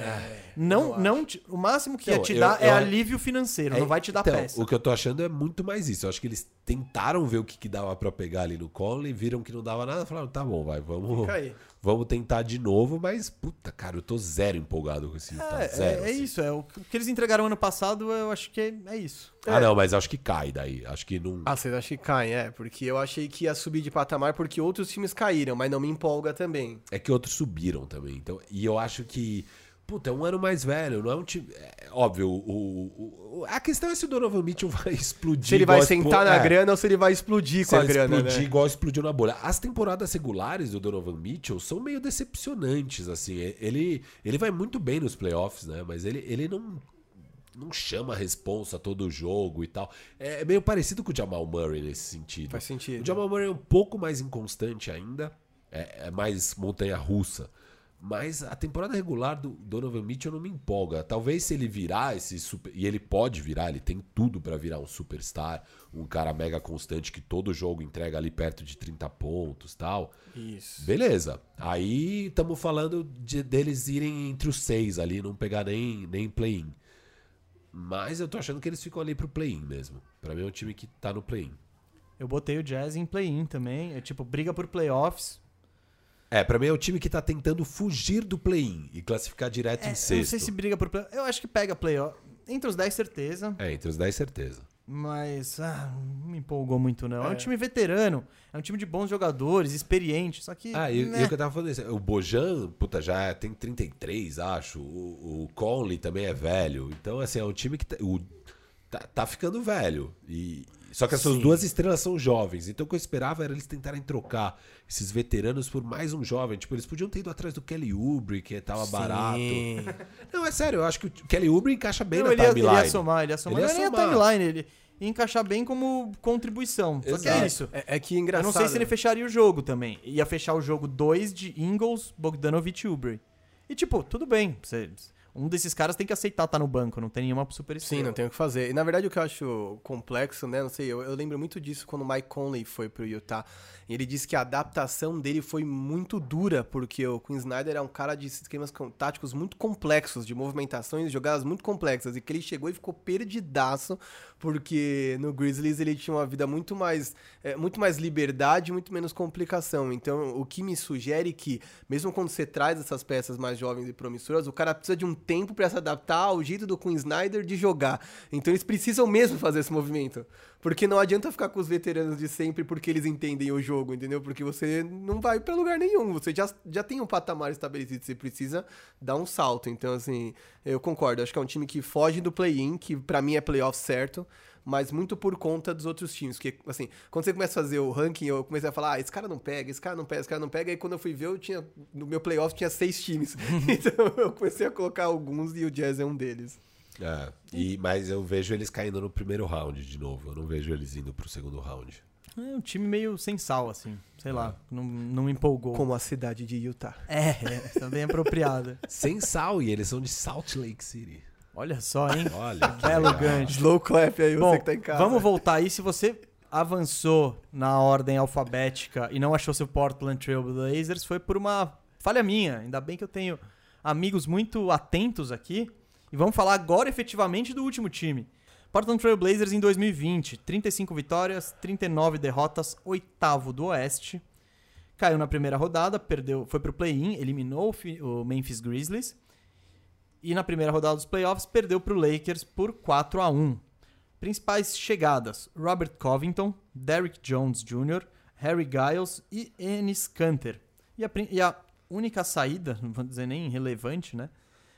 O máximo que ia Então, te dar é alívio financeiro, não vai te dar então, peça. O que eu tô achando é muito mais isso. Eu acho que eles tentaram ver o que dava pra pegar ali no Conley, viram que não dava nada, falaram, tá bom, vai, vamos tentar de novo, mas puta, cara, eu tô zero empolgado com esse Utah, zero. É assim. isso, o que eles entregaram ano passado, eu acho que é isso. Ah, não, mas acho que cai daí. Acho que não. Ah, vocês acham que caem, porque eu achei que ia subir de patamar porque outros times caíram, mas não me empolga também. É que outros subiram também. Então, e eu acho que. Puta, é um ano mais velho, não é um time. Óbvio, a questão é se o Donovan Mitchell vai explodir. Se ele vai igual sentar na grana ou se ele vai explodir se com a ele grana, explodir né? igual explodiu na bolha. As temporadas regulares do Donovan Mitchell são meio decepcionantes, assim. Ele vai muito bem nos playoffs, né? Mas ele não chama a responsa todo jogo e tal. É meio parecido com o Jamal Murray nesse sentido. Faz sentido. O Jamal Murray é um pouco mais inconstante ainda. É mais montanha-russa. Mas a temporada regular do Donovan Mitchell não me empolga. Talvez se ele virar esse super... E ele pode virar, ele tem tudo pra virar um superstar. Um cara mega constante que todo jogo entrega ali perto de 30 pontos e tal. Isso. Beleza. Aí estamos falando deles irem entre os 6 ali, não pegar nem play-in. Mas eu tô achando que eles ficam ali pro play-in mesmo. Pra mim é um time que tá no play-in. Eu botei o Jazz em play-in também. É tipo, briga por playoffs. Pra mim é o time que tá tentando fugir do play-in e classificar direto em sexto. Eu não sei se briga por playoff. Eu acho que pega playoff. Entre os 10, certeza. Entre os 10, certeza. Mas não me empolgou muito, não. É um time veterano. É um time de bons jogadores, experiente. Só que. E o que eu tava falando isso, o Bojan, puta, já tem 33, acho. O Conley também é velho. Então, assim, é um time que tá ficando velho. Só que essas duas estrelas são jovens. Então o que eu esperava era eles tentarem trocar esses veteranos por mais um jovem. Tipo, eles podiam ter ido atrás do Kelly Oubre, que tava barato. Não, é sério, eu acho que o Kelly Oubre encaixa bem na timeline. Ele ia somar. Não é nem a timeline, ele ia encaixar bem como contribuição. Só que é isso. É que engraçado. Eu não sei se ele fecharia o jogo também. Ia fechar o jogo 2 de Ingles, Bogdanovic e Oubre. E tipo, tudo bem. Um desses caras tem que aceitar estar no banco, não tem nenhuma super estrela. Sim, não tem o que fazer. E na verdade o que eu acho complexo, né? Não sei, eu lembro muito disso quando o Mike Conley foi pro Utah. E ele disse que a adaptação dele foi muito dura, porque o Quinn Snyder é um cara de esquemas táticos muito complexos, de movimentações, jogadas muito complexas. E que ele chegou e ficou perdidaço, porque no Grizzlies ele tinha uma vida muito mais liberdade, muito menos complicação. Então o que me sugere que, mesmo quando você traz essas peças mais jovens e promissoras, o cara precisa de um tempo para se adaptar ao jeito do Quinn Snyder de jogar. Então eles precisam mesmo fazer esse movimento. Porque não adianta ficar com os veteranos de sempre porque eles entendem o jogo, entendeu? Porque você não vai pra lugar nenhum. Você já tem um patamar estabelecido. Você precisa dar um salto. Então, assim, eu concordo. Acho que é um time que foge do play-in, que pra mim é playoff certo, mas muito por conta dos outros times. Porque, assim, quando você começa a fazer o ranking, eu comecei a falar, esse cara não pega, esse cara não pega, esse cara não pega. Aí quando eu fui ver, no meu playoff tinha 6 times. Então eu comecei a colocar alguns e o Jazz é um deles. Mas eu vejo eles caindo no primeiro round de novo. Eu não vejo eles indo pro segundo round. É um time meio sem sal, assim. Sei lá, não me empolgou. Como a cidade de Utah. Tá bem apropriada. Sem sal, e eles são de Salt Lake City. Olha só, hein? Olha, belo gancho. Slow clap aí, Bom, você que tá em casa. Vamos voltar aí. Se você avançou na ordem alfabética e não achou seu Portland Trail Blazers, foi por uma falha minha. Ainda bem que eu tenho amigos muito atentos aqui. E vamos falar agora efetivamente do último time. Portland Trail Blazers em 2020, 35 vitórias, 39 derrotas, 8º do Oeste. Caiu na primeira rodada, foi pro play-in, eliminou o Memphis Grizzlies. E na primeira rodada dos playoffs, perdeu pro Lakers por 4-1. Principais chegadas: Robert Covington, Derrick Jones Jr., Harry Giles e Enes Kanter. E a única saída, não vou dizer nem relevante, né?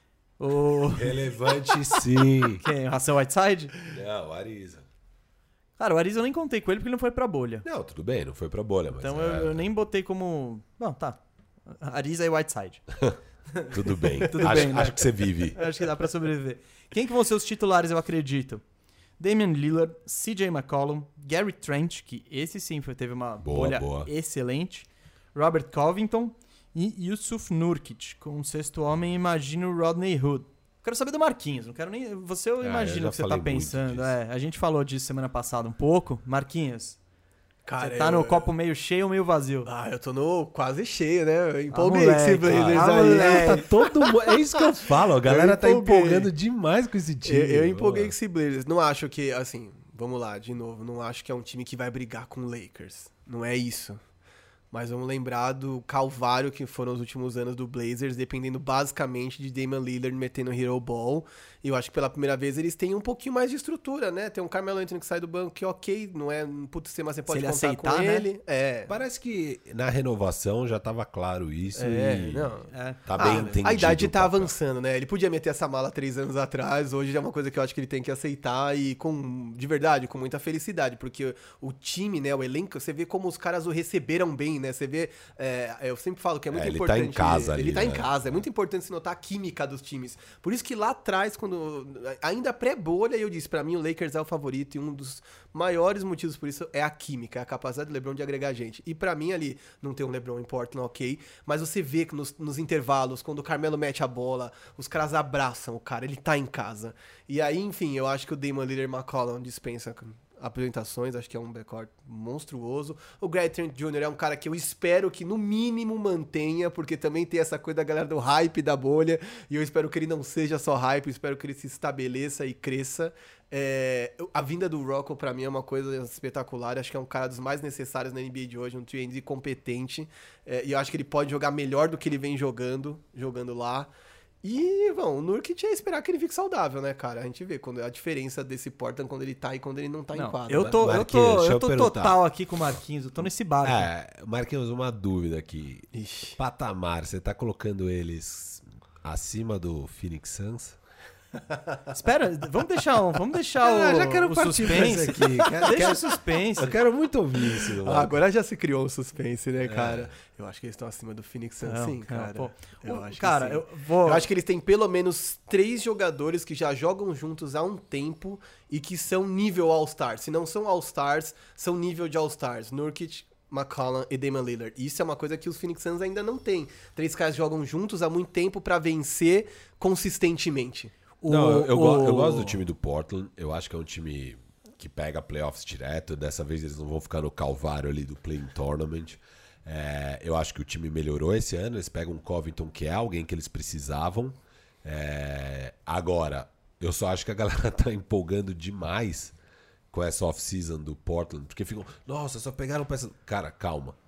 Relevante, sim. Quem? O Hassan Whiteside? Não, o Ariza. Cara, o Ariza eu nem contei com ele porque ele não foi pra bolha. Não, tudo bem, não foi pra bolha, mas... Então eu nem botei como... Não, tá. Ariza e Whiteside. Tudo bem. Tudo bem, né? Acho que você vive. Acho que dá pra sobreviver. Quem que vão ser os titulares, eu acredito? Damian Lillard, CJ McCollum, Gary Trent, que esse sim teve uma bolha excelente, Robert Covington e Yusuf Nurkic. Com o sexto homem, imagino Rodney Hood. Quero saber do Marquinhos, não quero nem... Você eu imagino o que você tá pensando. A gente falou disso semana passada um pouco. Marquinhos, cara, você tá no copo meio cheio ou meio vazio? Eu tô no quase cheio, né? Eu empolguei com esse Blazers aí. Tá todo mundo... É isso que eu falo, a galera tá empolgando demais com esse time. Eu empolguei com esse Blazers. Não acho que, assim, vamos lá, de novo, não acho que é um time que vai brigar com o Lakers. Não é isso. Mas vamos lembrar do calvário que foram os últimos anos do Blazers, dependendo basicamente de Damian Lillard metendo Hero Ball. E eu acho que pela primeira vez eles têm um pouquinho mais de estrutura, né? Tem um Carmelo Anthony que sai do banco que ok, não é um puto sistema, você pode contar aceitar, com né? ele. Parece que na renovação já tava claro isso tá bem entendido. A idade tá avançando, né? Ele podia meter essa mala 3 anos atrás, hoje já é uma coisa que eu acho que ele tem que aceitar e de verdade, com muita felicidade, porque o time, né, o elenco, você vê como os caras o receberam bem, né? né? Você vê, eu sempre falo que é muito ele importante... tá em casa ali, Ele tá em né? casa, é muito importante se notar a química dos times. Por isso que lá atrás, ainda pré-bolha, eu disse, pra mim o Lakers é o favorito e um dos maiores motivos por isso é a química, é a capacidade do LeBron de agregar gente. E pra mim ali, não tem um LeBron em Portland, ok, mas você vê que nos intervalos, quando o Carmelo mete a bola, os caras abraçam o cara, ele tá em casa. E aí, enfim, eu acho que o Damian Lillard e McCollum dispensa apresentações, acho que é um backcourt monstruoso. O Gary Trent Jr. é um cara que eu espero que no mínimo mantenha, porque também tem essa coisa da galera do hype da bolha, e eu espero que ele não seja só hype, eu espero que ele se estabeleça e cresça. A vinda do Rocco pra mim é uma coisa espetacular, acho que é um cara dos mais necessários na NBA de hoje, um 3&D competente, e eu acho que ele pode jogar melhor do que ele vem jogando lá. E, bom, o Nurkic é esperar que ele fique saudável, né, cara? A gente vê a diferença desse Portland quando ele tá e quando ele não tá em quadra. Eu tô Marquinhos, deixa eu perguntar. total aqui com o Marquinhos, eu tô nesse barco. Marquinhos, uma dúvida aqui. Ixi. Patamar, você tá colocando eles acima do Phoenix Suns? Espera, vamos deixar já quero o partir pra isso suspense. aqui. Deixa o suspense. Eu quero muito ouvir isso. Mano. Agora já se criou um suspense, né, cara? Eu acho que eles estão acima do Phoenix Suns, sim, cara. Pô. Eu acho Cara, que sim. eu acho que eles têm pelo menos 3 jogadores que já jogam juntos há um tempo e que são nível All-Stars. Se não são All-Stars, são nível de All-Stars. Nurkic, McCollum e Damian Lillard. Isso é uma coisa que os Phoenix Suns ainda não têm. 3 caras jogam juntos há muito tempo pra vencer consistentemente. Eu gosto do time do Portland. Eu acho que é um time que pega playoffs direto. Dessa vez eles não vão ficar no calvário ali do Play-in Tournament. Eu acho que o time melhorou esse ano. Eles pegam um Covington que é alguém que eles precisavam. Agora, eu só acho que a galera tá empolgando demais com essa off-season do Portland. Porque ficam, nossa, só pegaram peça... Cara, calma.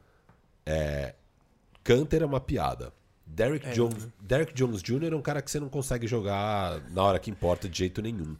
Canter é uma piada. Derrick Jones Jr. é um cara que você não consegue jogar na hora que importa de jeito nenhum.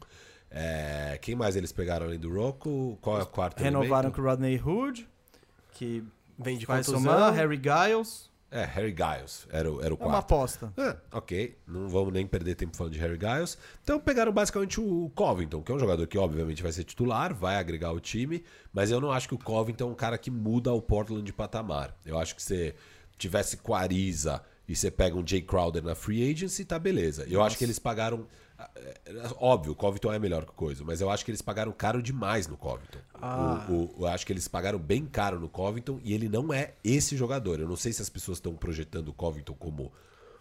Quem mais eles pegaram além do Rocco? Qual é o quarto renovaram elemento? com o Rodney Hood, que Vem de vai contusão. somar, Harry Giles. Harry Giles era o É quarto. uma aposta. Ok, não vamos nem perder tempo falando de Harry Giles. Então pegaram basicamente o Covington, que é um jogador que obviamente vai ser titular, vai agregar o time, mas eu não acho que o Covington é um cara que muda o Portland de patamar. Eu acho que se tivesse com a Ariza e você pega um Jay Crowder na free agency, tá beleza. Eu acho que eles pagaram... Óbvio, o Covington é melhor que coisa, mas eu acho que eles pagaram caro demais no Covington. Eu acho que eles pagaram bem caro no Covington e ele não é esse jogador. Eu não sei se as pessoas estão projetando o Covington como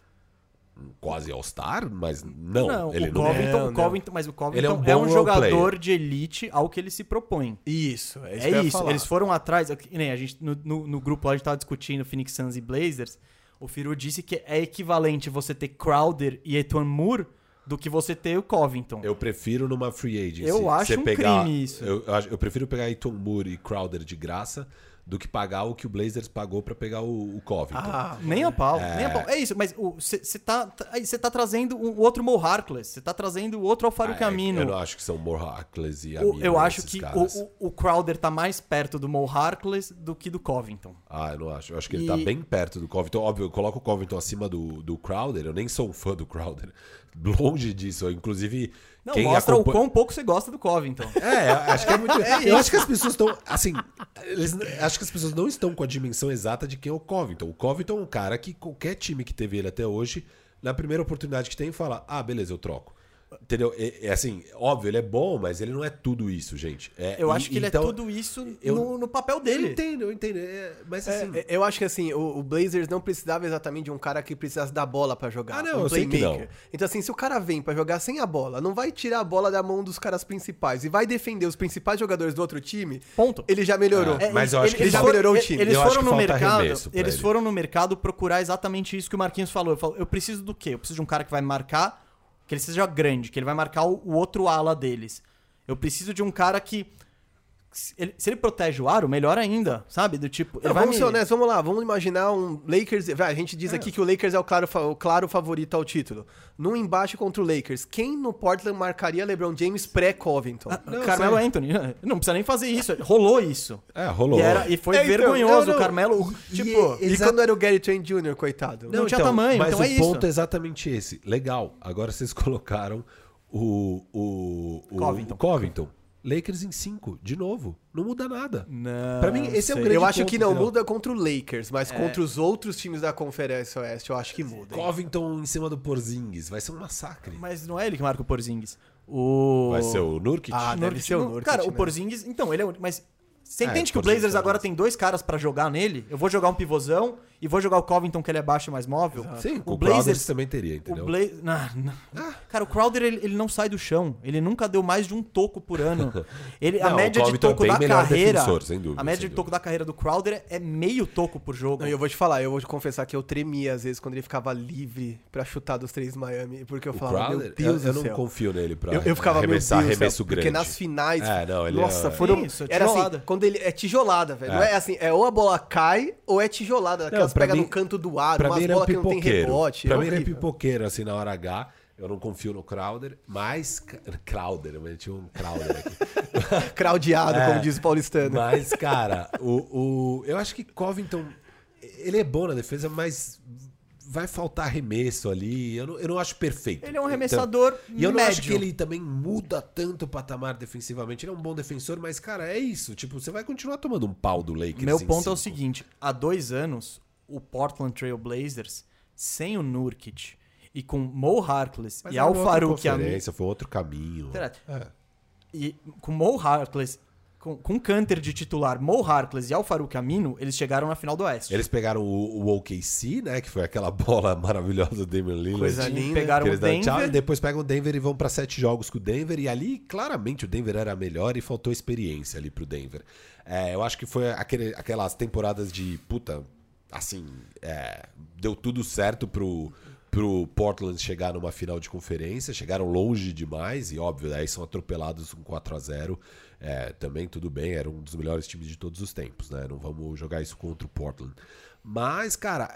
um quase All-Star, mas não, ele não é. Mas o Covington Ele é um é bom um role jogador player. de elite ao que ele se propõe. Isso, É que eu ia isso, falar. eles foram atrás. Nem a gente, no grupo lá a gente tava discutindo Phoenix Suns e Blazers. O Firu disse que é equivalente você ter Crowder e Etuan Moore do que você ter o Covington. Eu prefiro numa free agency. Eu acho você um pegar, crime isso. Eu prefiro pegar Etuan Moore e Crowder de graça do que pagar o que o Blazers pagou pra pegar o Covington. Nem a pau, nem a pau. É isso, mas você tá trazendo um outro Mo Harkless, você tá trazendo outro Alfaro Camino. Eu não acho que são Mo Harkless e Amino. Eu acho esses que caras. o Crowder tá mais perto do Mo Harkless do que do Covington. Eu não acho. Eu acho que ele tá bem perto do Covington. Óbvio, eu coloco o Covington acima do Crowder. Eu nem sou um fã do Crowder. Longe disso. Inclusive... Não, mostra o quão pouco você gosta do Covington. Acho que é muito... eu acho que as pessoas estão... Assim, acho que as pessoas não estão com a dimensão exata de quem é o Covington. O Covington é um cara que qualquer time que teve ele até hoje, na primeira oportunidade que tem, fala, beleza, eu troco. Entendeu? Assim, óbvio, ele é bom, mas ele não é tudo isso, gente. Eu acho que ele é tudo isso no papel dele. Eu entendo. Mas assim... Eu acho que assim, o Blazers não precisava exatamente de um cara que precisasse da bola pra jogar. Não, um eu sei que não. Então assim, se o cara vem pra jogar sem a bola, não vai tirar a bola da mão dos caras principais e vai defender os principais jogadores do outro time, ponto. Ele já melhorou. Mas eu acho que ele já melhorou o time. Eles Eu acho foram que no falta mercado, arremesso pra ele. foram no mercado procurar exatamente isso que o Marquinhos falou. Eu preciso do quê? Eu preciso de um cara que vai marcar, que ele seja grande, que ele vai marcar o outro ala deles. Eu preciso de um cara que... Se ele protege o aro, melhor ainda, sabe? Do tipo... Vamos ser honestos, vamos lá. Vamos imaginar um Lakers... A gente diz aqui que o Lakers é o claro favorito ao título. Num embate contra o Lakers, quem no Portland marcaria LeBron James pré-Covington? Carmelo Anthony. Não precisa nem fazer isso. Rolou isso. Rolou. E foi vergonhoso. O Carmelo... E quando era o Gary Trent Jr., coitado? Não tinha tamanho, mas então é o isso. ponto é exatamente esse. Legal. Agora vocês colocaram o Covington. Covington. Lakers em 5, de novo. Não muda nada. Não, Pra mim, esse é o sei. grande Eu acho ponto, que não entendeu? muda contra o Lakers, mas contra os outros times da Conferência Oeste, eu acho que muda. hein? Covington em cima do Porzingis. Vai ser um massacre. Mas não é ele que marca o Porzingis. Vai ser o Nurkic? Ah, deve ser o não- Nurkic, Cara, o né? Porzingis... Então, ele é o... Mas você É, entende que o Porzingis Blazers é agora mais. tem 2 caras pra jogar nele? Eu vou jogar um pivôzão e vou jogar o Covington, que ele é baixo e mais móvel. Sim, o o Blazers Blazers também teria, O entendeu? Não. Cara, o Crowder, ele não sai do chão. Ele nunca deu mais de um toco por ano. A Não, média o de Covington é toco bem da melhor carreira... defensor, sem dúvida, a média sem de toco dúvida. da carreira do Crowder é meio toco por jogo. Não, eu vou te falar, eu vou te confessar que eu tremia às vezes quando ele ficava livre pra chutar dos 3 Miami, porque eu O falava, Crowder, meu Deus eu do não céu. confio nele pra Eu ficava, meu Deus arremessar do céu, arremesso grande. porque nas finais, É, não, ele nossa, é... foram... Isso, era assim, tijolada. quando ele é tijolada, velho. É. Não é assim, é ou a bola cai ou é tijolada, aquelas pra pega mim- no canto do aro, Pra umas mim ele é um bolas que não tem pipoqueiro. rebote. Pra mim ele é horrível. pipoqueiro, assim, na hora H. Eu não confio no Crowder, mas... Crowder, mas tinha um Crowder aqui. Craudiado, como diz o paulistano. Mas, cara, eu acho que Covington, ele é bom na defesa, mas vai faltar arremesso ali. Eu não acho perfeito. Ele é um arremessador E eu não médio. acho que ele também muda tanto o patamar defensivamente. Ele é um bom defensor, mas, cara, é isso. Tipo, você vai continuar tomando um pau do Lakers. Meu em ponto é o 5. seguinte: há 2 anos, o Portland Trail Blazers, sem o Nurkic e com Mo Harkless Mas e era Al uma outra Farouk Aminu. conferência, foi outro caminho. E com Mo Harkless, com Canter de titular, Mo Harkless e Al Farouk Aminu, eles chegaram na final do Oeste. Eles pegaram o OKC, né? Que foi aquela bola maravilhosa do Damian Lillard. Coisa linda. Pegaram Que o eles dão tchau, e Denver. depois pegam o Denver e vão pra 7 jogos com o Denver. E ali, claramente, o Denver era melhor e faltou experiência ali pro Denver. Eu acho que foi aquelas temporadas de puta, assim, deu tudo certo pro Portland chegar numa final de conferência. Chegaram longe demais e, óbvio, daí são atropelados com 4-0. Também tudo bem, era um dos melhores times de todos os tempos, né? Não vamos jogar isso contra o Portland. Mas, cara,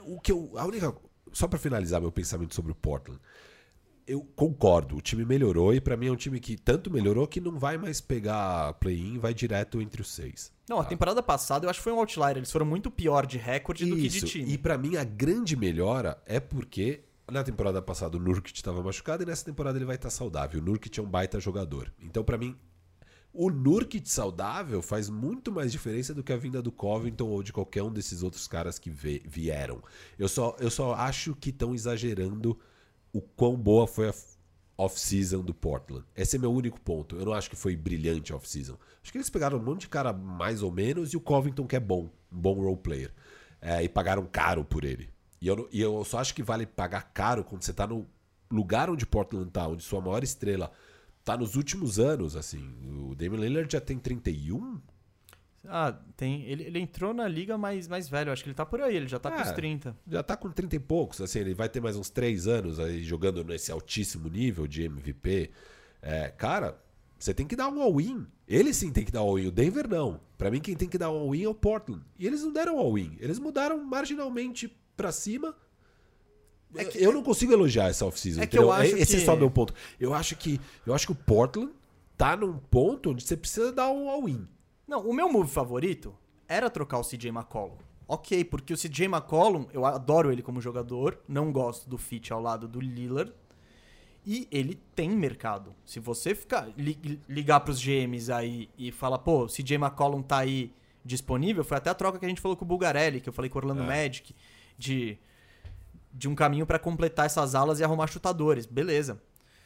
só pra finalizar meu pensamento sobre o Portland, eu concordo, o time melhorou e pra mim é um time que tanto melhorou que não vai mais pegar play-in, vai direto entre os 6. Não, a temporada passada eu acho que foi um outlier. Eles foram muito pior de recorde do que de time. E pra mim a grande melhora é porque na temporada passada o Nurkic estava machucado e nessa temporada ele vai estar saudável. O Nurkic é um baita jogador. Então pra mim o Nurkic saudável faz muito mais diferença do que a vinda do Covington ou de qualquer um desses outros caras que vieram. Eu só acho que estão exagerando o quão boa foi a off-season do Portland. Esse é meu único ponto. Eu não acho que foi brilhante a off-season. Acho que eles pegaram um monte de cara mais ou menos e o Covington que é bom, um bom role player. E pagaram caro por ele. E eu só acho que vale pagar caro quando você tá no lugar onde Portland tá, onde sua maior estrela tá nos últimos anos, assim. O Damian Lillard já tem 31? Ele entrou na liga mais velho. Acho que ele tá por aí, ele já tá com os 30. Já tá com 30 e poucos, assim, ele vai ter mais uns 3 anos aí jogando nesse altíssimo nível de MVP. Cara, você tem que dar um all-in. Ele sim tem que dar all-in, o Denver não. Pra mim quem tem que dar um all-in é o Portland. E eles não deram all-in, eles mudaram marginalmente pra cima. Eu não consigo elogiar essa off-season, É que eu acho esse é que- só o meu ponto. Eu acho que o Portland tá num ponto onde você precisa dar um all-in. Não, o meu move favorito era trocar o CJ McCollum. Ok, porque o CJ McCollum, eu adoro ele como jogador, não gosto do fit ao lado do Lillard. E ele tem mercado. Se você ligar pros GMs aí e falar, pô, CJ McCollum tá aí disponível, foi até a troca que a gente falou com o Bulgarelli, que eu falei com o Orlando Magic, de um caminho pra completar essas alas e arrumar chutadores. Beleza.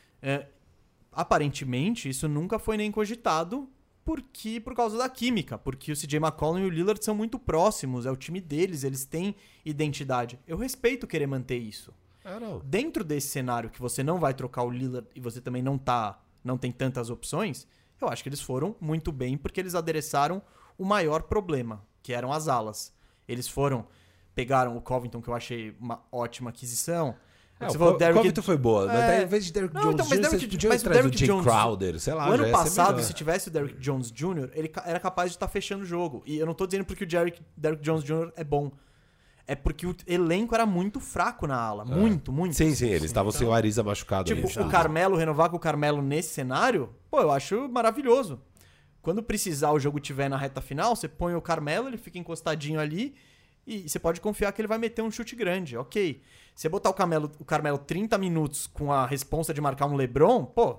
Aparentemente, isso nunca foi nem cogitado por causa da química, porque o CJ McCollum e o Lillard são muito próximos, é o time deles, eles têm identidade. Eu respeito querer manter isso. Não. Dentro desse cenário que você não vai trocar o Lillard e você também não tem tantas opções, eu acho que eles foram muito bem porque eles adereçaram o maior problema, que eram as alas. Eles pegaram o Covington, que eu achei uma ótima aquisição. Você falou O Covington foi boa, mas daí, ao invés de Derrick Não, Jones então, mas Jr., Derrick- vocês podiam mas o trazer o Derrick Jay Jones- Crowder, sei lá. O ano já ia ser passado, melhor. se tivesse o Derrick Jones Jr., ele era capaz de estar fechando o jogo. E eu não tô dizendo porque o Derrick Jones Jr. é bom. É porque o elenco era muito fraco na ala. Muito, muito. Sim, eles estavam sem o Ariza machucado. Tipo, ali. o Carmelo, renovar com o Carmelo nesse cenário, pô, eu acho maravilhoso. Quando precisar o jogo tiver na reta final, você põe o Carmelo, ele fica encostadinho ali e você pode confiar que ele vai meter um chute grande, ok. Você botar o Carmelo 30 minutos com a responsa de marcar um LeBron, pô,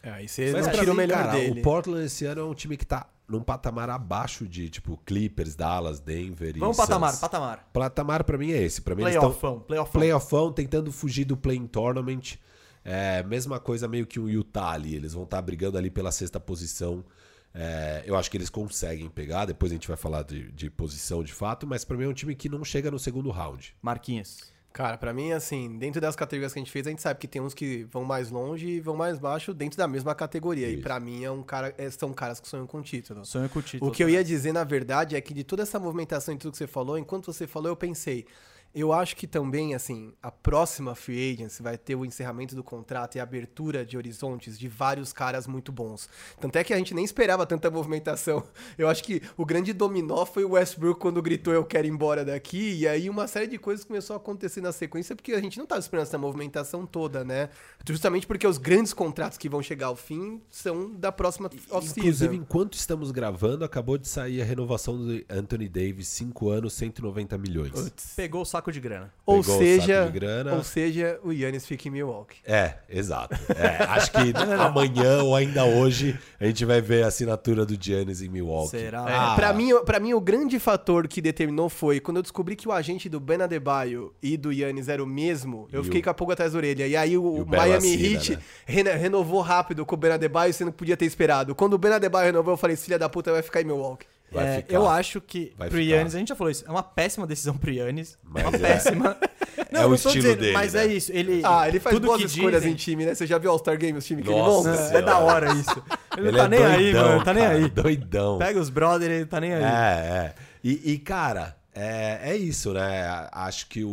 Aí você Mas não pra tira o mim, melhor cara, dele. o Portland esse ano é um time que tá num patamar abaixo de, tipo, Clippers, Dallas, Denver e Vamos Suns. patamar. Patamar pra mim é esse. Pra mim eles estão playoffão, tentando fugir do play-in tournament. Mesma coisa meio que o Utah ali. Eles vão estar brigando ali pela 6ª posição. Eu acho que eles conseguem pegar. Depois a gente vai falar de posição de fato. Mas pra mim é um time que não chega no segundo round. Marquinhos. Cara, pra mim, assim, dentro das categorias que a gente fez, a gente sabe que tem uns que vão mais longe e vão mais baixo dentro da mesma categoria. Isso. E pra mim, são caras que sonham com título. Sonho com o título. O que eu ia dizer, na verdade, é que de toda essa movimentação e tudo que você falou, enquanto você falou, eu pensei... Eu acho que também, assim, a próxima Free Agency vai ter o encerramento do contrato e a abertura de horizontes de vários caras muito bons. Tanto é que a gente nem esperava tanta movimentação. Eu acho que o grande dominó foi o Westbrook quando gritou eu quero ir embora daqui, e aí uma série de coisas começou a acontecer na sequência, porque a gente não estava esperando essa movimentação toda, né? Justamente porque os grandes contratos que vão chegar ao fim são da próxima off-season. Inclusive, enquanto estamos gravando, acabou de sair a renovação do Anthony Davis, 5 anos, 190 milhões. Putz, pegou o saco de grana. Ou Pegou o seja, saco de grana. o Giannis fica em Milwaukee. Exato. Acho que amanhã ou ainda hoje a gente vai ver a assinatura do Giannis em Milwaukee. Será? Pra mim, o grande fator que determinou foi quando eu descobri que o agente do Ben Adebayo e do Giannis era o mesmo, eu fiquei com a pulga atrás da orelha. E aí o Miami Heat renovou rápido com o Ben Adebayo, sendo que podia ter esperado. Quando o Ben Adebayo renovou, eu falei, esse filho da puta vai ficar em Milwaukee. Eu acho que Vai pro ficar. Giannis, a gente já falou isso, é uma péssima decisão pro Giannis. Mas uma é. péssima. É o tô estilo dizendo, dele, mas né? é isso. Ele Faz tudo boas que escolhas dizem, em time, né? Você já viu o All-Star Game, os times que ele Nossa monta? Senhora. É da hora isso. Ele Ele não tá nem doidão, aí, mano. Tá nem cara, aí. Doidão. Pega os brother, ele tá nem aí. E cara, é isso, né? Acho que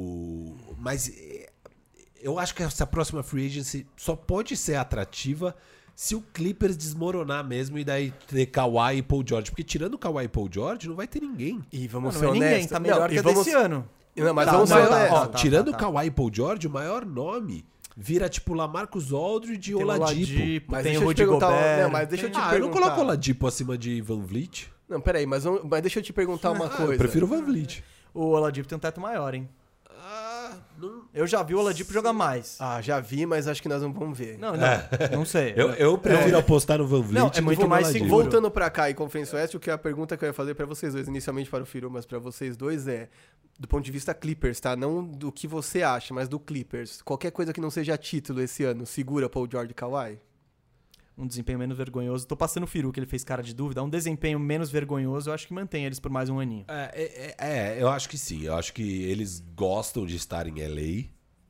mas eu acho que essa próxima Free Agency só pode ser atrativa se o Clippers desmoronar mesmo e daí ter Kawhi e Paul George. Porque tirando o Kawhi e Paul George, não vai ter ninguém. E vamos Não ser é ninguém, honestos. tá melhor que a desse ano. Não, mas Tá, vamos ser não, tá, honestos. ó, Tirando o tá. Kawhi e Paul George, o maior nome vira tipo Lamarcus Aldridge e Oladipo. Mas tem deixa o eu te Rudy perguntar, Gobert. não, mas deixa eu te Eu não perguntar. coloco o Oladipo acima de Van Vliet. Não, peraí, mas deixa eu te perguntar uma coisa. Eu prefiro o Van Vliet. O Oladipo tem um teto maior, hein? Não... Eu já vi o Oladipo jogar mais. Já vi, mas acho que nós não vamos ver. Não sei. Eu prefiro apostar no Van Vliet. Não, é do que muito no mais Oladipo. seguro. Voltando pra cá e Conferência Oeste, a pergunta que eu ia fazer pra vocês dois, inicialmente para o Firu, mas pra vocês dois do ponto de vista Clippers, tá? Não do que você acha, mas do Clippers. Qualquer coisa que não seja título esse ano, segura Paul George e Kawhi? Um desempenho menos vergonhoso. Tô passando o Firu, que ele fez cara de dúvida. Um desempenho menos vergonhoso, eu acho que mantém eles por mais um aninho. Eu acho que sim. Eu acho que eles gostam de estar em LA.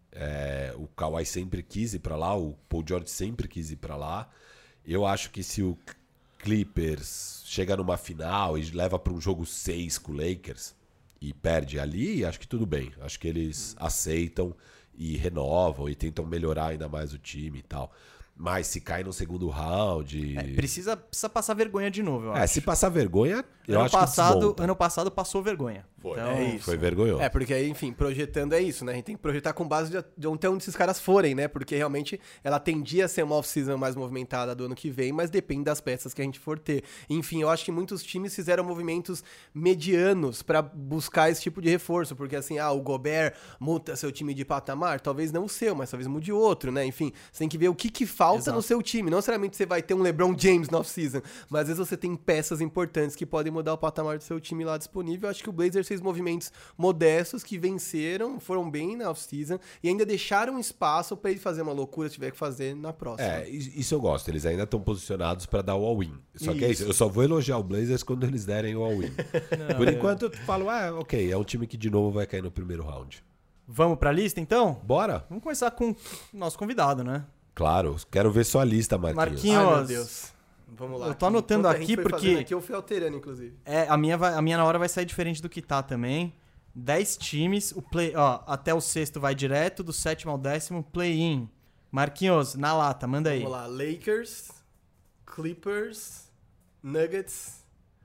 O Kawhi sempre quis ir pra lá, o Paul George sempre quis ir pra lá. Eu acho que se o Clippers chega numa final e leva pra um jogo 6 com o Lakers e perde ali, acho que tudo bem. Acho que eles aceitam e renovam e tentam melhorar ainda mais o time e tal. Mas se cai no segundo round... Precisa passar vergonha de novo, eu acho. se passar vergonha, eu acho que desmonta. Ano passado passou vergonha. Foi, Então, foi vergonhoso. Porque aí, enfim, projetando é isso, né? A gente tem que projetar com base de até onde esses caras forem, né? Porque realmente ela tendia a ser uma off-season mais movimentada do ano que vem, mas depende das peças que a gente for ter. Enfim, eu acho que muitos times fizeram movimentos medianos pra buscar esse tipo de reforço, porque assim, o Gobert muda seu time de patamar, talvez não o seu, mas talvez mude outro, né? Enfim, você tem que ver o que falta no seu time. Não necessariamente você vai ter um LeBron James na off-season, mas às vezes você tem peças importantes que podem mudar o patamar do seu time lá disponível. Eu acho que o Blazers fez movimentos modestos que venceram, foram bem na off-season e ainda deixaram espaço pra ele fazer uma loucura se tiver que fazer na próxima. Isso eu gosto. Eles ainda estão posicionados pra dar o all-in. Só que é isso. Eu só vou elogiar o Blazers quando eles derem o all-in. Por enquanto eu falo, ok, é um time que de novo vai cair no primeiro round. Vamos pra lista, então? Bora? Vamos começar com o nosso convidado, né? Claro, quero ver sua lista, Marquinhos. Ai, meu Deus. Vamos lá. Eu tô anotando Enquanto a gente aqui foi porque- fazendo aqui, eu fui alterando, inclusive. A minha na hora vai sair diferente do que tá também. 10 times, até o sexto vai direto, do 7º ao 10º, play-in. Marquinhos, na lata, manda aí. Vamos lá. Lakers, Clippers, Nuggets,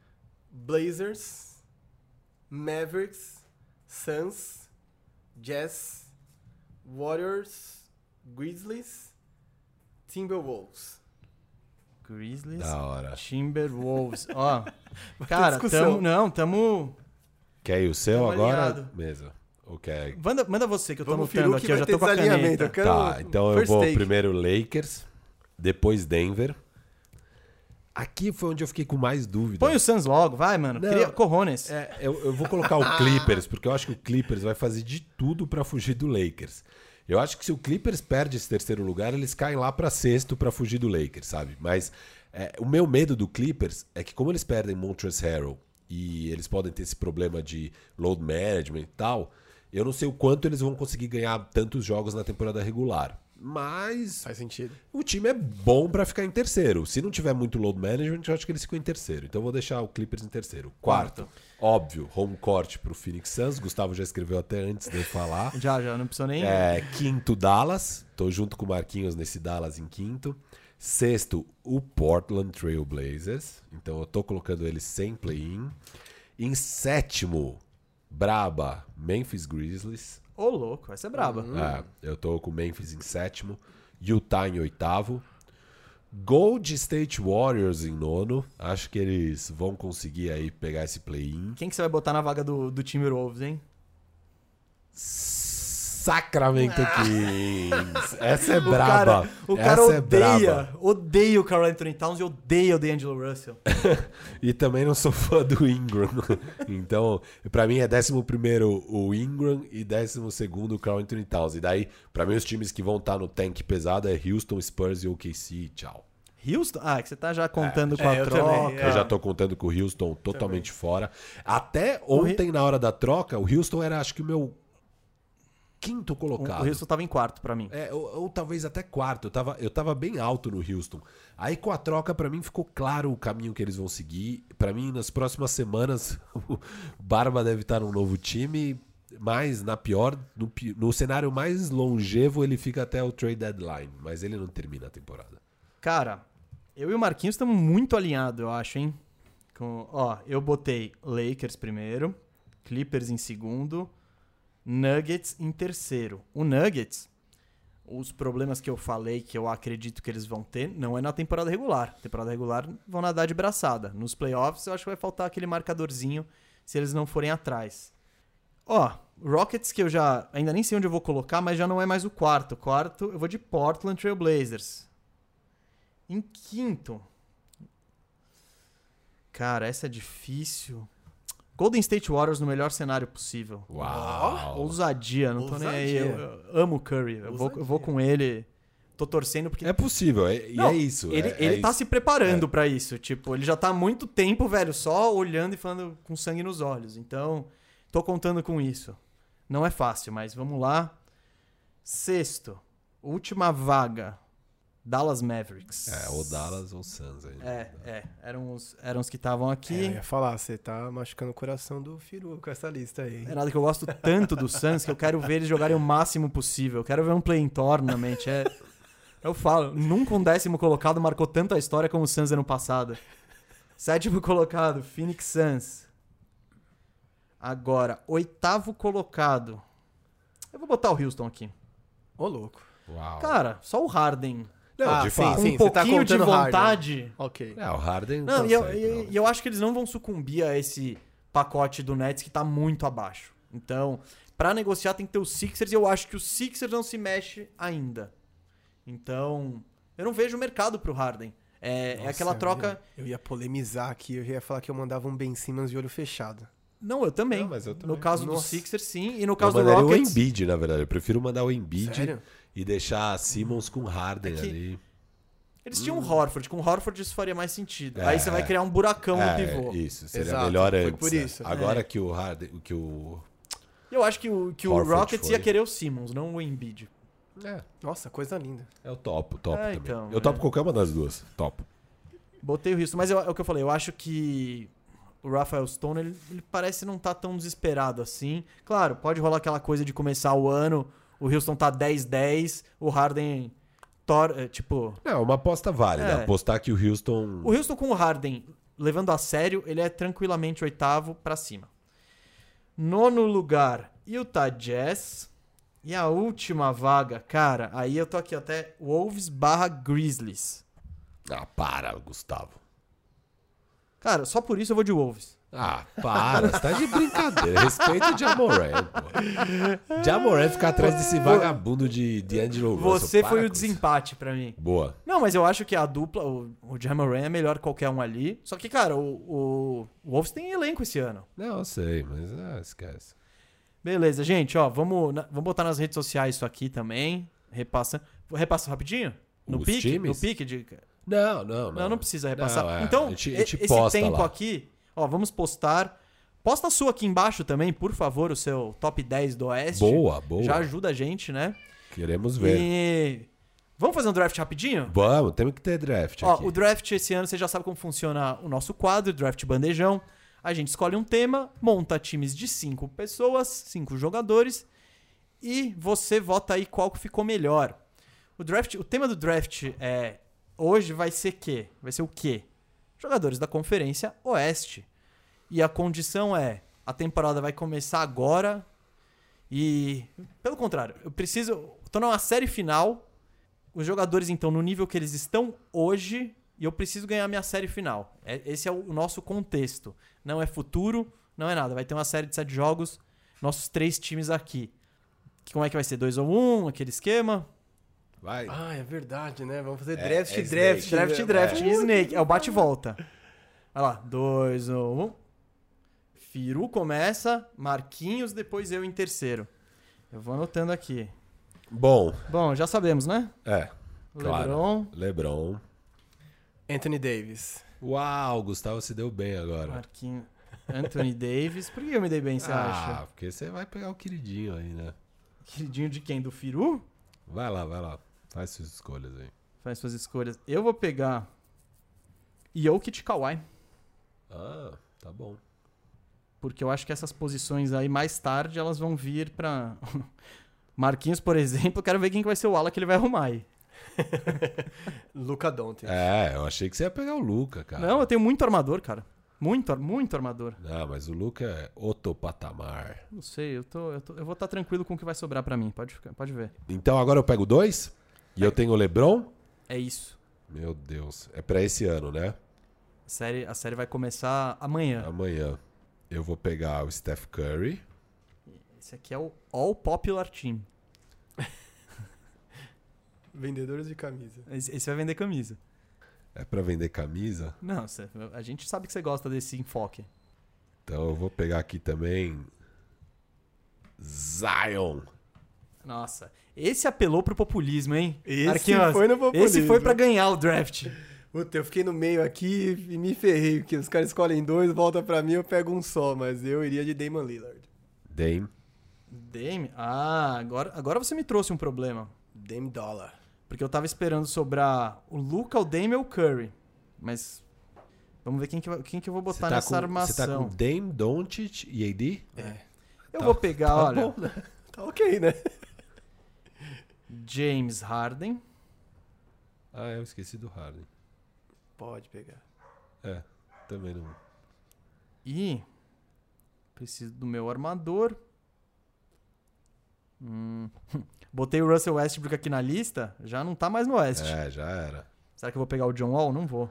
Blazers, Mavericks, Suns, Jazz, Warriors, Grizzlies, Timberwolves. Grizzlies, Da hora. Timberwolves. Cara, discussão. Quer ir o seu Tamo agora? alinhado. Mesa. Ou quer... Manda você, que eu tô Vamos, anotando Firu, aqui, que eu vai já ter tô com a desalinhamento. caneta. Eu quero Tá, então eu first vou take. primeiro Lakers. Depois Denver. Aqui foi onde eu fiquei com mais dúvida. Põe o Suns logo, vai, mano. Não, Cria Corrones. Eu vou colocar o Clippers, porque eu acho que o Clippers vai fazer de tudo pra fugir do Lakers. Eu acho que se o Clippers perde esse terceiro lugar, eles caem lá pra sexto pra fugir do Lakers, sabe? Mas o meu medo do Clippers é que como eles perdem Montrezl Harrell e eles podem ter esse problema de load management e tal, eu não sei o quanto eles vão conseguir ganhar tantos jogos na temporada regular. Mas Faz sentido. o time é bom pra ficar em terceiro. Se não tiver muito load management, eu acho que eles ficam em terceiro. Então eu vou deixar o Clippers em terceiro. Quarto, óbvio, home court pro Phoenix Suns. Gustavo já escreveu até antes de eu falar. Já, não precisa nem... Quinto, Dallas. Tô junto com o Marquinhos nesse Dallas em quinto. Sexto, o Portland Trail Blazers. Então eu tô colocando eles sem play-in. Em sétimo, braba, Memphis Grizzlies. Ô, louco, essa é braba. Eu tô com Memphis em sétimo, Utah em oitavo, Gold State Warriors em nono. Acho que eles vão conseguir aí pegar esse play-in. Quem que você vai botar na vaga do Timberwolves, hein? Sacramento Kings. Essa é braba. O cara Essa é braba. odeia o Karl Anthony Towns e odeia o D'Angelo Russell. E também não sou fã do Ingram. Então, pra mim é 11º o Ingram e 12º o Karl Anthony Towns. E daí, pra mim, os times que vão estar no tank pesado é Houston, Spurs e OKC. Tchau. Houston? Ah, que você tá já contando com a eu troca. também, Eu já tô contando com o Houston totalmente fora. Até ontem, na hora da troca, o Houston era, acho que, o meu quinto colocado. O Houston tava em quarto pra mim. Ou talvez até quarto. Eu tava bem alto no Houston. Aí com a troca, pra mim, ficou claro o caminho que eles vão seguir. Pra mim, nas próximas semanas, o Barba deve estar num novo time. Mas no cenário mais longevo, ele fica até o trade deadline. Mas ele não termina a temporada. Cara, eu e o Marquinhos estamos muito alinhados, eu acho, hein? Eu botei Lakers primeiro, Clippers em segundo, Nuggets em terceiro. O Nuggets, os problemas que eu falei que eu acredito que eles vão ter, não é na temporada regular. Na temporada regular vão nadar de braçada. Nos playoffs eu acho que vai faltar aquele marcadorzinho se eles não forem atrás. Rockets que eu já ainda nem sei onde eu vou colocar, mas já não é mais o quarto. O quarto eu vou de Portland Trail Blazers. Em quinto... Cara, essa é difícil... Golden State Warriors no melhor cenário possível. Uau! Ousadia, não tô nem aí. Eu amo o Curry. Eu vou com ele. Tô torcendo porque... É possível, é isso. Ele tá isso. se preparando pra isso. Tipo, ele já tá há muito tempo, velho, só olhando e falando com sangue nos olhos. Então, tô contando com isso. Não é fácil, mas vamos lá. Sexto, última vaga. Dallas Mavericks. Ou Dallas ou Suns. Aí. Eram os que estavam aqui. Eu ia falar, você tá machucando o coração do Firu com essa lista aí. É nada que eu gosto tanto do Suns que eu quero ver eles jogarem o máximo possível. Eu quero ver um play-in tournament. Eu falo, nunca um 10º colocado marcou tanto a história como o Suns ano passado. 7º colocado, Phoenix Suns. Agora, 8º colocado. Eu vou botar o Houston aqui. Ô, louco. Uau. Cara, só o Harden. Não, de fato. Com um pouquinho de vontade. Ok. O Harden... Não, consegue, e eu acho que eles não vão sucumbir a esse pacote do Nets que tá muito abaixo. Então, pra negociar tem que ter os Sixers e eu acho que o Sixers não se mexe ainda. Então, eu não vejo mercado pro Harden. É aquela troca... Eu ia polemizar aqui, eu ia falar que eu mandava um Ben Simmons de olho fechado. Não, eu também. Não, mas eu também. No caso do Sixers, sim. E no caso eu do mandaria Rockets... o Embiid, na verdade. Eu prefiro mandar o Embiid Sério? e deixar Simmons com Harden É que- ali. Eles tinham o Horford. Com o Horford isso faria mais sentido. Aí você vai criar um buracão no pivô. Isso, seria Exato, melhor foi antes. por isso. Agora que o Harden... Que o... Eu acho que o Horford Rockets ia foi. querer o Simmons, não o Embiid. Nossa, coisa linda. Eu topo também. Então, eu topo qualquer uma das duas. Topo. Botei o Houston, mas é o que eu falei. Eu acho que o Rafael Stone, ele parece não tá tão desesperado assim. Claro, pode rolar aquela coisa de começar o ano, o Houston tá 10-10, o Harden... Não, uma aposta válida. É. Apostar que o Houston... O Houston com o Harden levando a sério, ele é tranquilamente 8º pra cima. 9º lugar, Utah Jazz. E a última vaga, cara, aí eu tô aqui até Wolves/Grizzlies. para, Gustavo. Cara, só por isso eu vou de Wolves. Ah, para, você tá de brincadeira. Respeita o Jamoran, pô. Jamoran ficar atrás desse vagabundo de D'Angelo Russell. Você Para foi o com isso. desempate pra mim. Boa. Não, mas eu acho que a dupla, o Jamoran é melhor que qualquer um ali. Só que, cara, o Wolves tem elenco esse ano. Não, eu sei, mas esquece. Beleza, gente, ó, vamos botar nas redes sociais isso aqui também. Repassa rapidinho? No Os pique? times? No pique de... Não. Não precisa repassar. Não, Então, a gente esse posta tempo lá. aqui, ó, vamos postar. Posta a sua aqui embaixo também, por favor, o seu top 10 do Oeste. Boa. Já ajuda a gente, né? Queremos ver. E vamos fazer um draft rapidinho? Vamos, temos que ter draft Ó, aqui. o draft esse ano, você já sabe como funciona o nosso quadro, draft bandejão. A gente escolhe um tema, monta times de 5 pessoas, 5 jogadores, e você vota aí qual que ficou melhor. O tema do draft hoje vai ser o quê? Jogadores da Conferência Oeste. E a condição a temporada vai começar agora e, pelo contrário, tô numa série final, os jogadores então no nível que eles estão hoje, e eu preciso ganhar minha série final. Esse é o nosso contexto. Não é futuro, não é nada. Vai ter uma série de 7 jogos, nossos 3 times aqui. Como é que vai ser? 2 ou 1, aquele esquema? Vai. Ah, é verdade, né? Vamos fazer Snake. Draft e Snake. É o bate e volta. Vai lá, 2 ou 1. Firu começa, Marquinhos, depois eu em terceiro. Eu vou anotando aqui. Bom, Já sabemos, né? claro. LeBron. Anthony Davis. Uau, o Gustavo se deu bem agora. Marquinhos. Anthony Davis. Por que eu me dei bem, você acha? Porque você vai pegar o queridinho aí, né? Queridinho de quem? Do Firu? Vai lá. Faz suas escolhas aí. Faz suas escolhas. Eu vou pegar Jokic e Kawhi. Ah, tá bom. Porque eu acho que essas posições aí, mais tarde, elas vão vir pra... Marquinhos, por exemplo, eu quero ver quem que vai ser o ala que ele vai arrumar aí. Luka Doncic. Eu achei que você ia pegar o Luka, cara. Não, eu tenho muito armador, cara. Muito armador. Não, mas o Luka é outro patamar. Não sei, eu vou estar tranquilo com o que vai sobrar pra mim. Pode ver. Então agora eu pego 2 e eu tenho o LeBron. É isso. Meu Deus. É pra esse ano, né? A série vai começar amanhã. Amanhã. Eu vou pegar o Steph Curry. Esse aqui é o All Popular Team. Vendedores de camisa. Esse vai vender camisa. É pra vender camisa? Não, a gente sabe que você gosta desse enfoque. Então eu vou pegar aqui também Zion. Nossa, esse apelou pro populismo, hein? Esse Marquinhos, foi no populismo. Esse foi pra ganhar o draft. Puta, eu fiquei no meio aqui e me ferrei, porque os caras escolhem 2, volta pra mim, eu pego um só, mas eu iria de Damian Lillard. Dame. Dame? Ah, agora você me trouxe um problema. Dame Dollar. Porque eu tava esperando sobrar o Luka, o Dame ou o Curry. Mas vamos ver quem que eu vou botar nessa armação. Você tá com Dame, Doncic e AD? Eu vou pegar, tá olha, bom, né? Tá ok, né? James Harden. Ah, eu esqueci do Harden. Pode pegar. Também não. E preciso do meu armador. Botei o Russell Westbrook aqui na lista, já não tá mais no Oeste. Já era. Será que eu vou pegar o John Wall? Não vou.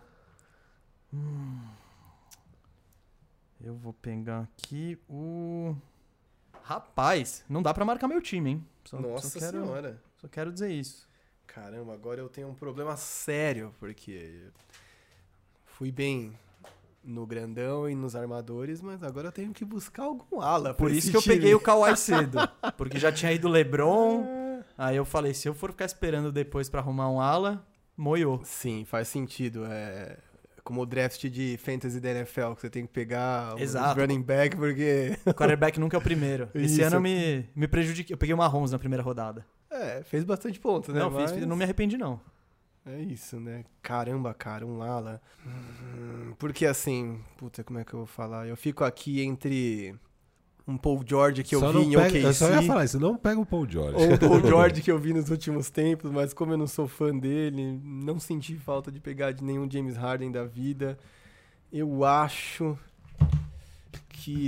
Eu vou pegar aqui o... Rapaz, não dá pra marcar meu time, hein? Nossa senhora. Só quero dizer isso. Caramba, agora eu tenho um problema sério, porque fui bem no grandão e nos armadores, mas agora eu tenho que buscar algum ala. Por isso que eu peguei o Kawhi cedo. Porque já tinha ido o LeBron. Aí eu falei, se eu for ficar esperando depois pra arrumar um ala, moiou. Sim, faz sentido. É como o draft de fantasy da NFL, que você tem que pegar os running back, porque... O quarterback nunca é o primeiro. Esse ano eu me prejudiquei. Eu peguei o Mahomes na primeira rodada. Fez bastante ponto, né? Não, não me arrependi, não. É isso, né? Caramba, cara, um ala. Porque assim, puta, como é que eu vou falar? Eu fico aqui entre um Paul George que eu vi em OKC. Eu só ia falar isso, não pega o Paul George. Ou o Paul George que eu vi nos últimos tempos, mas como eu não sou fã dele, não senti falta de pegar de nenhum James Harden da vida. Eu acho que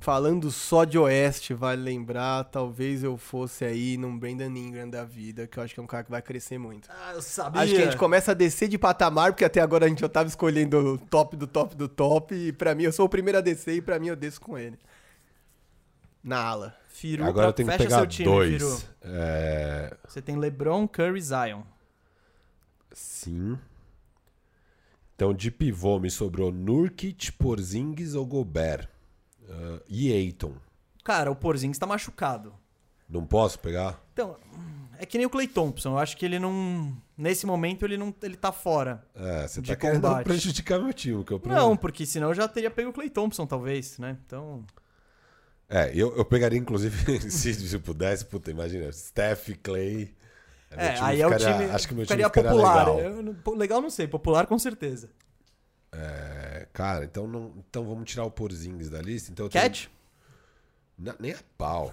falando só de Oeste, vale lembrar, talvez eu fosse aí num Brandon Ingram da vida, que eu acho que é um cara que vai crescer muito. Ah, eu sabia. Acho que a gente começa a descer de patamar, porque até agora a gente já tava escolhendo o top do top do top, e pra mim eu sou o primeiro a descer, e pra mim eu desço com ele. Na ala. Firu, Agora eu tenho que fecha pegar seu time, 2. Firu. Você tem LeBron, Curry, Zion. Sim. Então, de pivô me sobrou Nurkic, Porzingis ou Gobert. E Ayton. Cara, o Porzingis tá machucado. Não posso pegar? Então, é que nem o Klay Thompson. Eu acho que ele não... Nesse momento, ele tá fora. Você de tá querendo combate. prejudicar meu time, que é o problema. Não, porque senão eu já teria pego o Klay Thompson, talvez, né? Então... Eu pegaria, inclusive, se pudesse, puta, imagina, Steph, Clay. Aí é o time. Acho que meu time ficaria ficaria popular. legal. Legal não sei, popular com certeza. Cara, então vamos tirar o Porzingis da lista. Então, Cat? Nem a pau.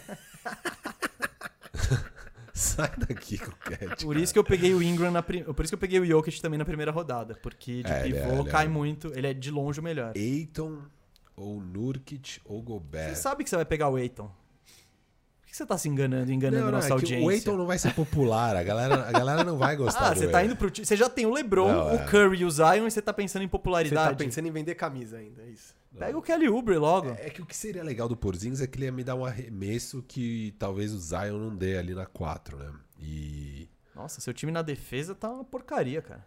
Sai daqui com o Cat. Por isso que eu peguei o Ingram por isso que eu peguei o Jokic também na primeira rodada. Porque de pivô cai muito. Ele é de longe o melhor. Ayton ou Nurkic ou Gobert. Você sabe que você vai pegar o Ayton. Por que você tá se enganando a nossa audiência? O Ayton não vai ser popular. A galera não vai gostar do você tá Ayton. indo pro time. Você já tem o LeBron, o Curry e o Zion e você tá pensando em Você popularidade. tá pensando em vender camisa ainda, é isso. Pega o Kelly Oubre logo. É que o que seria legal do Porzingis é que ele ia me dar um arremesso que talvez o Zion não dê ali na 4, né? Nossa, seu time na defesa tá uma porcaria, cara.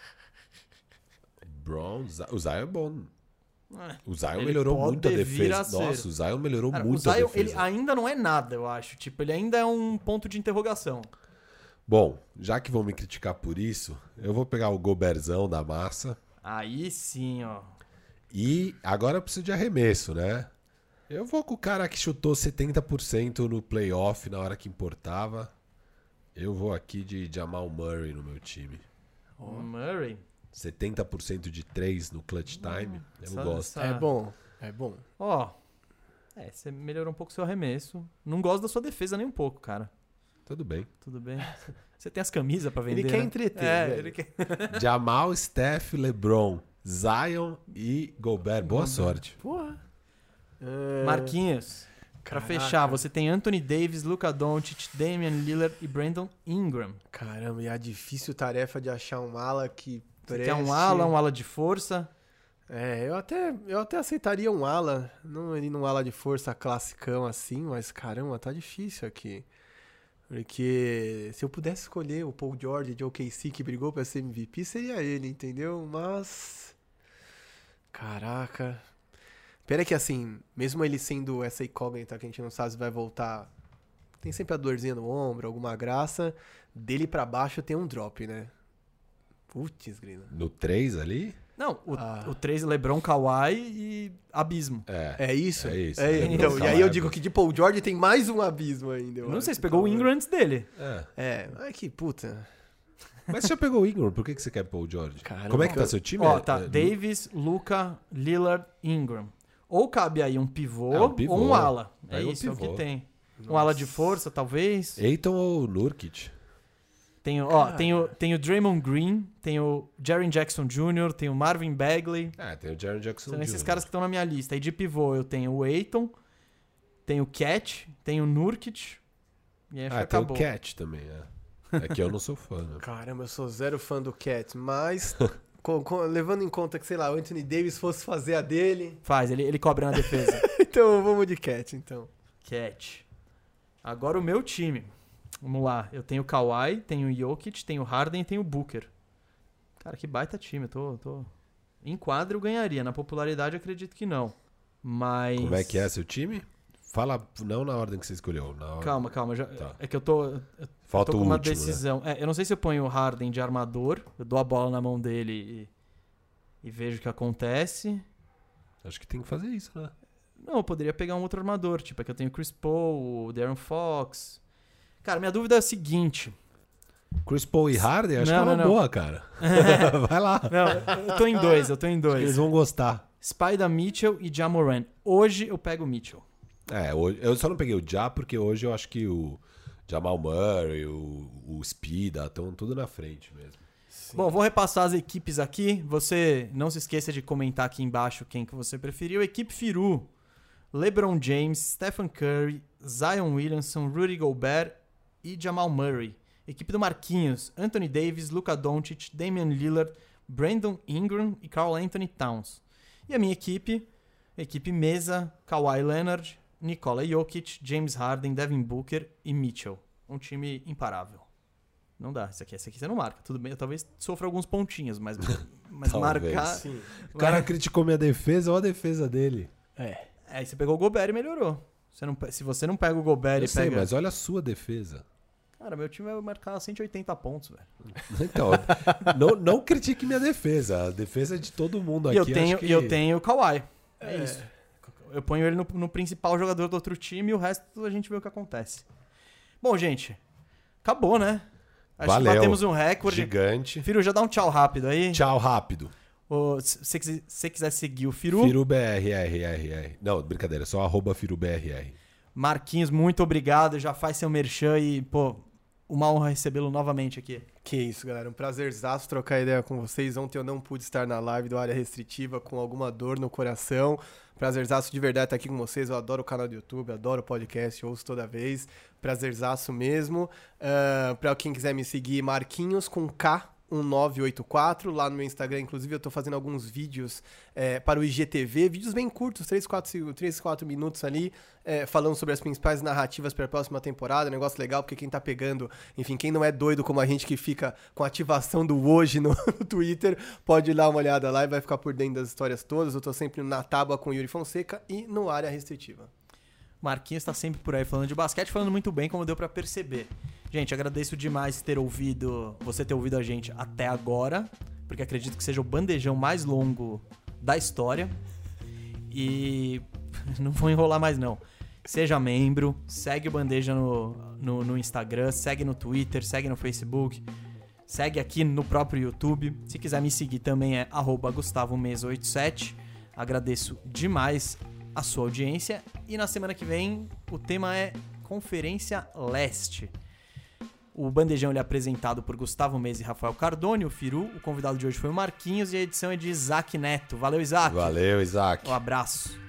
O Zion é bom. O Zion Ele melhorou pode muito a vir defesa. a ser. Nossa, o Zion melhorou Cara, muito o a Zion, defesa. ele ainda não é nada, eu acho. Tipo, ele ainda é um ponto de interrogação. Bom, já que vão me criticar por isso, eu vou pegar o Gobertzão da massa. Aí sim, ó. E agora eu preciso de arremesso, né? Eu vou com o cara que chutou 70% no playoff na hora que importava. Eu vou aqui de Jamal Murray no meu time. O Murray. 70% de 3 no clutch time. Eu gosto. É bom, é bom. Ó, você melhorou um pouco seu arremesso. Não gosto da sua defesa nem um pouco, cara. Tudo bem. Tudo bem. Você tem as camisas pra vender, Ele quer né? entreter, velho. ele quer... Jamal, Steph, LeBron, Zion e Gobert. Boa sorte. Porra. Marquinhos, pra Caraca. fechar, você tem Anthony Davis, Luka Doncic, Damian Lillard e Brandon Ingram. Caramba, e a difícil tarefa de achar um ala que Você preste... quer um ala de força? Eu até aceitaria um ala, não ele num ala de força classicão assim, mas caramba, tá difícil aqui. Porque se eu pudesse escolher o Paul George de OKC que brigou pra ser MVP, seria ele, entendeu? Mas... Caraca... Pena que assim, mesmo ele sendo essa incógnita que a gente não sabe se vai voltar, tem sempre a dorzinha no ombro, alguma graça, dele pra baixo tem um drop, né? Putz, grila. No 3 ali? Não, o 3 LeBron, Kawhi e abismo. É isso? É isso. Então, e aí eu digo que de Paul George tem mais um abismo ainda. Não sei se pegou o Ingram antes dele. Ai que puta. Mas você já pegou o Ingram, por que você quer Paul George? Caramba. Como é que tá seu time? Ó, tá, Davis, Luka, Lillard, Ingram. Ou cabe aí um pivô, ou um ala. É Pega um isso, é o pivô. que tem. Um ala de força, talvez. Ayton ou Nurkic? Tem o Draymond Green, tem o Jaren Jackson Jr., tem o Marvin Bagley. Tem o Jaren Jackson São esses Jr. caras que estão na minha lista. E de pivô eu tenho o Ayton, tenho o Cat, tenho o Nurkic. E aí Tem acabou. o Cat também, É que eu não sou fã, né? Caramba, eu sou zero fã do Cat, mas levando em conta que, sei lá, o Anthony Davis fosse fazer a dele... Faz, ele cobra na defesa. Então vamos de Cat, então. Cat. Agora o meu time. Vamos lá. Eu tenho o Kawhi, tenho o Jokic, tenho o Harden e tenho o Booker. Cara, que baita time. Eu tô... Em quadro eu ganharia. Na popularidade eu acredito que não. Mas... Como é que é seu time? Fala, não na ordem que você escolheu. Na ordem... Calma. Tá. É que eu tô Falta com o uma último, decisão. Eu não sei se eu ponho o Harden de armador. Eu dou a bola na mão dele e vejo o que acontece. Né? Acho que tem que fazer isso, né? Não, eu poderia pegar um outro armador. Tipo, é que eu tenho o Chris Paul, o De'Aaron Fox. Cara, minha dúvida é a seguinte. Chris Paul e Harden? Acho que é uma não. boa, cara. Vai lá. Não, eu tô em dois. Acho que eles vão gostar. Spider Mitchell e Ja Morant. Hoje eu pego o Mitchell. Hoje, eu só não peguei o Ja porque hoje eu acho que o Jamal Murray, o Spida estão tudo na frente mesmo. Sim. Bom, vou repassar as equipes aqui. Você não se esqueça de comentar aqui embaixo quem que você preferiu. Equipe Firu. LeBron James, Stephen Curry, Zion Williamson, Rudy Gobert e Jamal Murray. Equipe do Marquinhos, Anthony Davis, Luka Doncic, Damian Lillard, Brandon Ingram e Karl Anthony Towns. E a minha equipe mesa, Kawhi Leonard, Nikola Jokic, James Harden, Devin Booker e Mitchell. Um time imparável. Não dá, esse aqui você não marca. Tudo bem, eu talvez sofra alguns pontinhos, mas marcar... Sim. O cara criticou minha defesa ou a defesa dele. Aí você pegou o Gobert e melhorou. Se você não pega o Gobert Eu e sei, pega... mas olha a sua defesa. Cara, meu time vai marcar 180 pontos, velho. Então, não critique minha defesa. A defesa é de todo mundo aqui. E eu tenho o Kawhi. É isso. Eu ponho ele no principal jogador do outro time e o resto a gente vê o que acontece. Bom, gente, acabou, né? Acho Valeu. que batemos um recorde. Gigante. Firu, já dá um tchau rápido aí. Tchau rápido. Se você quiser seguir o Firu... FiruBRRR. Não, brincadeira, só @FiruBRR. Marquinhos, muito obrigado. Já faz seu merchan e, pô, uma honra recebê-lo novamente aqui. Que isso, galera. Um prazerzaço trocar ideia com vocês. Ontem eu não pude estar na live do Área Restritiva com alguma dor no coração. Prazerzaço de verdade estar aqui com vocês. Eu adoro o canal do YouTube, adoro o podcast, ouço toda vez. Prazerzaço mesmo. Pra quem quiser me seguir, Marquinhos com K. 1984, lá no meu Instagram, inclusive eu tô fazendo alguns vídeos para o IGTV, vídeos bem curtos, 3, 4 minutos ali, falando sobre as principais narrativas para a próxima temporada, negócio legal, porque quem tá pegando, enfim, quem não é doido como a gente que fica com a ativação do hoje no Twitter, pode ir dar uma olhada lá e vai ficar por dentro das histórias todas. Eu tô sempre na tábua com o Yuri Fonseca e no Área Restritiva. Marquinhos tá sempre por aí falando de basquete, falando muito bem, como deu pra perceber. Gente, agradeço demais você ter ouvido a gente até agora, porque acredito que seja o bandejão mais longo da história. E não vou enrolar mais não. Seja membro, segue o Bandeja no Instagram, segue no Twitter, segue no Facebook, segue aqui no próprio YouTube. Se quiser me seguir também é @GustavoMesa87. Agradeço demais a sua audiência. E na semana que vem o tema é Conferência Leste. O Bandejão ele é apresentado por Gustavo Mesa e Rafael Cardone, o Firu. O convidado de hoje foi o Marquinhos e a edição é de Isaac Neto. Valeu, Isaac. Valeu, Isaac. Um abraço.